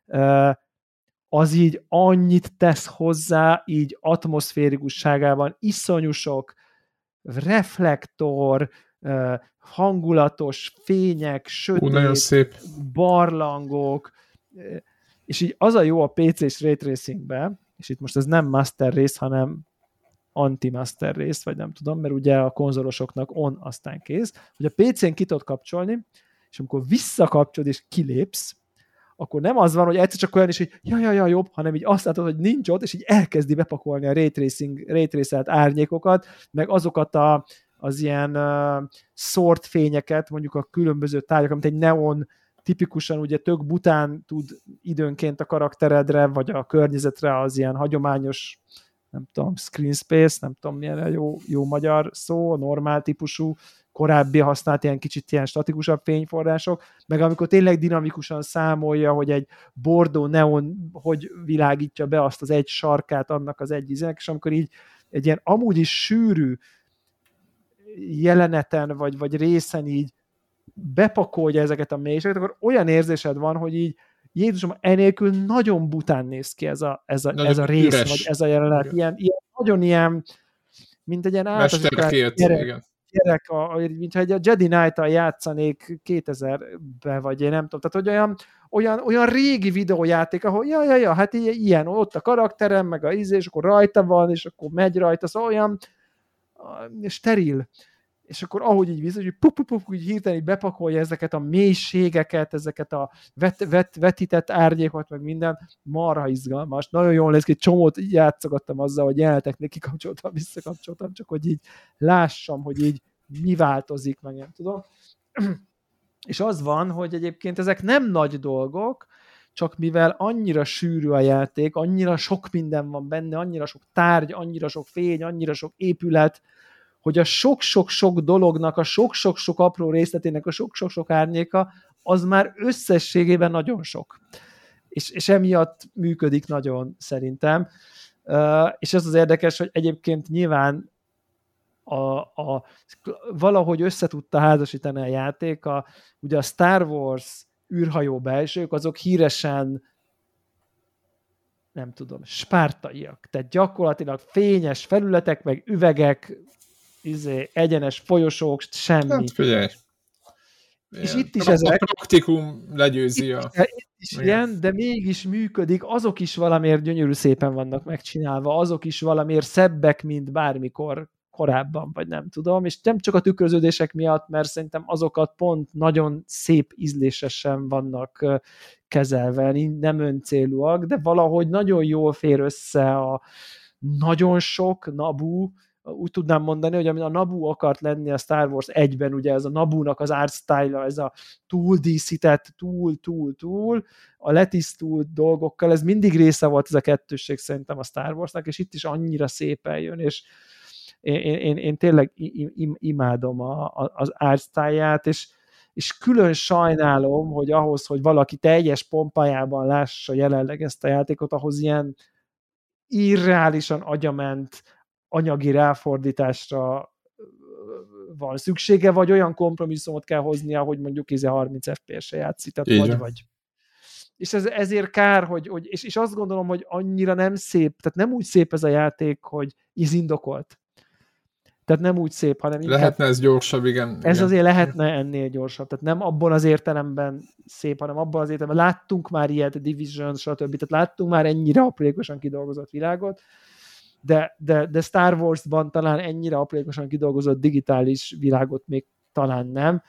az így annyit tesz hozzá, így atmoszférikusságában, iszonyú sok reflektor, hangulatos fények, sötét, szép. barlangok, és így az a jó a pé cés ray tracingben, és itt most ez nem master race, hanem anti-master rész, vagy nem tudom, mert ugye a konzolosoknak on, aztán kész, hogy a pé cén ki tudod kapcsolni, és amikor visszakapcsolod és kilépsz, akkor nem az van, hogy egyszer csak olyan is, hogy ja, ja, ja, jobb, hanem így azt látod, hogy nincs ott, és így elkezdi bepakolni a ray tracing, ray tracelt árnyékokat, meg azokat a, az ilyen uh, szórt fényeket, mondjuk a különböző tárgyak, amit egy neon tipikusan ugye tök bután tud időnként a karakteredre, vagy a környezetre az ilyen hagyományos nem tudom, screen space, nem tudom milyen a jó, jó magyar szó, normál típusú, korábbi használt ilyen kicsit ilyen statikusabb fényforrások, meg amikor tényleg dinamikusan számolja, hogy egy bordó neon hogy világítja be azt az egy sarkát annak az egy izének, és amikor így egy ilyen amúgy is sűrű jeleneten, vagy, vagy részen így bepakolja ezeket a mélységeket, akkor olyan érzésed van, hogy így Jézusom, enélkül nagyon bután néz ki ez a, ez a, ez a rész, üres. Vagy ez a jelenet. Ilyen, ilyen, nagyon ilyen, mint egy ilyen általános gyerek, gyerek a, mintha egy a Jedi Knight-tal játszanék kétezerben, vagy én nem tudom. Tehát, hogy olyan, olyan, olyan régi videójáték, ahol ja, ja, ja, hát ilyen, ott a karakterem, meg a íz, és akkor rajta van, és akkor megy rajta, szóval olyan steril. és akkor ahogy így vissza, hogy pup, pup, pup, úgy hirtelen így bepakolja ezeket a mélységeket, ezeket a vet, vet, vetített árnyékot, meg minden, marha izgalmas. Nagyon jól lesz ki, egy csomót így játszogattam azzal, hogy jeleneteknél kikapcsoltam, visszakapcsoltam, csak hogy így lássam, hogy így mi változik, meg nem tudom. És az van, hogy egyébként ezek nem nagy dolgok, csak mivel annyira sűrű a játék, annyira sok minden van benne, annyira sok tárgy, annyira sok fény, annyira sok épület, hogy a sok-sok-sok dolognak, a sok-sok-sok apró részletének, a sok-sok-sok árnyéka, az már összességében nagyon sok. És, és emiatt működik nagyon szerintem. Uh, és ez az érdekes, hogy egyébként nyilván a, a, valahogy összetudta házasítani a játék, a, ugye a Star Wars űrhajó belsők, azok híresen nem tudom, spártaiak. Tehát gyakorlatilag fényes felületek, meg üvegek, izé, egyenes folyosók, semmi. Hát figyelj. És ilyen. Itt is a, ezek... A praktikum legyőzi a... Itt, itt is igen. Ilyen, de mégis működik, azok is valamiért gyönyörű szépen vannak megcsinálva, azok is valamiért szebbek, mint bármikor korábban, vagy nem tudom, és nem csak a tükröződések miatt, mert szerintem azokat pont nagyon szép ízlésesen vannak kezelve, nem öncélúak, de valahogy nagyon jól fér össze a nagyon sok Naboo, úgy tudnám mondani, hogy ami a Naboo akart lenni a Star Wars egyben, ugye ez a Naboo-nak az art style-a, ez a túl díszített, túl, túl, túl, a letisztult dolgokkal, ez mindig része volt ez a kettősség szerintem a Star Warsnak, és itt is annyira szépen jön, és én, én, én tényleg imádom a, a, az art style-ját, és, és külön sajnálom, hogy ahhoz, hogy valaki teljes pompájában lássa jelenleg ezt a játékot, ahhoz ilyen irreálisan agyament anyagi ráfordításra van szüksége, vagy olyan kompromisszumot kell hoznia, hogy mondjuk ez harminc ef pé es-re játszik, tehát vagy vagy. És ez, ezért kár, hogy, hogy és, és azt gondolom, hogy annyira nem szép, tehát nem úgy szép ez a játék, hogy ez indokolt. Tehát nem úgy szép, hanem inkább... Lehetne ez gyorsabb, igen. Ez igen. azért lehetne ennél gyorsabb. Tehát nem abban az értelemben szép, hanem abban az értelemben láttunk már ilyet, Division, stb. Tehát láttunk már ennyire aprólékosan kidolgozott világot, de, de, de Star Wars-ban talán ennyire aprólékosan kidolgozott digitális világot még talán nem.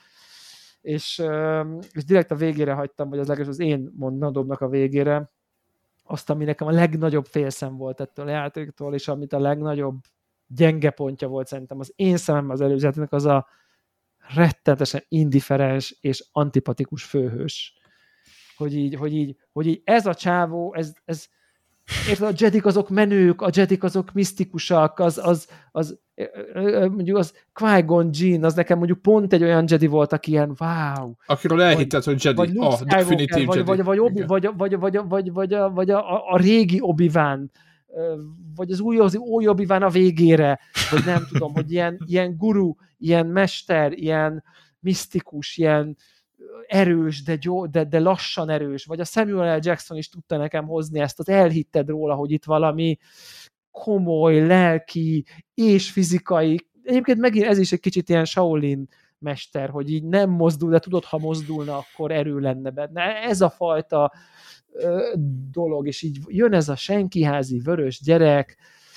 És, és direkt a végére hagytam, vagy az legalábbis az én mondatomnak a végére, azt, ami nekem a legnagyobb félszem volt ettől a játéktól, és amit a legnagyobb gyenge pontja volt szerintem az én szememben az előzetnek, az a rettenetesen indiferens és antipatikus főhős. Hogy így, hogy így, hogy így ez a csávó, ez, ez érted, a Jedik azok menők, a Jedik azok misztikusak, az, az, az mondjuk az Qui-Gon Jinn, az nekem mondjuk pont egy olyan Jedi volt, aki ilyen wow. Akiről elhitted, hogy Jedi, a definitív vagy, Jedi. Vagy, vagy, Obi, vagy, vagy, vagy, vagy, vagy, a, vagy a, a, a régi Obi-Wan, vagy az új, az új Obi-Wan a végére, vagy nem tudom, hogy ilyen, ilyen guru, ilyen mester, ilyen misztikus, ilyen erős, de, gyó, de, de lassan erős, vagy a Samuel L. Jackson is tudta nekem hozni ezt, az elhitted róla, hogy itt valami komoly, lelki és fizikai, egyébként megint ez is egy kicsit ilyen Shaolin mester, hogy így nem mozdul, de tudod, ha mozdulna, akkor erő lenne benne. Ez a fajta ö, dolog, és így jön ez a senkiházi vörös gyerek,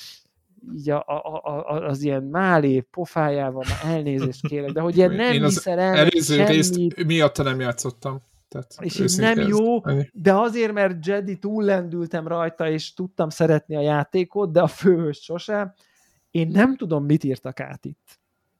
így a, a, a, az ilyen málé pofájával, már elnézést kérek, de hogy ilyen nem Én az hiszel el előző részt miatta nem játszottam. Tehát és így nem jó, de azért, mert Jedi túllendültem rajta, és tudtam szeretni a játékot, de a főhős sosem. Én nem tudom, mit írtak át itt.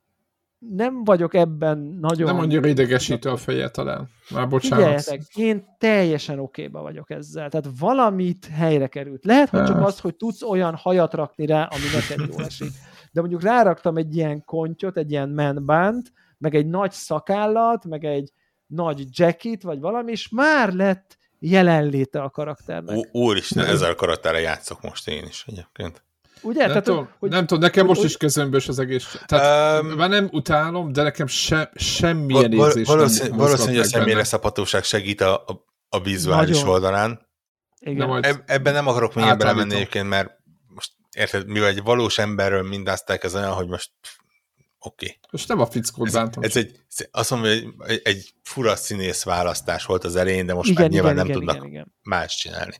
Nem vagyok ebben nagyon... Nem annyira idegesítő a feje talán. Már bocsánat. Figyeljetek, én teljesen okéba vagyok ezzel. Tehát valamit helyre került. Lehet, hogy csak az, hogy tudsz olyan hajat rakni rá, ami neked jól esik. De mondjuk ráraktam egy ilyen kontyot, egy ilyen manband, meg egy nagy szakállat, meg egy nagy jacket, vagy valami, és már lett jelenléte a karakternek. Ó, úristen, ezzel a karakterre játszok most én is egyébként. Ugye? Nem, Tehát, tudom, hogy, nem tudom, nekem hogy, most is közömbös az egész. Tehát um, már nem utálom, de nekem se, semmilyen val- érzés valószínű, nem valószínű, hogy a személyreszaphatóság segít a, a, a vizuális nagyon oldalán. Igen. Eb- ebben nem akarok még belemenni egyébként, mert most érted, mivel egy valós emberről mindázták, ez olyan, hogy most oké. Okay. Most nem a fickót bántom. Ez, ez egy, azt mondom, hogy egy, egy fura színész választás volt az elején, de most igen, már nyilván igen, nem igen, tudnak igen, igen. más csinálni.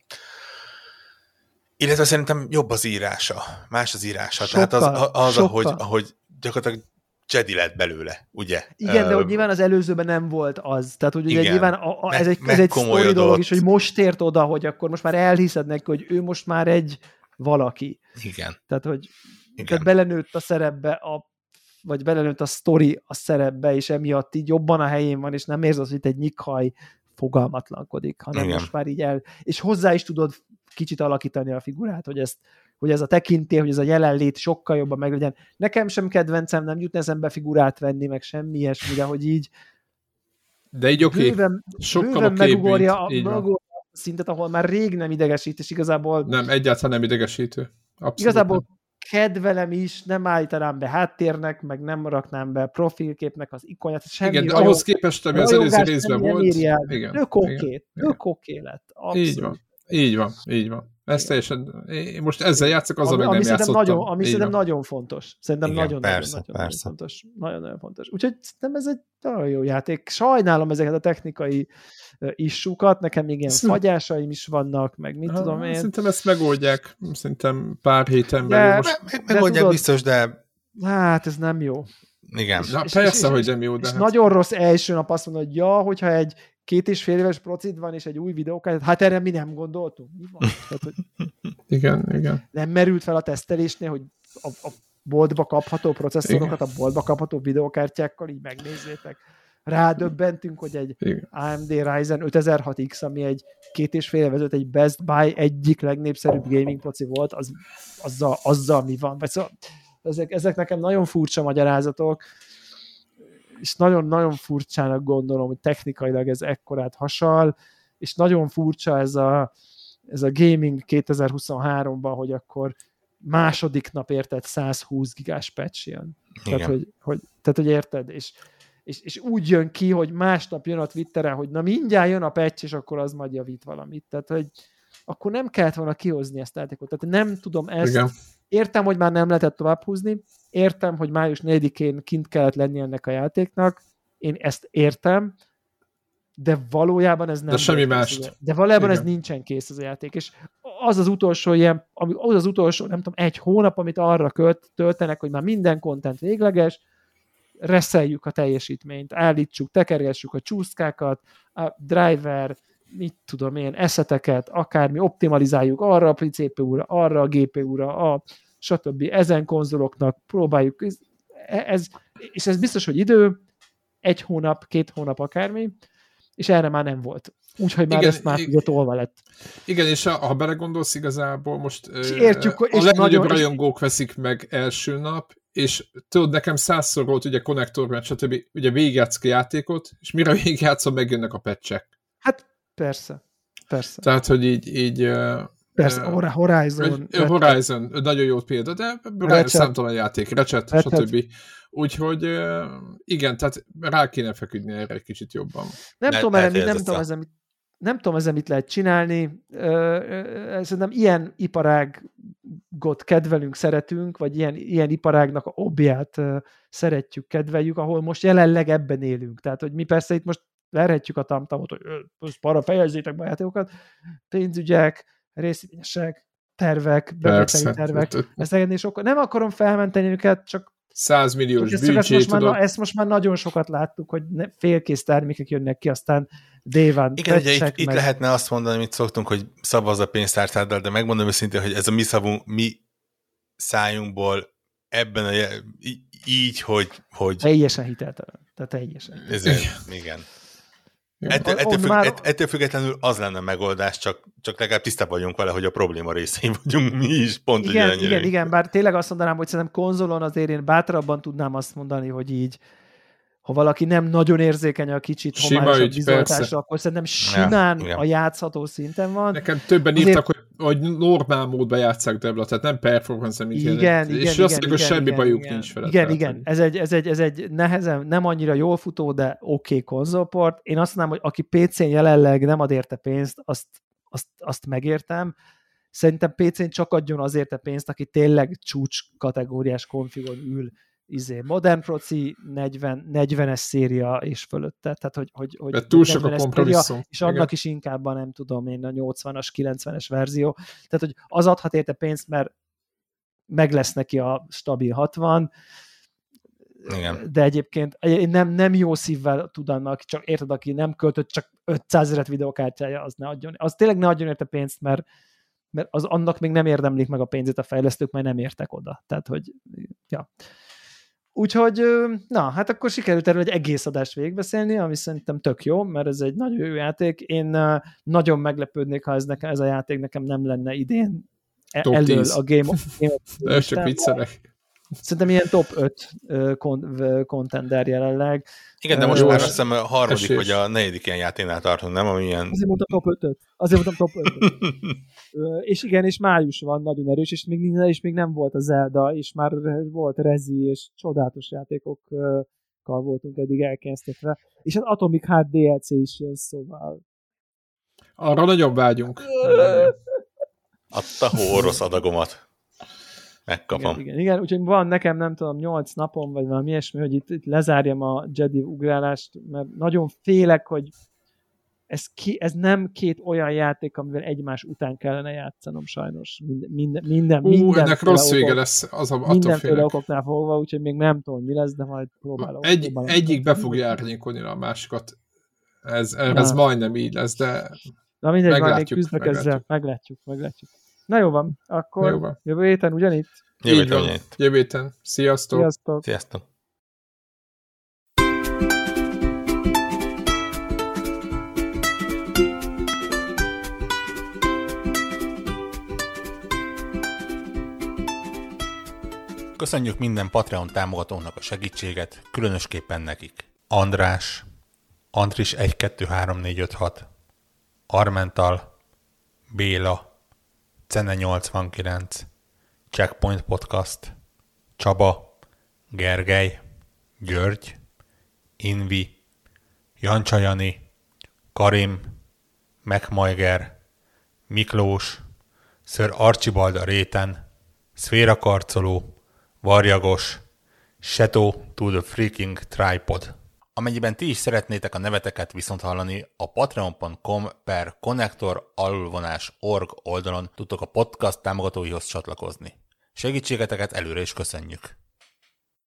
Illetve szerintem jobb az írása. Más az írása. Sokkal, Tehát az, az ahogy, ahogy gyakorlatilag Jedi lett belőle, ugye? Igen, uh, de hogy nyilván az előzőben nem volt az. Tehát, hogy ugye nyilván a, a, ez egy, meg, ez egy sztori dolog is, hogy most ért oda, hogy akkor most már elhiszed neki, hogy ő most már egy valaki. Igen. Tehát, hogy Igen. Tehát belenőtt a szerepbe, a, vagy belenőtt a sztori a szerepbe, és emiatt így jobban a helyén van, és nem érzed, hogy itt egy nyikhaj fogalmatlankodik, hanem igen. most már így el, és hozzá is tudod kicsit alakítani a figurát, hogy ezt hogy ez a tekintély, hogy ez a jelenlét sokkal jobban meglegyen. Nekem sem kedvencem, nem jut eszembe figurát venni, meg semmi ilyesmi, de hogy így de így oké, okay. sokkal bőven megugorja a szintet, ahol már rég nem idegesít, és igazából... Nem, egyáltalán nem idegesítő. Abszolút igazából nem. Kedvelem is, nem állítanám be háttérnek, meg nem raknám be profilképnek az ikonját. Semmi igen, de rajong, ahhoz képest, ami az előző részben volt. Igen, ők oké, ők oké lett. Abszolút. Így van, így van, így van. Ez teljesen, én most ezzel játszok, azzal meg nem játszottam. Nagyon, ami szerintem nagyon fontos. Szerintem igen, nagyon, persze, nagyon, persze. nagyon fontos. Nagyon-nagyon fontos. Úgyhogy szerintem ez egy nagyon jó játék. Sajnálom ezeket a technikai issukat, nekem még ilyen fagyásaim is vannak, meg mit ha, tudom én. Szerintem ezt megoldják, szerintem pár héten belül. Most... Me- megoldják tudod, biztos, de... Hát ez nem jó. Igen. Na, és, persze, és, hogy nem jó, de... És hát... nagyon rossz első nap azt mondod, hogy ja, hogyha egy két és fél éves procid van, és egy új videókártya, hát erre mi nem gondoltunk. Mi van? Tehát, hogy igen, igen. Nem merült fel a tesztelésnél, hogy a, a boltba kapható processzorokat, igen. a boltba kapható videókártyákkal így megnézzétek. Rádöbbentünk, hogy egy igen. á em dé Ryzen ötezer-hat X, ami egy két és fél évezőt egy Best Buy egyik legnépszerűbb gaming proci volt, az, azzal, azzal mi van. Vagy szóval, ezek, ezek nekem nagyon furcsa magyarázatok, és nagyon-nagyon furcsának gondolom, hogy technikailag ez ekkorát hasal, és nagyon furcsa ez a, ez a gaming kétezer-huszonháromban, hogy akkor második nap érted százhúsz gigás patch jön. Tehát hogy, hogy, tehát, hogy érted? És, és, és úgy jön ki, hogy másnap jön a Twitteren, hogy na mindjárt jön a patch, és akkor az majd javít valamit. Tehát, hogy akkor nem kellett volna kihozni ezt a játékot. Tehát nem tudom ezt. Igen. Értem, hogy már nem lehetett tovább húzni, értem, hogy május negyedikén kint kellett lenni ennek a játéknak, én ezt értem, de valójában ez nem... De semmi mást. De valójában igen. ez nincsen kész ez a játék, és az az utolsó ilyen, ami, az az utolsó, nem tudom, egy hónap, amit arra költ, töltenek, hogy már minden content végleges, reszeljük a teljesítményt, állítsuk, tekergessük a csúszkákat, a driver, mit tudom én, eszeteket, akármi, optimalizáljuk arra a cé pé u-ra, arra a gé pé u-ra, a stb. Ezen konzoloknak próbáljuk, ez, ez, és ez biztos, hogy idő, egy hónap, két hónap akármi, és erre már nem volt. Úgyhogy már igen, ezt már ugye tolva lett. Igen, és ha, ha belegondolsz igazából, most értjük, a és legnagyobb nagyon, rajongók veszik meg első nap, és tudod, nekem százszor volt ugye konnektor, mert stb. Ugye végigjátszok a játékot, és mire végigjátszom, megjönnek a patchek. Hát persze, persze. Tehát, hogy így... így persze, uh, Horizon. Horizon, nagyon jó példa, de számtalan játék, Ratchet, stb. Úgyhogy igen, tehát rá kéne feküdni erre egy kicsit jobban. Nem, tudom, nem, nem, tudom, ezen mit, nem tudom, ezen mit lehet csinálni. Szerintem ilyen iparágot kedvelünk, szeretünk, vagy ilyen, ilyen iparágnak a obját szeretjük, kedveljük, ahol most jelenleg ebben élünk. Tehát, hogy mi persze itt most verhetjük a tamtamot, hogy most para fejezzétek be a játékokat, pénzügyek, részvényesek, tervek, bevételi tervek. Ezt engedni sokkal. Nem akarom felmenteni őket, csak százmilliós ezt, ezt, most már, ezt most már nagyon sokat láttuk, hogy félkész termékek jönnek ki, aztán déván. Igen, ugye itt, itt lehetne azt mondani, amit szoktunk, hogy szavazz a pénztárcáddal, de megmondom őszintén, hogy ez a mi szavunk, mi szájunkból ebben a így, hogy... hogy teljesen hiteltelen. Tehát teljesen. Ezért, igen. Ettől, ettől, függ, már... ettől függetlenül az lenne a megoldás, csak, csak legalább tisztában vagyunk vele, hogy a probléma részei vagyunk mi is. Pont igen, igen, igen, igen, bár tényleg azt mondanám, hogy szerintem konzolon azért én bátrabban tudnám azt mondani, hogy így, ha valaki nem nagyon érzékeny a kicsit homályosabb bizonyításra, akkor szerintem simán ja, a játszható szinten van. Nekem többen azért... írtak, hogy, hogy normál módban játsszák Debla, tehát nem performance, mint igen, igen, és igen, azt mondjuk, hogy semmi igen, bajuk igen. nincs vele. Igen, tehát, igen, ez egy, ez, egy, ez egy nehezen, nem annyira jól futó, de oké okay konzolport. Én azt mondanám, hogy aki pé cén jelenleg nem ad érte pénzt, azt, azt, azt megértem. Szerintem pé cén csak adjon azért a pénzt, aki tényleg csúcs kategóriás konfigon ül, izé, modern proci, negyven, negyvenes széria és fölötte. Tehát, hogy, hogy, hogy túl sok a kompromisszum. Széria, és annak igen. is inkább a, nem tudom én, a nyolcvanas, kilencvenes verzió. Tehát, hogy az adhat érte pénzt, mert meg lesz neki a stabil hatvan. Igen. De egyébként nem, nem jó szívvel tud annak, csak érted, aki nem költött csak ötszázezret videokártyája, az ne adjon. Az tényleg ne adjon érte pénzt, mert, mert az annak még nem érdemlik meg a pénzét a fejlesztők, mert nem értek oda. Tehát, hogy ja. Úgyhogy, na, hát akkor sikerült erről egy egész adást végigbeszélni, ami szerintem tök jó, mert ez egy nagyon jó játék. Én nagyon meglepődnék, ha ez, nekem, ez a játék nekem nem lenne idén top elől tíz. a Game of De ez csak viccelek. Szerintem ilyen top öt contender jelenleg. Igen, de most uh, már azt hiszem a harmadik esés. Vagy a negyedik ilyen játéknál tartunk, nem? Ami ilyen... Azért mondtam top ötöt. Azért mondtam top ötöt. uh, és igen, és május van nagyon erős, és még, és még nem volt a Zelda, és már volt Rezi, és csodálatos játékokkal voltunk eddig elkészítve. És az Atomic Heart dé el cé is jön, szóval... Arra nagyon vágyunk. Adta hó orosz adagomat. Megkapom. Igen, igen, igen, úgyhogy van nekem, nem tudom, nyolc napom, vagy valami ilyesmi, hogy itt, itt lezárjam a Jedi ugrálást, mert nagyon félek, hogy ez, ki, ez nem két olyan játék, amivel egymás után kellene játszanom sajnos. Minden, minden, minden, Ú, minden ennek rossz vége lesz, az a, mindenféle okoknál fogva, úgyhogy még nem tudom, mi lesz, de majd próbálom. Egy, próbálom egyik be fogja árnyékolni a másikat. Ez, ez majdnem így lesz, de na mindegy, majd még küzdök ezzel. Meglátjuk, meglátjuk. Na jó van, akkor jó van. Jövő héten ugyanitt? Jövő héten ugyanitt. Jövő héten. Sziasztok! Sziasztok! Sziasztok! Köszönjük minden Patreon támogatónak a segítséget, különösképpen nekik. András, Andris egy kettő három négy öt hat, Armental, Béla, Cene nyolcvankilenc, Checkpoint Podcast, Csaba, Gergely, György, Invi, Jancsa Jani, Karim, Megmajger, Miklós, Sir Archibald a réten, Szféra Karcoló, Varjagos, Shadow to the Freaking Tripod. Amennyiben ti is szeretnétek a neveteket viszont hallani, a patreon pont com per connector alulvonás org oldalon tudtok a podcast támogatóihoz csatlakozni. Segítségeteket előre is köszönjük!